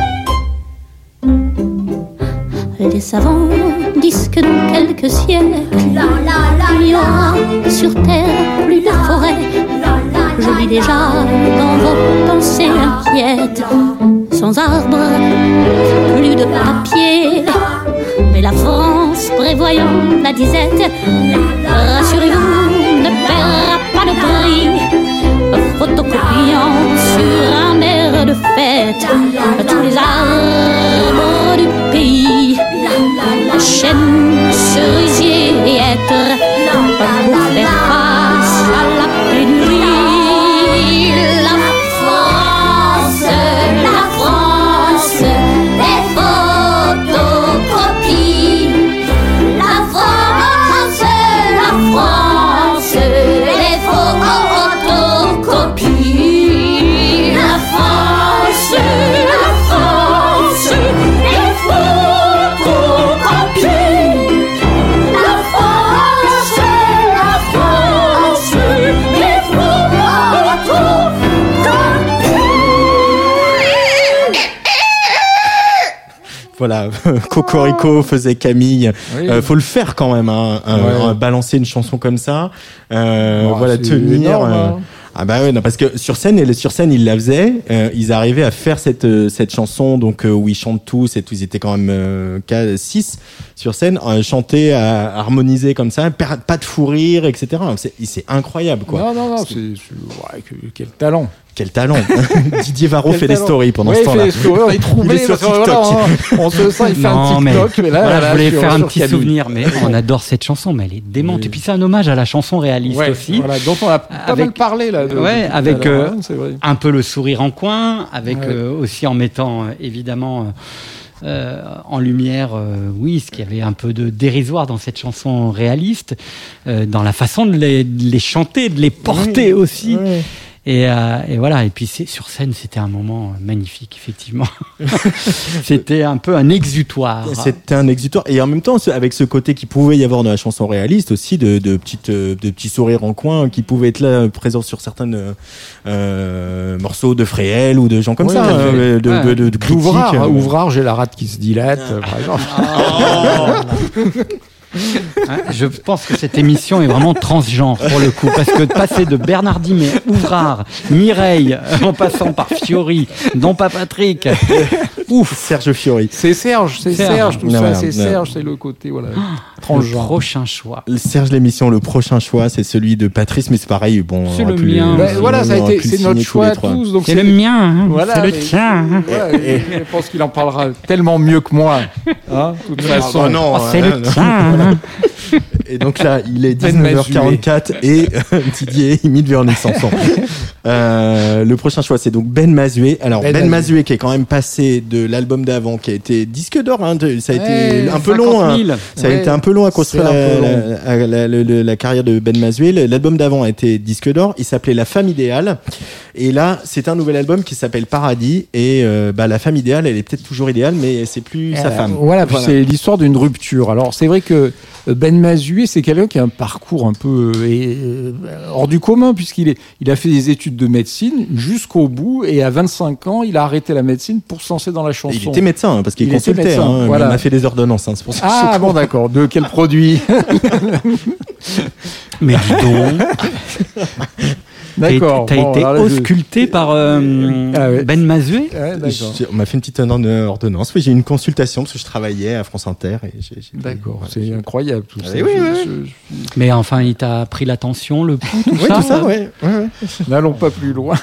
Les savants disent que dans quelques siècles, il y aura sur terre plus de forêt. Je lis déjà dans vos pensées inquiètes, sans arbres, plus de papier. Mais la France, prévoyant la disette, rassurez-vous, ne perdra pas le prix. Photocopiant sur un air de fête tous les arbres du pays. Chêne, cerisier et hêtre, pour faire face à la pénurie. La France, la France, des photocopies. La France, la France, des photocopies. La France, la France, des photocopies. La France, la France, des photocopies. Voilà, Cocorico faisait Camille. Oui. Euh, faut le faire quand même, hein, un- Ouais. un- balancer une chanson comme ça. Euh, Oh, voilà, c'est tenir. énorme, euh, hein. Ah bah ouais, non, parce que sur scène, et sur scène, ils la faisaient. Euh, ils arrivaient à faire cette euh, cette chanson, donc euh, où ils chantent tous, et tous, ils étaient quand même euh, quatre, six sur scène, euh, chanter, à, harmoniser comme ça, per- pas de fou rire, et cetera. C'est, c'est incroyable, quoi. Non, non, non, c'est, c'est- ouais, que- quel talent. Quel talent. Didier Varro Quel fait des talent. stories pendant Ouais, ce il temps-là. fait des stories, on est troublé, Il est sur parce que voilà, TikTok. hein, on se sent, il fait un Non, mais, TikTok, mais là, voilà, là, je voulais sur- faire un sur petit Camille. souvenir, mais on adore cette chanson, mais elle est démente. Oui. Et puis c'est un hommage à la chanson réaliste Ouais, aussi. voilà, dont on a pas Avec- mal parlé là. De, ouais, de tout à avec l'heure, euh, hein, c'est vrai. un peu le sourire en coin, avec Ouais. euh, aussi en mettant euh, évidemment euh, euh, en lumière, euh, oui, ce qu'il y avait un peu de dérisoire dans cette chanson réaliste, euh, dans la façon de les, de les chanter, de les porter Oui, aussi. oui. Et, euh, et voilà. Et puis c'est, sur scène, c'était un moment magnifique, effectivement. C'était un peu un exutoire. C'était un exutoire. Et en même temps, ce- avec ce côté qui pouvait y avoir dans la chanson réaliste aussi, de, de, petites, euh, de petits sourires en coin qui pouvaient être là, présents sur certains euh, morceaux de Fréhel ou de gens comme Oui, ça, tout à hein, fait. de, de, Ouais. de, de, de critiques. Ouvrard, euh, Ouvrard, j'ai la rate qui se dilate, euh, par exemple. Hein, je pense que cette émission est vraiment transgenre pour le coup, parce que de passer de Bernard Dimet, Ouvrard, Mireille, en passant par Fiori, non pas Patrick, ouf, Serge Fiori. C'est Serge, c'est Serge. Serge, tout Non, ça, voilà, c'est non. Serge, c'est le côté, voilà, le transgenre. prochain choix. Serge l'émission, le prochain choix, c'est celui de Patrice, mais c'est pareil. Bon, C'est on aurait le pu les- mien. Ben, on voilà, ça a aurait été, pu le c'est notre signer tous choix les à trois. tous. Donc C'est le mien, hein, Voilà, c'est le mais- tien. hein. Voilà, et je pense qu'il en parlera tellement mieux que moi. Hein, de toute façon. bah non, Oh, c'est hein, le non. tien. Et donc là, il est dix-neuf heures quarante-quatre et euh, Didier imite Véronique Sanson. Euh, le prochain choix, c'est donc Ben Mazué. Alors Ben, ben Mazué qui est quand même passé de l'album d'avant, qui a été disque d'or. Hein, de, ça a ouais, été un peu long. Hein, ça ouais, a été un peu long à construire la, la, la, la, la, la carrière de Ben Mazué. L'album d'avant a été disque d'or. Il s'appelait La Femme Idéale. Et là, c'est un nouvel album qui s'appelle Paradis. Et euh, bah, la femme idéale, elle est peut-être toujours idéale, mais c'est plus euh, sa femme. Voilà, voilà. C'est l'histoire d'une rupture. Alors c'est vrai que Ben Mazué, c'est quelqu'un qui a un parcours un peu euh, hors du commun, puisqu'il est, il a fait des études de médecine jusqu'au bout, et à vingt-cinq ans, il a arrêté la médine pour se lancer dans la chanson. Et il était médecin, hein, parce qu'il il consultait, médecin, hein, voilà. Il a fait des ordonnances, hein, c'est pour ça. Ah bon, d'accord. De quel produit? Mais dis donc. D'accord. T'as bon, été ausculté je... par euh, ah ouais. Ben Mazué. Ouais, je, on m'a fait une petite ordonnance. Oui, j'ai eu une consultation parce que je travaillais à France Inter. Et j'ai, j'ai d'accord, fait, c'est j'ai... incroyable tout ah, ça. Oui, oui, je, oui. Je... Mais enfin, il t'a pris l'attention, le pouls, tout oui, ça. Tout ça, ouais. ouais, ouais. N'allons pas plus loin.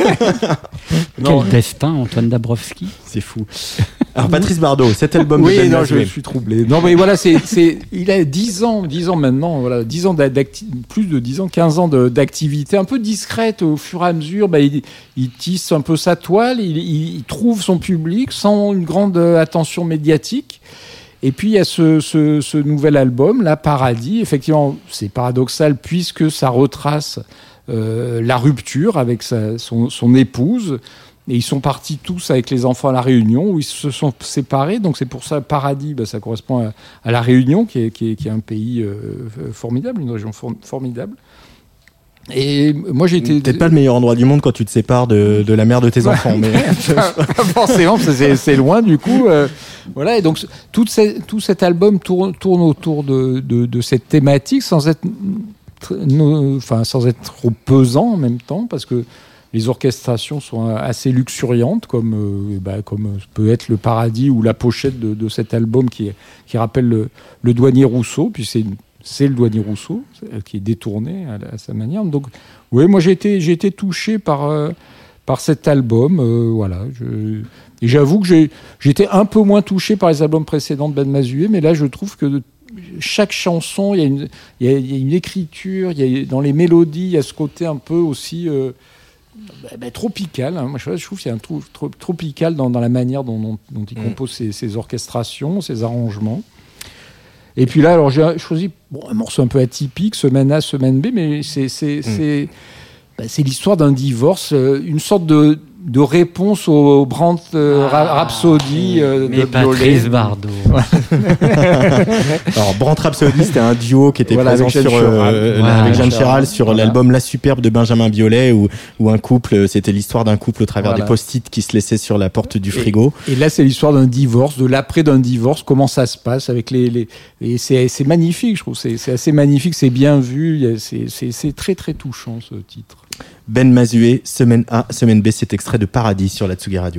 Quel non, destin, Antoine Dabrowski. C'est fou. Alors Patrice Bardot, cet album oui, de Ben non, Mazué. Je suis troublé. Non, mais voilà, c'est, c'est, il a dix ans, dix ans maintenant, voilà, dix ans d'acti- plus de dix ans, quinze ans de, d'activité, un peu discrète au fur et à mesure. Bah, il, il tisse un peu sa toile, il, il trouve son public sans une grande attention médiatique. Et puis il y a ce, ce, ce nouvel album, là, Paradis. Effectivement, c'est paradoxal puisque ça retrace euh, la rupture avec sa, son, son épouse. Et ils sont partis tous avec les enfants à La Réunion, où ils se sont séparés. Donc c'est pour ça, Paradis, bah, ça correspond à, à La Réunion, qui est, qui est, qui est un pays euh, formidable, une région for- formidable. Et moi j'ai été... Peut-être pas le meilleur endroit du monde quand tu te sépares de, de la mère de tes enfants, mais... Forcément, c'est, c'est loin du coup. Euh, voilà, et donc tout, ces, tout cet album tourne, tourne autour de, de, de cette thématique, sans être, no, enfin, sans être trop pesant en même temps, parce que les orchestrations sont assez luxuriantes, comme, euh, bah, comme peut être le Paradis ou la pochette de, de cet album qui, qui rappelle le, le douanier Rousseau, puis c'est, c'est le douanier Rousseau qui est détourné à, à sa manière. Donc, oui, moi j'ai été, j'ai été touché par, euh, par cet album. Euh, voilà, je, et j'avoue que j'ai, j'étais un peu moins touché par les albums précédents de Ben Mazué, mais là je trouve que chaque chanson, il y a une, il y a, il y a une écriture, il y a, dans les mélodies, il y a ce côté un peu aussi... Euh, Bah, bah, tropical, hein. Moi je trouve qu'il y a un trou, trop, tropical dans, dans la manière dont, dont, dont il compose ses, ses orchestrations, ses arrangements. Et puis là, alors j'ai choisi bon, un morceau un peu atypique, semaine A, semaine B, mais c'est, c'est, mm. c'est, bah, c'est l'histoire d'un divorce, euh, une sorte de, de réponse au Brandt euh, ah, Rhapsody euh, mais de Patrice Bardot. Alors Brandt Rhapsody, c'était un duo qui était voilà, présent avec sur euh, voilà, avec Jeanne Chéral sur voilà. l'album La Superbe de Benjamin Biolay, où où un couple, c'était l'histoire d'un couple au travers voilà. des post-it qui se laissaient sur la porte du frigo. Et, et là, c'est l'histoire d'un divorce, de l'après d'un divorce, comment ça se passe avec les les et c'est c'est magnifique, je trouve, c'est c'est assez magnifique, c'est bien vu, c'est c'est c'est très très touchant ce titre. Ben Mazué, semaine A, semaine B, cet extrait de Paradis sur la Tsugi Radio.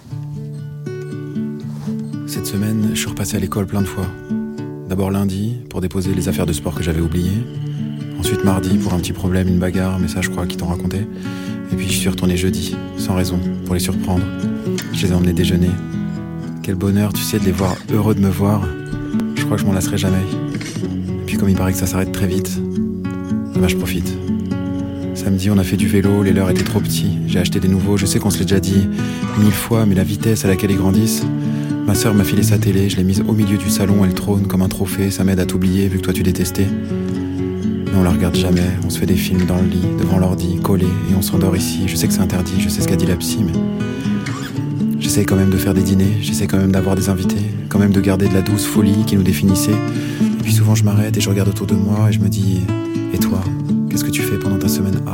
Cette semaine, je suis repassé à l'école plein de fois. D'abord lundi, pour déposer les affaires de sport que j'avais oubliées. Ensuite mardi, pour un petit problème, une bagarre, mais ça je crois qu'ils t'ont raconté. Et puis je suis retourné jeudi, sans raison, pour les surprendre. Je les ai emmenés déjeuner. Quel bonheur, tu sais, de les voir heureux de me voir. Je crois que je m'en lasserai jamais. Et puis comme il paraît que ça s'arrête très vite, bah je profite. Samedi, on a fait du vélo, les leurs étaient trop petits. J'ai acheté des nouveaux, je sais qu'on se l'est déjà dit mille fois, mais la vitesse à laquelle ils grandissent. Ma sœur m'a filé sa télé, je l'ai mise au milieu du salon, elle trône comme un trophée. Ça m'aide à t'oublier, vu que toi tu détestais. Mais on la regarde jamais, on se fait des films dans le lit, devant l'ordi, collé, et on s'endort ici. Je sais que c'est interdit, je sais ce qu'a dit la psy, mais... J'essaie quand même de faire des dîners, j'essaie quand même d'avoir des invités, quand même de garder de la douce folie qui nous définissait. Et puis souvent je m'arrête et je regarde autour de moi et je me dis... Et toi ? Qu'est-ce que tu fais pendant ta semaine A ?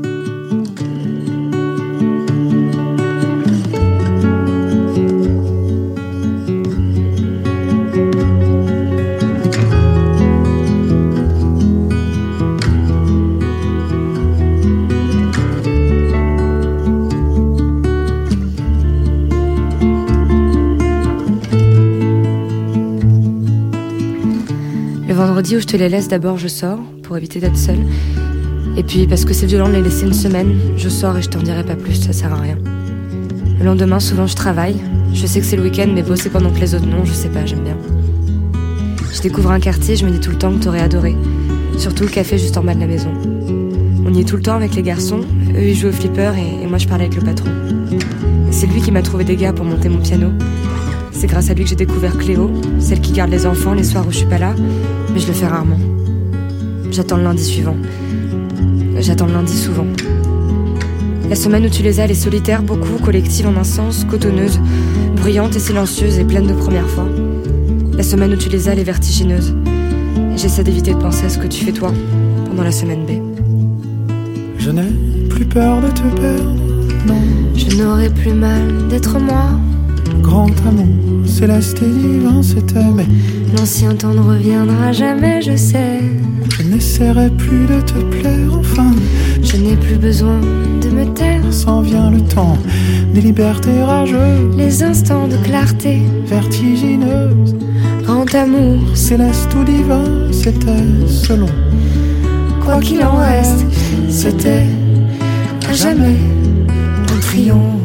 Le vendredi où je te les laisse, d'abord je sors pour éviter d'être seule. Et puis parce que c'est violent de les laisser une semaine, je sors et je t'en dirai pas plus, ça sert à rien. Le lendemain, souvent je travaille. Je sais que c'est le week-end, mais bosser pendant que les autres non, je sais pas, j'aime bien. Je découvre un quartier, je me dis tout le temps que t'aurais adoré. Surtout le café juste en bas de la maison. On y est tout le temps avec les garçons. Eux, ils jouent au flipper et, et moi, je parlais avec le patron. C'est lui qui m'a trouvé des gars pour monter mon piano. C'est grâce à lui que j'ai découvert Cléo, celle qui garde les enfants les soirs où je suis pas là. Mais je le fais rarement. J'attends le lundi suivant. J'attends le lundi souvent. La semaine où tu les as, elle est solitaire, beaucoup, collective en un sens, cotonneuse, bruyante et silencieuse et pleine de premières fois. La semaine où tu les as, elle est vertigineuse. Et j'essaie d'éviter de penser à ce que tu fais toi pendant la semaine B. Je n'ai plus peur de te perdre, non. Je n'aurai plus mal d'être moi. Grand amour, céleste et divin, c'était mais l'ancien temps ne reviendra jamais, je sais. Je n'essaierai plus de te plaire, enfin. Je n'ai plus besoin de me taire. S'en vient le temps des libertés rageuses, les instants de clarté vertigineuses. Grand amour, céleste ou divin, c'était selon. Quoi qu'il en reste, c'était à jamais un triomphe.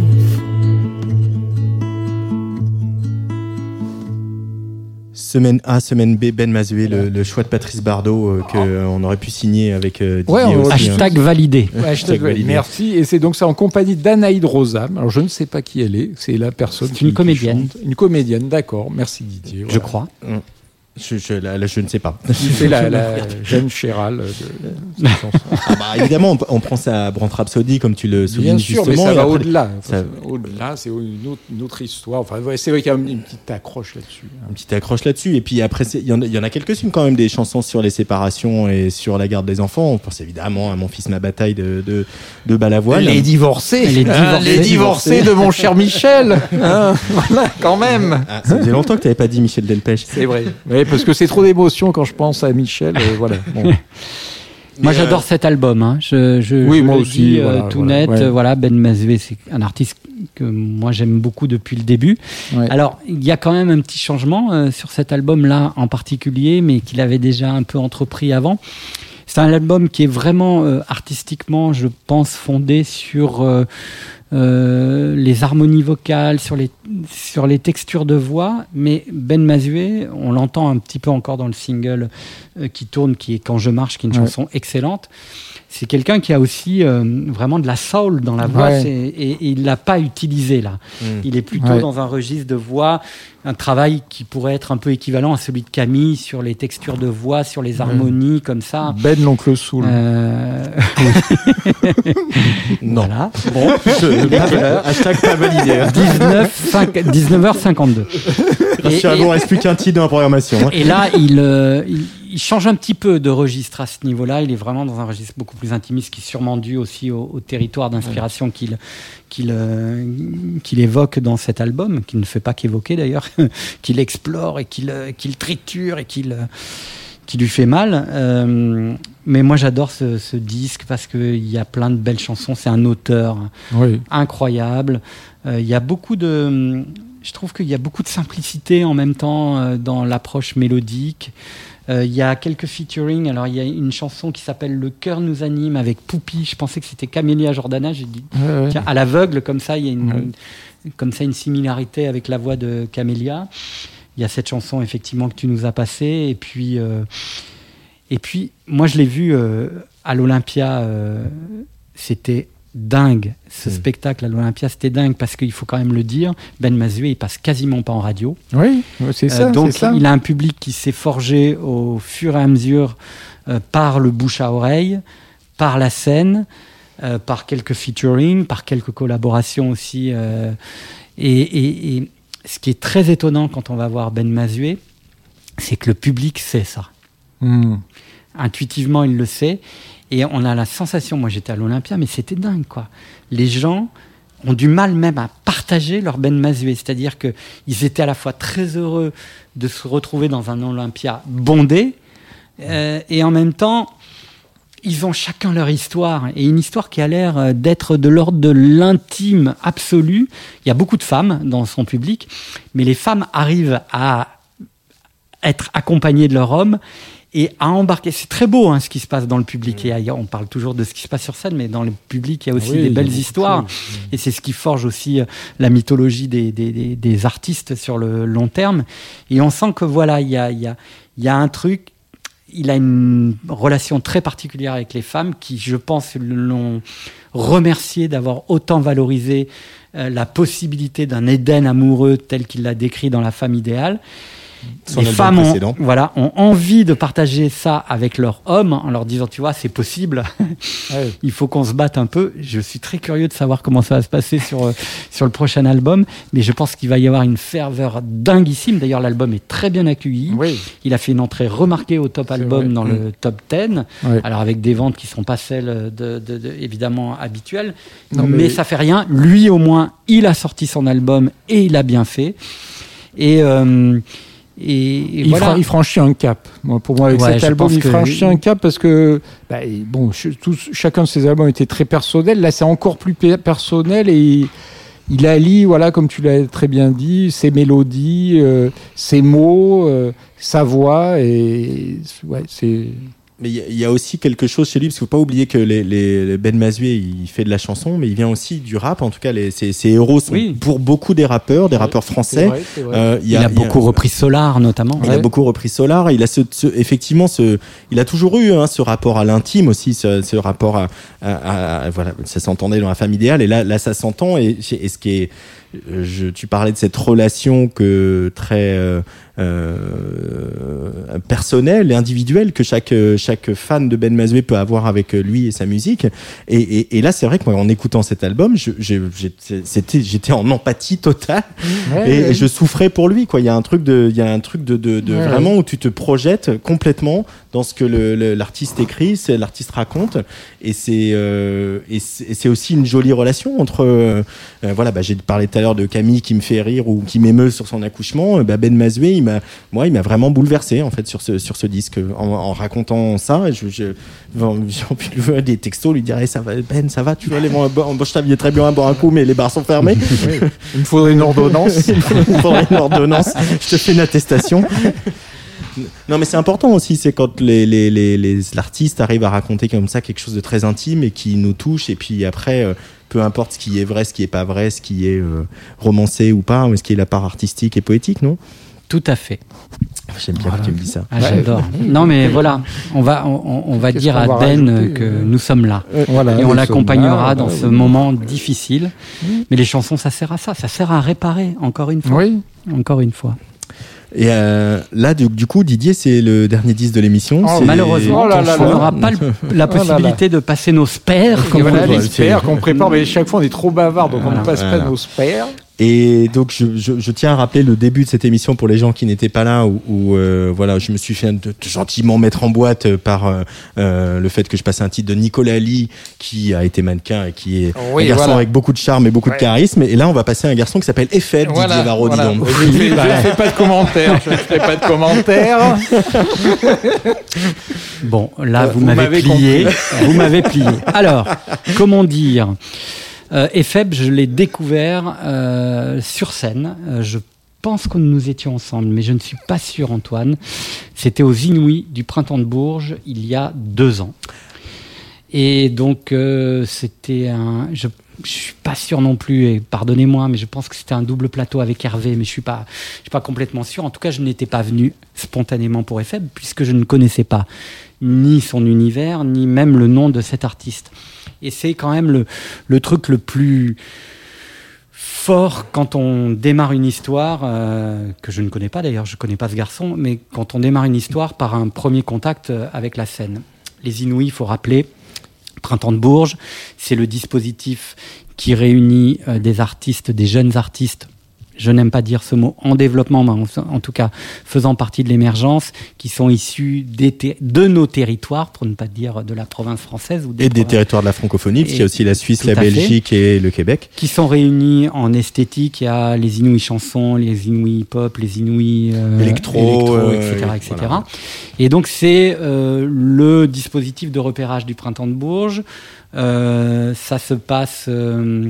Semaine A, semaine B, Ben Mazué, le, le choix de Patrice Bardot euh, qu'on aurait pu signer avec euh, Didier ouais, aussi. Hashtag hein. validé. Ouais, hashtag validé. Merci. Et c'est donc ça en compagnie d'Anaïde Rosam. Alors je ne sais pas qui elle est. C'est la personne. C'est qui, une comédienne. Qui chante. Une comédienne, d'accord. Merci Didier. Voilà. Je crois. Mmh. Je, je, là, là, je ne sais pas. C'est la, la Jeanne Chéral de, de cette chanson. Ah bah, évidemment, on, on prend ça à Brand Rhapsody, comme tu le soulignes. Bien sûr, justement, mais ça va après, au-delà. Ça... Au-delà, c'est une autre, une autre histoire. Enfin, ouais, c'est vrai qu'il y a une petite accroche là-dessus. Une petite accroche là-dessus. Et puis après, il y, y en a quelques-unes quand même, des chansons sur les séparations et sur la garde des enfants. On pense évidemment à Mon fils, ma bataille de, de, de Balavoine. Les divorcés. Les divorcés, hein, les divorcés de mon cher Michel. Hein, voilà, quand même. Ah, ça faisait longtemps que tu n'avais pas dit Michel Delpech. C'est vrai. Oui, parce que c'est trop d'émotions quand je pense à Michel. Et voilà. Bon. Moi, j'adore euh... cet album. Hein. Je, je, oui, je moi le aussi. dis voilà, euh, tout voilà, net. ouais. Euh, voilà, Ben Mazué, c'est un artiste que moi j'aime beaucoup depuis le début. Ouais. Alors, il y a quand même un petit changement euh, sur cet album-là en particulier, mais qu'il avait déjà un peu entrepris avant. C'est un album qui est vraiment euh, artistiquement, je pense, fondé sur euh, euh, les harmonies vocales, sur les, sur les textures de voix. Mais Ben Mazué, on l'entend un petit peu encore dans le single euh, qui tourne, qui est Quand je marche, qui est une ouais. chanson excellente. C'est quelqu'un qui a aussi euh, vraiment de la soul dans la voix, ouais. et, et il ne l'a pas utilisé là. Mmh. Il est plutôt ouais. dans un registre de voix, un travail qui pourrait être un peu équivalent à celui de Camille sur les textures de voix, sur les harmonies, mmh. comme ça. Ben l'oncle Soul. Euh... non. Voilà. Bon, je, hashtag pas validé. dix-neuf heures cinquante-deux. Rassurez-vous, il ne reste plus qu'un titre dans la programmation. Hein. Et là, il, euh, il, il change un petit peu de registre à ce niveau-là. Il est vraiment dans un registre beaucoup plus intimiste, qui est sûrement dû aussi au, au territoire d'inspiration ouais. qu'il, qu'il, euh, qu'il évoque dans cet album, qu'il ne fait pas qu'évoquer d'ailleurs, qu'il explore et qu'il, qu'il triture et qu'il, qui lui fait mal. Euh, mais moi, j'adore ce, ce disque parce qu'il y a plein de belles chansons. C'est un auteur oui. incroyable. Euh, il y a beaucoup de... Je trouve qu'il y a beaucoup de simplicité en même temps euh, dans l'approche mélodique. Euh, il y a quelques featuring. Alors, il y a une chanson qui s'appelle Le cœur nous anime avec Poupi. Je pensais que c'était Camélia Jordana. J'ai dit, ouais, ouais. tiens, à l'aveugle, comme ça, il y a une, ouais. une, comme ça, une similarité avec la voix de Camélia. Il y a cette chanson, effectivement, que tu nous as passée. Et puis, euh, et puis moi, je l'ai vu euh, à l'Olympia. Euh, c'était dingue, ce mmh. spectacle à l'Olympia, c'était dingue parce qu'il faut quand même le dire, Ben Mazué, il passe quasiment pas en radio. Oui, c'est ça. Euh, donc c'est ça. Il a un public qui s'est forgé au fur et à mesure euh, par le bouche à oreille, par la scène, euh, par quelques featuring, par quelques collaborations aussi. Euh, et, et, et ce qui est très étonnant quand on va voir Ben Mazué, c'est que le public sait ça. Mmh. Intuitivement, il le sait. Et on a la sensation, moi j'étais à l'Olympia, mais c'était dingue, quoi. Les gens ont du mal même à partager leur Ben Mazué. C'est-à-dire qu'ils étaient à la fois très heureux de se retrouver dans un Olympia bondé, euh, et en même temps, ils ont chacun leur histoire. Et une histoire qui a l'air d'être de l'ordre de l'intime absolu. Il y a beaucoup de femmes dans son public, mais les femmes arrivent à être accompagnées de leur homme. et à embarquer. C'est très beau hein, ce qui se passe dans le public. Et ailleurs, on parle toujours de ce qui se passe sur scène, mais dans le public, il y a aussi oui, des belles histoires. Et c'est ce qui forge aussi la mythologie des, des, des, des artistes sur le long terme. Et on sent que voilà, il y a, il y a, il y a un truc. Il a une relation très particulière avec les femmes qui, je pense, l'ont remercié d'avoir autant valorisé euh, la possibilité d'un Éden amoureux tel qu'il l'a décrit dans La femme idéale. Son les femmes ont, voilà, ont envie de partager ça avec leur homme en leur disant, tu vois, c'est possible, ouais. Il faut qu'on se batte un peu. Je suis très curieux de savoir comment ça va se passer sur, euh, sur le prochain album, mais je pense qu'il va y avoir une ferveur dinguissime. D'ailleurs, l'album est très bien accueilli. Oui. Il a fait une entrée remarquée au top album vrai. dans mmh. le top dix, ouais. Alors avec des ventes qui ne sont pas celles de, de, de, évidemment habituelles, non, mais... mais ça fait rien. Lui, au moins, il a sorti son album et il a bien fait. Et... Euh, Et, et il, voilà. fra- il franchit un cap. Moi, pour moi, avec ouais, cet album, il franchit que... un cap parce que bah, bon, ch- tous, chacun de ses albums était très personnel. Là, c'est encore plus pe- personnel et il allie, voilà, comme tu l'as très bien dit, ses mélodies, euh, ses mots, euh, sa voix et ouais, c'est. Mais il y, y a aussi quelque chose chez lui, parce qu'il ne faut pas oublier que les, les Ben Mazué, il fait de la chanson, mais il vient aussi du rap. En tout cas, les, ses, ses héros sont oui. pour beaucoup des rappeurs, des oui, rappeurs français. C'est vrai, c'est vrai. Euh, il, il a, a beaucoup a, repris Solar, notamment. Il ouais. a beaucoup repris Solar. Il a ce, ce, effectivement, ce, il a toujours eu hein, ce rapport à l'intime aussi, ce, ce rapport à, à, à, voilà, ça s'entendait dans La femme idéale. Et là, là, ça s'entend. Et, et ce qui est, je, tu parlais de cette relation que très euh, euh, personnelle et individuelle que chaque chaque fan de Ben Mazué peut avoir avec lui et sa musique. Et, et, et là, c'est vrai que moi, en écoutant cet album, je, je, c'était, j'étais en empathie totale ouais, et, ouais. et je souffrais pour lui. Quoi, il y a un truc de, il y a un truc de, de, de ouais, vraiment ouais. où tu te projettes complètement dans ce que le, le, l'artiste écrit, c'est l'artiste raconte, et c'est euh, et c'est, et c'est aussi une jolie relation entre euh, voilà, bah, j'ai parlé tout à l'heure de Camille qui me fait rire ou qui m'émeut sur son accouchement. Bah, Ben Mazué, il m'a, moi, il m'a vraiment bouleversé en fait sur ce sur ce disque en, en racontant ça. Je, je, j'ai envie de lui des textos, lui dire hey, ça va Ben, ça va, tu vois, les je t'avais très bien à boire un coup, mais les bars sont fermés. Oui. Il me faudrait une ordonnance. Il me faudrait une ordonnance. Je te fais une attestation. Non, mais c'est important aussi, c'est quand les, les, les, les, l'artiste arrive à raconter comme ça quelque chose de très intime et qui nous touche, et puis après, euh, peu importe ce qui est vrai, ce qui est pas vrai, ce qui est euh, romancé ou pas, ou ce qui est la part artistique et poétique, non ? Tout à fait. J'aime bien voilà. que tu me dis ça. Ah, j'adore. Non, mais voilà, on va, on, on va dire à Ben rajouter, que euh... nous sommes là. Euh, voilà, et on l'accompagnera là, dans voilà, ce oui. moment difficile. Oui. Mais les chansons, ça sert à ça. Ça sert à réparer, encore une fois. Oui. Encore une fois. Et euh, là, du, du coup, Didier, c'est le dernier disque de l'émission. Oh, c'est... Malheureusement, oh là là on n'aura pas le, la possibilité oh là là. de passer nos spares. Et voilà, les spares qu'on prépare, mais chaque fois on est trop bavard, donc voilà, on ne passe voilà. pas nos spares. Et donc, je, je, je tiens à rappeler le début de cette émission pour les gens qui n'étaient pas là, où, où euh, voilà, je me suis fait de, de gentiment mettre en boîte par euh, euh, le fait que je passe un titre de Nicolas Lee, qui a été mannequin et qui est oui, un garçon voilà. avec beaucoup de charme et beaucoup ouais. de charisme. Et là, on va passer à un garçon qui s'appelle Effet, voilà, Didier Varro, voilà. dis donc. Je ne fais pas de commentaires. Je ne fais pas de commentaires. Bon, là, vous, vous m'avez, m'avez plié. Vous m'avez plié. Alors, comment dire ? Euh, Ephèbe, je l'ai découvert euh, sur scène. Euh, je pense que nous étions ensemble, mais je ne suis pas sûr, Antoine. C'était aux Inouïs du Printemps de Bourges, il y a deux ans. Et donc, euh, c'était un... Je ne suis pas sûr non plus, et pardonnez-moi, mais je pense que c'était un double plateau avec Hervé, mais je ne suis pas, je suis pas complètement sûr. En tout cas, je n'étais pas venu spontanément pour Ephèbe, puisque je ne connaissais pas ni son univers, ni même le nom de cet artiste. Et c'est quand même le, le truc le plus fort quand on démarre une histoire, euh, que je ne connais pas d'ailleurs, je ne connais pas ce garçon, mais quand on démarre une histoire par un premier contact avec la scène. Les Inouïs, il faut rappeler, Printemps de Bourges, c'est le dispositif qui réunit euh, des artistes, des jeunes artistes, je n'aime pas dire ce mot, en développement, mais en, en tout cas faisant partie de l'émergence, qui sont issus des ter- de nos territoires, pour ne pas dire de la province française. Ou des et des territoires de la francophonie, parce qu'il y a aussi la Suisse, la Belgique fait, et le Québec. Qui sont réunis en esthétique. Il y a les Inouïs chansons, les Inouïs hip-hop, les Inouïs euh, électro, électro euh, et cetera, et cetera. Voilà. Et donc c'est euh, le dispositif de repérage du Printemps de Bourges. Euh, ça se passe... Euh,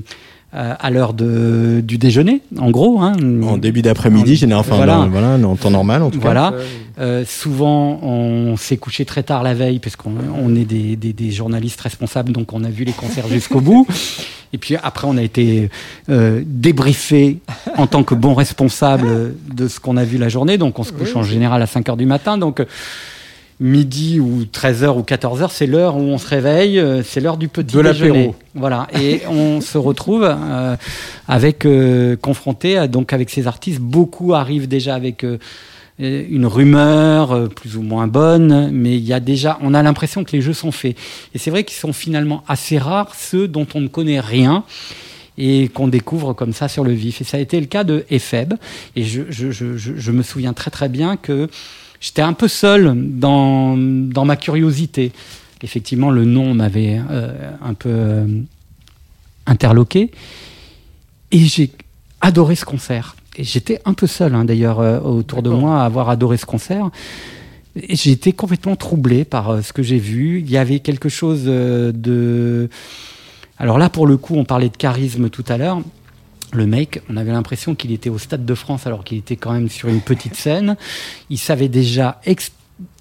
euh, à l'heure de, du déjeuner, en gros. Hein. En début d'après-midi, généralement, enfin, voilà. dans, voilà, en temps normal en tout voilà. cas. Euh, souvent, on s'est couché très tard la veille, parce qu'on on est des, des, des journalistes responsables, donc on a vu les concerts jusqu'au bout. Et puis après, on a été euh, débriefé en tant que bon responsable de ce qu'on a vu la journée. Donc on se couche oui. en général à cinq heures du matin. Donc midi ou treize heures ou quatorze heures, c'est l'heure où on se réveille, c'est l'heure du petit de déjeuner. L'apéro. Voilà, et on se retrouve euh, avec euh, confronté à, donc avec ces artistes. Beaucoup arrivent déjà avec euh, une rumeur euh, plus ou moins bonne, mais il y a déjà, on a l'impression que les jeux sont faits. Et c'est vrai qu'ils sont finalement assez rares ceux dont on ne connaît rien et qu'on découvre comme ça sur le vif. Et ça a été le cas de Epheb. Et je, je, je, je, je me souviens très très bien que j'étais un peu seul dans, dans ma curiosité. Effectivement, le nom m'avait euh, un peu euh, interloqué. Et j'ai adoré ce concert. Et j'étais un peu seul, hein, d'ailleurs, euh, autour D'accord. de moi, à avoir adoré ce concert. Et j'ai été complètement troublé par euh, ce que j'ai vu. Il y avait quelque chose euh, de... Alors là, pour le coup, on parlait de charisme tout à l'heure. Le mec, on avait l'impression qu'il était au Stade de France alors qu'il était quand même sur une petite scène. Il savait déjà ex-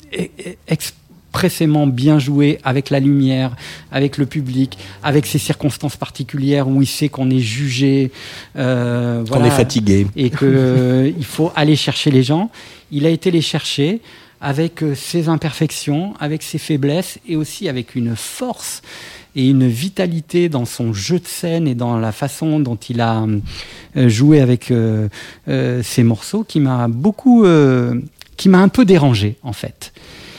expressément bien jouer avec la lumière, avec le public, avec ces circonstances particulières où il sait qu'on est jugé, euh, qu'on voilà, est fatigué et qu'il euh, faut aller chercher les gens. Il a été les chercher avec euh, ses imperfections, avec ses faiblesses et aussi avec une force et une vitalité dans son jeu de scène et dans la façon dont il a euh, joué avec euh, euh, ses morceaux qui m'a beaucoup, euh, qui m'a un peu dérangé en fait.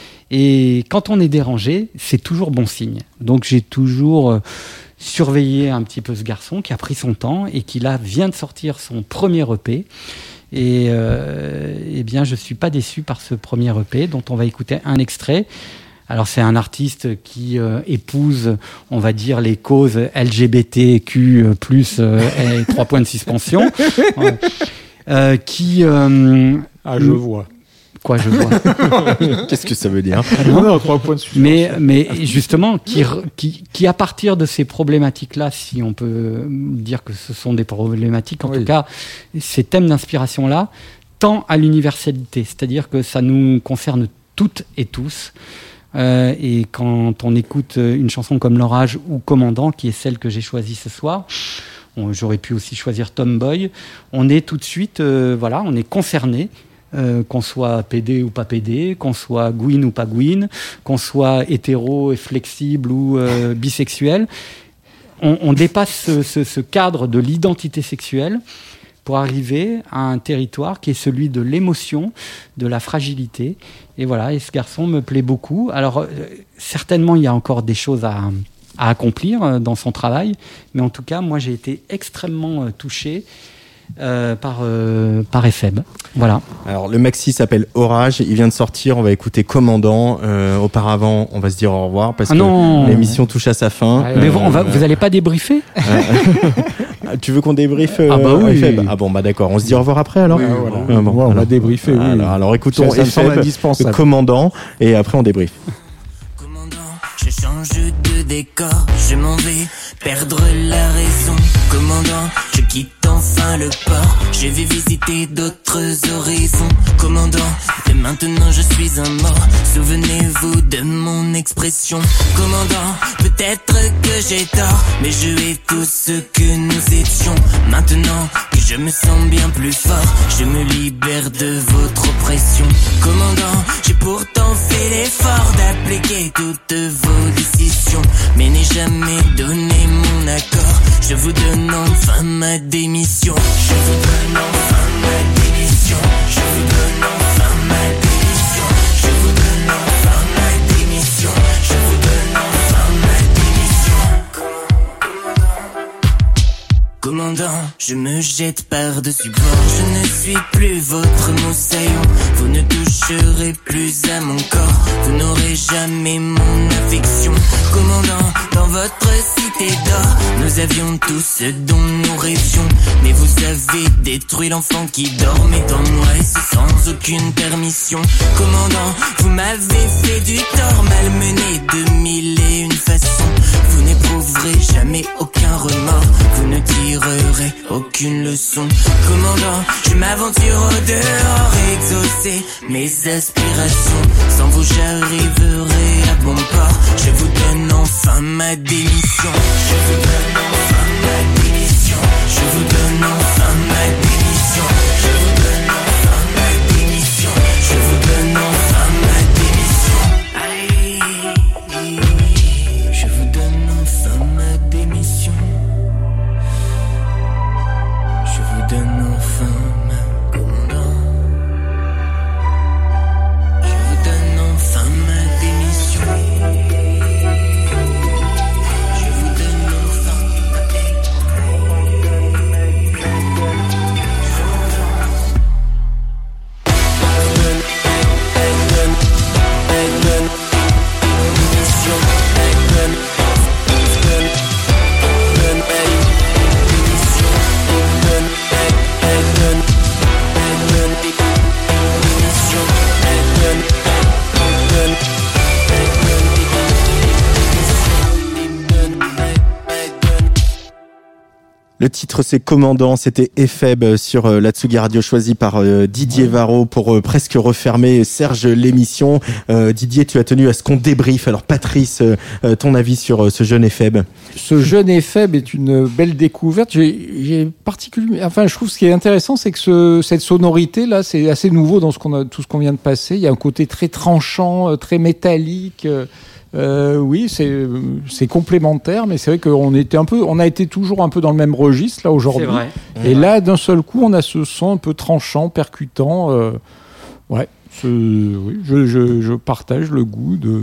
Et quand on est dérangé, c'est toujours bon signe. Donc j'ai toujours euh, surveillé un petit peu ce garçon qui a pris son temps et qui là vient de sortir son premier E P. Et euh, eh bien je suis pas déçu par ce premier E P dont on va écouter un extrait. Alors c'est un artiste qui euh, épouse, on va dire, les causes L G B T Q plus euh, et trois points de suspension, euh, euh, qui euh, ah je vois quoi je vois qu'est-ce que ça veut dire ah, non, non, trois points de suspension. mais mais justement qui qui qui à partir de ces problématiques là, si on peut dire que ce sont des problématiques, en oui. tout cas ces thèmes d'inspiration là tend à l'universalité, c'est-à-dire que ça nous concerne toutes et tous. Euh, et quand on écoute une chanson comme L'Orage ou Commandant, qui est celle que j'ai choisie ce soir, on, j'aurais pu aussi choisir Tomboy, on est tout de suite, euh, voilà, on est concerné, euh, qu'on soit pédé ou pas pédé, qu'on soit gouine ou pas gouine, qu'on soit hétéro et flexible ou euh, bisexuel. On, on dépasse ce, ce, ce cadre de l'identité sexuelle pour arriver à un territoire qui est celui de l'émotion, de la fragilité. Et voilà, et ce garçon me plaît beaucoup. Alors, euh, certainement, il y a encore des choses à, à accomplir euh, dans son travail, mais en tout cas, moi, j'ai été extrêmement euh, touché euh, par, euh, par Epheb. Voilà. Alors, le maxi s'appelle Orage, il vient de sortir, on va écouter Commandant. Euh, auparavant, on va se dire au revoir, parce ah que l'émission touche à sa fin. Mais euh, on va, euh, vous n'allez pas débriefer Tu veux qu'on débriefe euh, Ah bah oui. Epheb Ah bon, bah d'accord. On se dit au revoir après alors. Oui, voilà. ah bon, ouais, on alors, va débriefer. Oui. Alors, alors écoutons Epheb, Commandant, et après on débriefe. Commandant, je change de décor, je m'en vais perdre la raison. Commandant, je quitte enfin le port, je vais visiter d'autres horizons. Commandant, et maintenant je suis un mort, souvenez-vous de mon expression. Commandant, peut-être que j'ai tort, mais je hais tout ce que nous étions. Maintenant que je me sens bien plus fort, je me libère de votre oppression. Commandant, j'ai pourtant fait l'effort d'appliquer toutes vos décisions, mais n'ai jamais donné mon accord. Je vous donne enfin ma démission. Je vous donne enfin ma démission. Je vous donne enfin ma démission. Je vous donne enfin ma démission. Je vous donne enfin ma démission. Commandant, je me jette par-dessus bord. Je ne suis plus votre moussaillon. Vous ne toucherez plus à mon corps. Vous n'aurez jamais mon affection. Commandant, dans votre cité d'or, nous avions tout ce dont nous rêvions. Mais vous avez détruit l'enfant qui dormait en moi, et c'est sans aucune permission. Commandant, vous m'avez fait du tort, malmené de mille et une façons. Vous n'éprouverez jamais aucun remords. Vous ne tirerez le son. Commandant, je m'aventure au dehors, exaucer mes aspirations. Sans vous j'arriverai à bon port. Je vous donne enfin ma démission. Je vous donne enfin ma démission. Je vous donne enfin ma démission. Je vous donne enfin ma démission. Je vous donne enfin ma démission. Allez, je vous donne enfin ma démission. Je vous donne enfin ma commandant. Je vous donne enfin ma démission. Je vous donne enfin ma Le titre c'est Commandant, c'était Ephèbe sur euh, la Tsugi Radio, choisi par euh, Didier Varro pour euh, presque refermer Serge l'émission. Euh, Didier, tu as tenu à ce qu'on débriefe. Alors Patrice, euh, ton avis sur euh, ce jeune Ephèbe? Ce jeune Ephèbe est une belle découverte. J'ai, j'ai particulièrement, enfin, je trouve ce qui est intéressant, c'est que ce, cette sonorité là, c'est assez nouveau dans ce qu'on a, tout ce qu'on vient de passer. Il y a un côté très tranchant, très métallique. Euh, oui, c'est c'est complémentaire, mais c'est vrai qu'on était un peu, on a été toujours un peu dans le même registre là aujourd'hui. C'est vrai. Et là, d'un seul coup, on a ce son un peu tranchant, percutant. Euh, ouais, ce, oui, je, je, je partage le goût de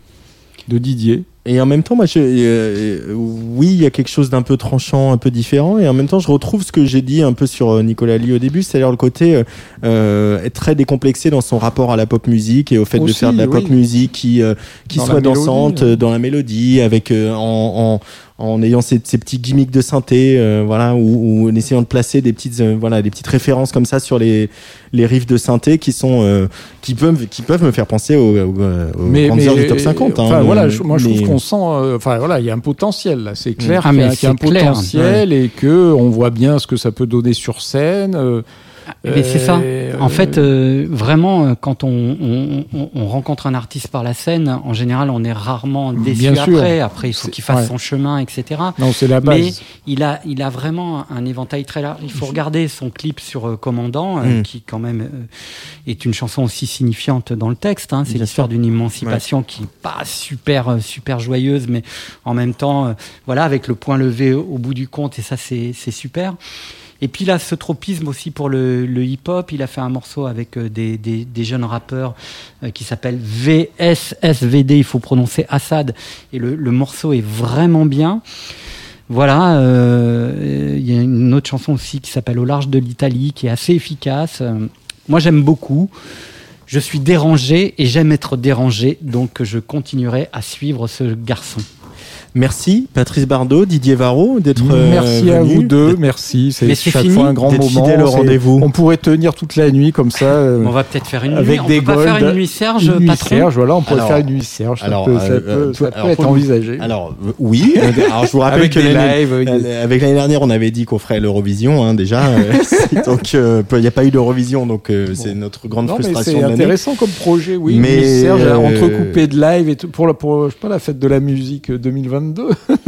de Didier. Et en même temps, moi, je, euh, oui, il y a quelque chose d'un peu tranchant, un peu différent. Et en même temps, je retrouve ce que j'ai dit un peu sur Nicolas Lee au début, c'est-à-dire le côté euh, être très décomplexé dans son rapport à la pop musique et au fait Aussi, de faire de la oui. pop musique qui euh, qui dans soit dansante, mélodie, dans la mélodie, avec euh, en, en en ayant ces, ces petits gimmicks de synthé, euh, voilà, ou, ou en essayant de placer des petites, euh, voilà, des petites références comme ça sur les les riffs de synthé qui sont euh, qui peuvent qui peuvent me faire penser aux, aux, aux mais, grandes mais, heures du top cinquante. Enfin hein, voilà, je, moi je mais... trouve qu'on sent, enfin euh, voilà, il y a un potentiel là, c'est clair ah, qu'il y a, qu'il qu'il y a un clair, potentiel ouais. et que on voit bien ce que ça peut donner sur scène. Euh, Mais c'est ça. En fait, euh, vraiment, quand on, on, on, on rencontre un artiste par la scène, en général, on est rarement déçu Bien après. sûr. Après, il faut C'est, qu'il fasse ouais. son chemin, et cetera. Non, c'est la base. Mais il a, il a vraiment un éventail très large. Il faut regarder son clip sur euh, Commandant, euh, Mm. qui quand même euh, est une chanson aussi signifiante dans le texte. Hein. C'est Bien l'histoire sûr. d'une émancipation ouais. qui n'est pas super, euh, super joyeuse, mais en même temps, euh, voilà, avec le point levé au, au bout du compte, et ça, c'est, c'est super. Et puis il a ce tropisme aussi pour le, le hip-hop. Il a fait un morceau avec euh, des, des, des jeunes rappeurs euh, qui s'appelle V S S V D. Il faut prononcer Assad. Et le, le morceau est vraiment bien. Voilà. Euh, il y a une autre chanson aussi qui s'appelle Au large de l'Italie, qui est assez efficace. Euh, moi, j'aime beaucoup. Je suis dérangé et j'aime être dérangé. Donc, je continuerai à suivre ce garçon. Merci Patrice Bardot, Didier Varro d'être Merci euh, à venu. vous deux, merci. C'est, Mais c'est chaque fini fois un grand d'être moment. fidèle au C'est, rendez-vous. On pourrait tenir toute la nuit comme ça. Euh, On va peut-être faire une nuit. avec On des peut pas golds. faire une nuit Serge, Une nuit patron. Serge, voilà, on pourrait Alors, faire une nuit Serge. Ça alors, peut, ça euh, peut, euh, ça alors, peut être pour- envisagé. Alors euh, oui. Alors je vous rappelle Avec que des l'année, lives, avec des- euh, avec l'année dernière, on avait dit qu'on ferait l'Eurovision hein, déjà. euh, c'est- donc il n'y a pas eu d'Eurovision, donc euh, Bon. c'est notre grande Non, mais frustration c'est de l'année. intéressant comme projet, oui. Mais, Mais Serge, euh, entrecoupé de live et tout, pour la, pour, je sais pas, la fête de la musique deux mille vingt-deux.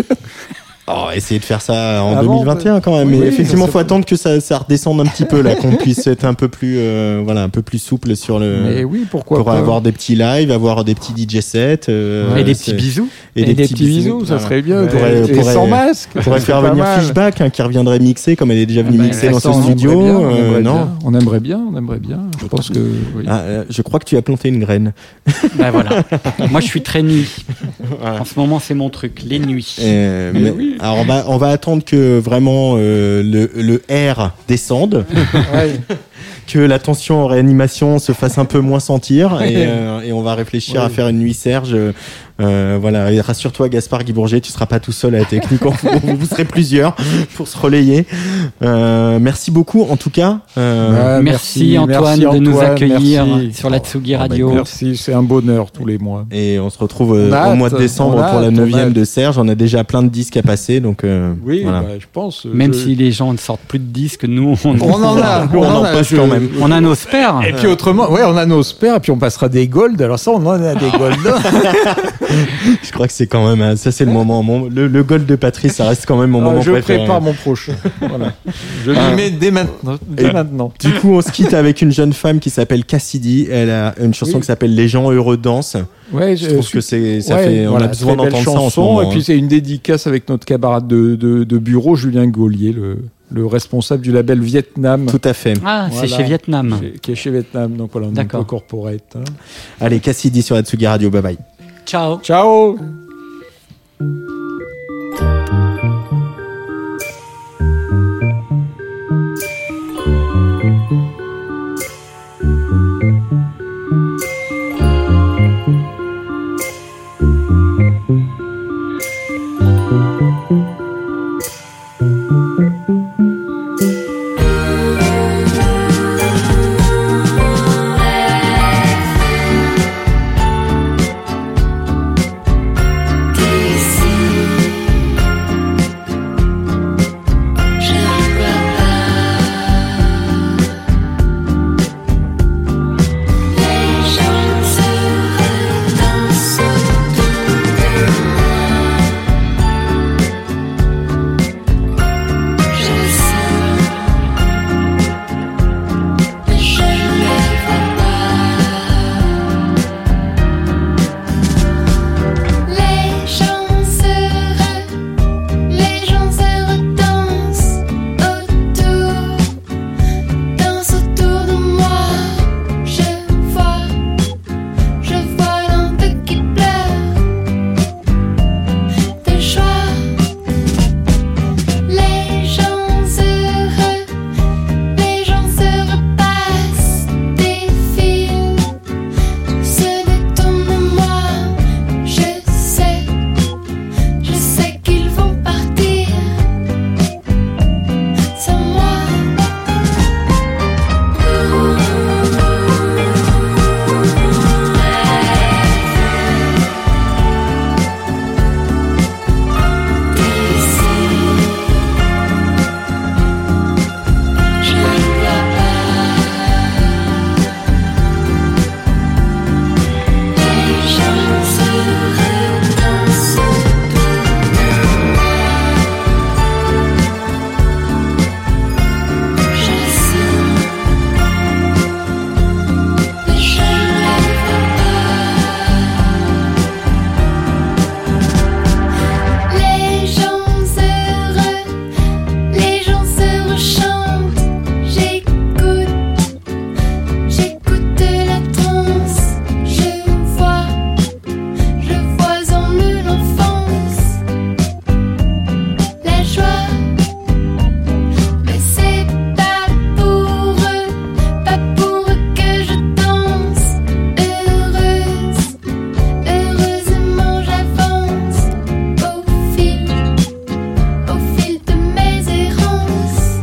Oh, essayer de faire ça en Avant, deux mille vingt et un quand même. oui, Mais oui, effectivement, ça, faut ça- attendre que ça, ça redescende un petit peu là, qu'on puisse être un peu plus, euh, voilà, un peu plus souple sur le. Mais oui, pourquoi pour pas. avoir des petits lives, avoir des petits D J sets. euh, Et des c'est- petits bisous. Et, Et des petits bisous, ça serait bien. On pourrait, Et on pourrait- sans masque. on pourrait ça faire serait pas venir mal. Fishback hein, qui reviendrait mixer comme elle est déjà venue Ah bah, mixer dans ce ça, on studio. aimerait bien, on euh, aimerait non. bien. On aimerait bien, on aimerait bien. Je pense que. Oui. Ah, euh, je crois que tu as planté une graine. Ben voilà. Moi, je suis très nuit. En ce moment, c'est mon truc, les nuits. Euh, Mais mais- oui. Alors on va, on va attendre que vraiment euh, le, le R descende, Ouais. que la tension en réanimation se fasse un peu moins sentir et, euh, et on va réfléchir Ouais. à faire une nuit Serge. Euh, voilà, et rassure-toi, Gaspard Guy Bourget, tu seras pas tout seul à la technique. Vous serez plusieurs pour se relayer. Euh, merci beaucoup, en tout cas. Euh, Ouais, merci, merci, Antoine merci, de nous Antoine, accueillir merci. sur la Tsugi Oh, Radio. bah, merci, c'est un bonheur tous les mois. Et on se retrouve euh, On a au mois de hâte, décembre on a pour la hâte, on a neuvième hâte. de Serge. On a déjà plein de disques à passer, donc euh, Oui, voilà. bah, je pense. Même je- si les gens ne sortent plus de disques, nous on, On en a, Nous, on en a, poste je- quand même. on a nos spares. Et puis autrement, ouais, on a nos spares, et puis on passera des golds. Alors ça, on en a des golds. Je crois que c'est quand même euh, ça, c'est le moment. Mon, le, le goal de Patrice, ça reste quand même mon Ah, moment je préféré. prépare mon prochain. Voilà. Je Ah. l'y mets dès maintenant. Dès Et maintenant. Du coup, on se quitte avec une jeune femme qui s'appelle Cassidy. Elle a une chanson Oui. qui s'appelle Les gens heureux dansent. Ouais, Je trouve que c'est, ça ouais, fait, on voilà, a ça souvent fait belle d'entendre ça en ce chanson, moment. Et puis hein. c'est une dédicace avec notre camarade de, de, de bureau, Julien Gaulier, le, le responsable du label Vietnam. Tout à fait. Ah, c'est Voilà. chez Vietnam. Chez- Qui est chez Vietnam. Donc voilà, on est un D'accord. peu corporate. hein. Allez, Cassidy sur la Tsugi Radio. Bye bye. Ciao. Ciao. Les gens heureux, les gens heureux dansent autour, dansent autour de moi. Je vois, je vois l'onde qui pleure de joie. Les gens heureux, les gens heureux passent, défilent, se détournent de moi. Je sais, je sais qu'ils vont partir sans moi. Je ne vois les gens heureux dansent je sens, mais je ne les vois pas. Les gens heureux, les gens heureux chantent. J'écoute, j'écoute la transe. Je vois, je vois en eux l'enfance, la joie. Mais c'est pas pour eux, pas pour eux que je danse. Heureuse, heureusement j'avance au fil, au fil de mes errances.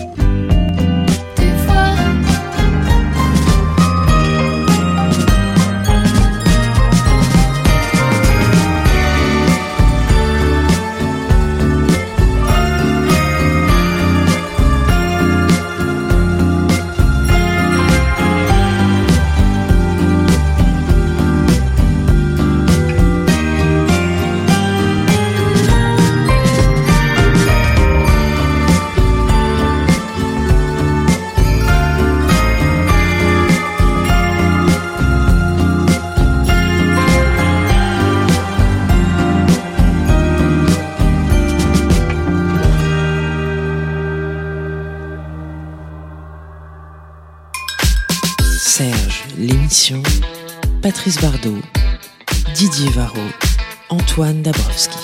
Tu vois. Serge, l'émission. Patrice Bardot, Didier Varro, Antoine Dabrowski.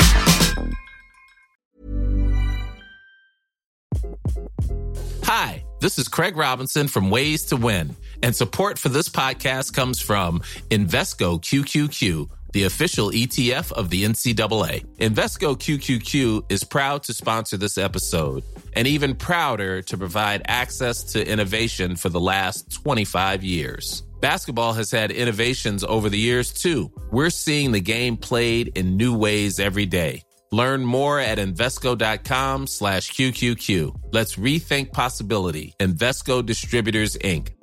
Hi, This is Craig Robinson from Ways to Win, and support for this podcast comes from Invesco Q Q Q, the official E T F of the N C double A. Invesco Q Q Q is proud to sponsor this episode, and even prouder to provide access to innovation for the last twenty-five years. Basketball has had innovations over the years, too. We're seeing the game played in new ways every day. Learn more at Invesco.com slash QQQ. Let's rethink possibility. Invesco Distributors, Incorporated.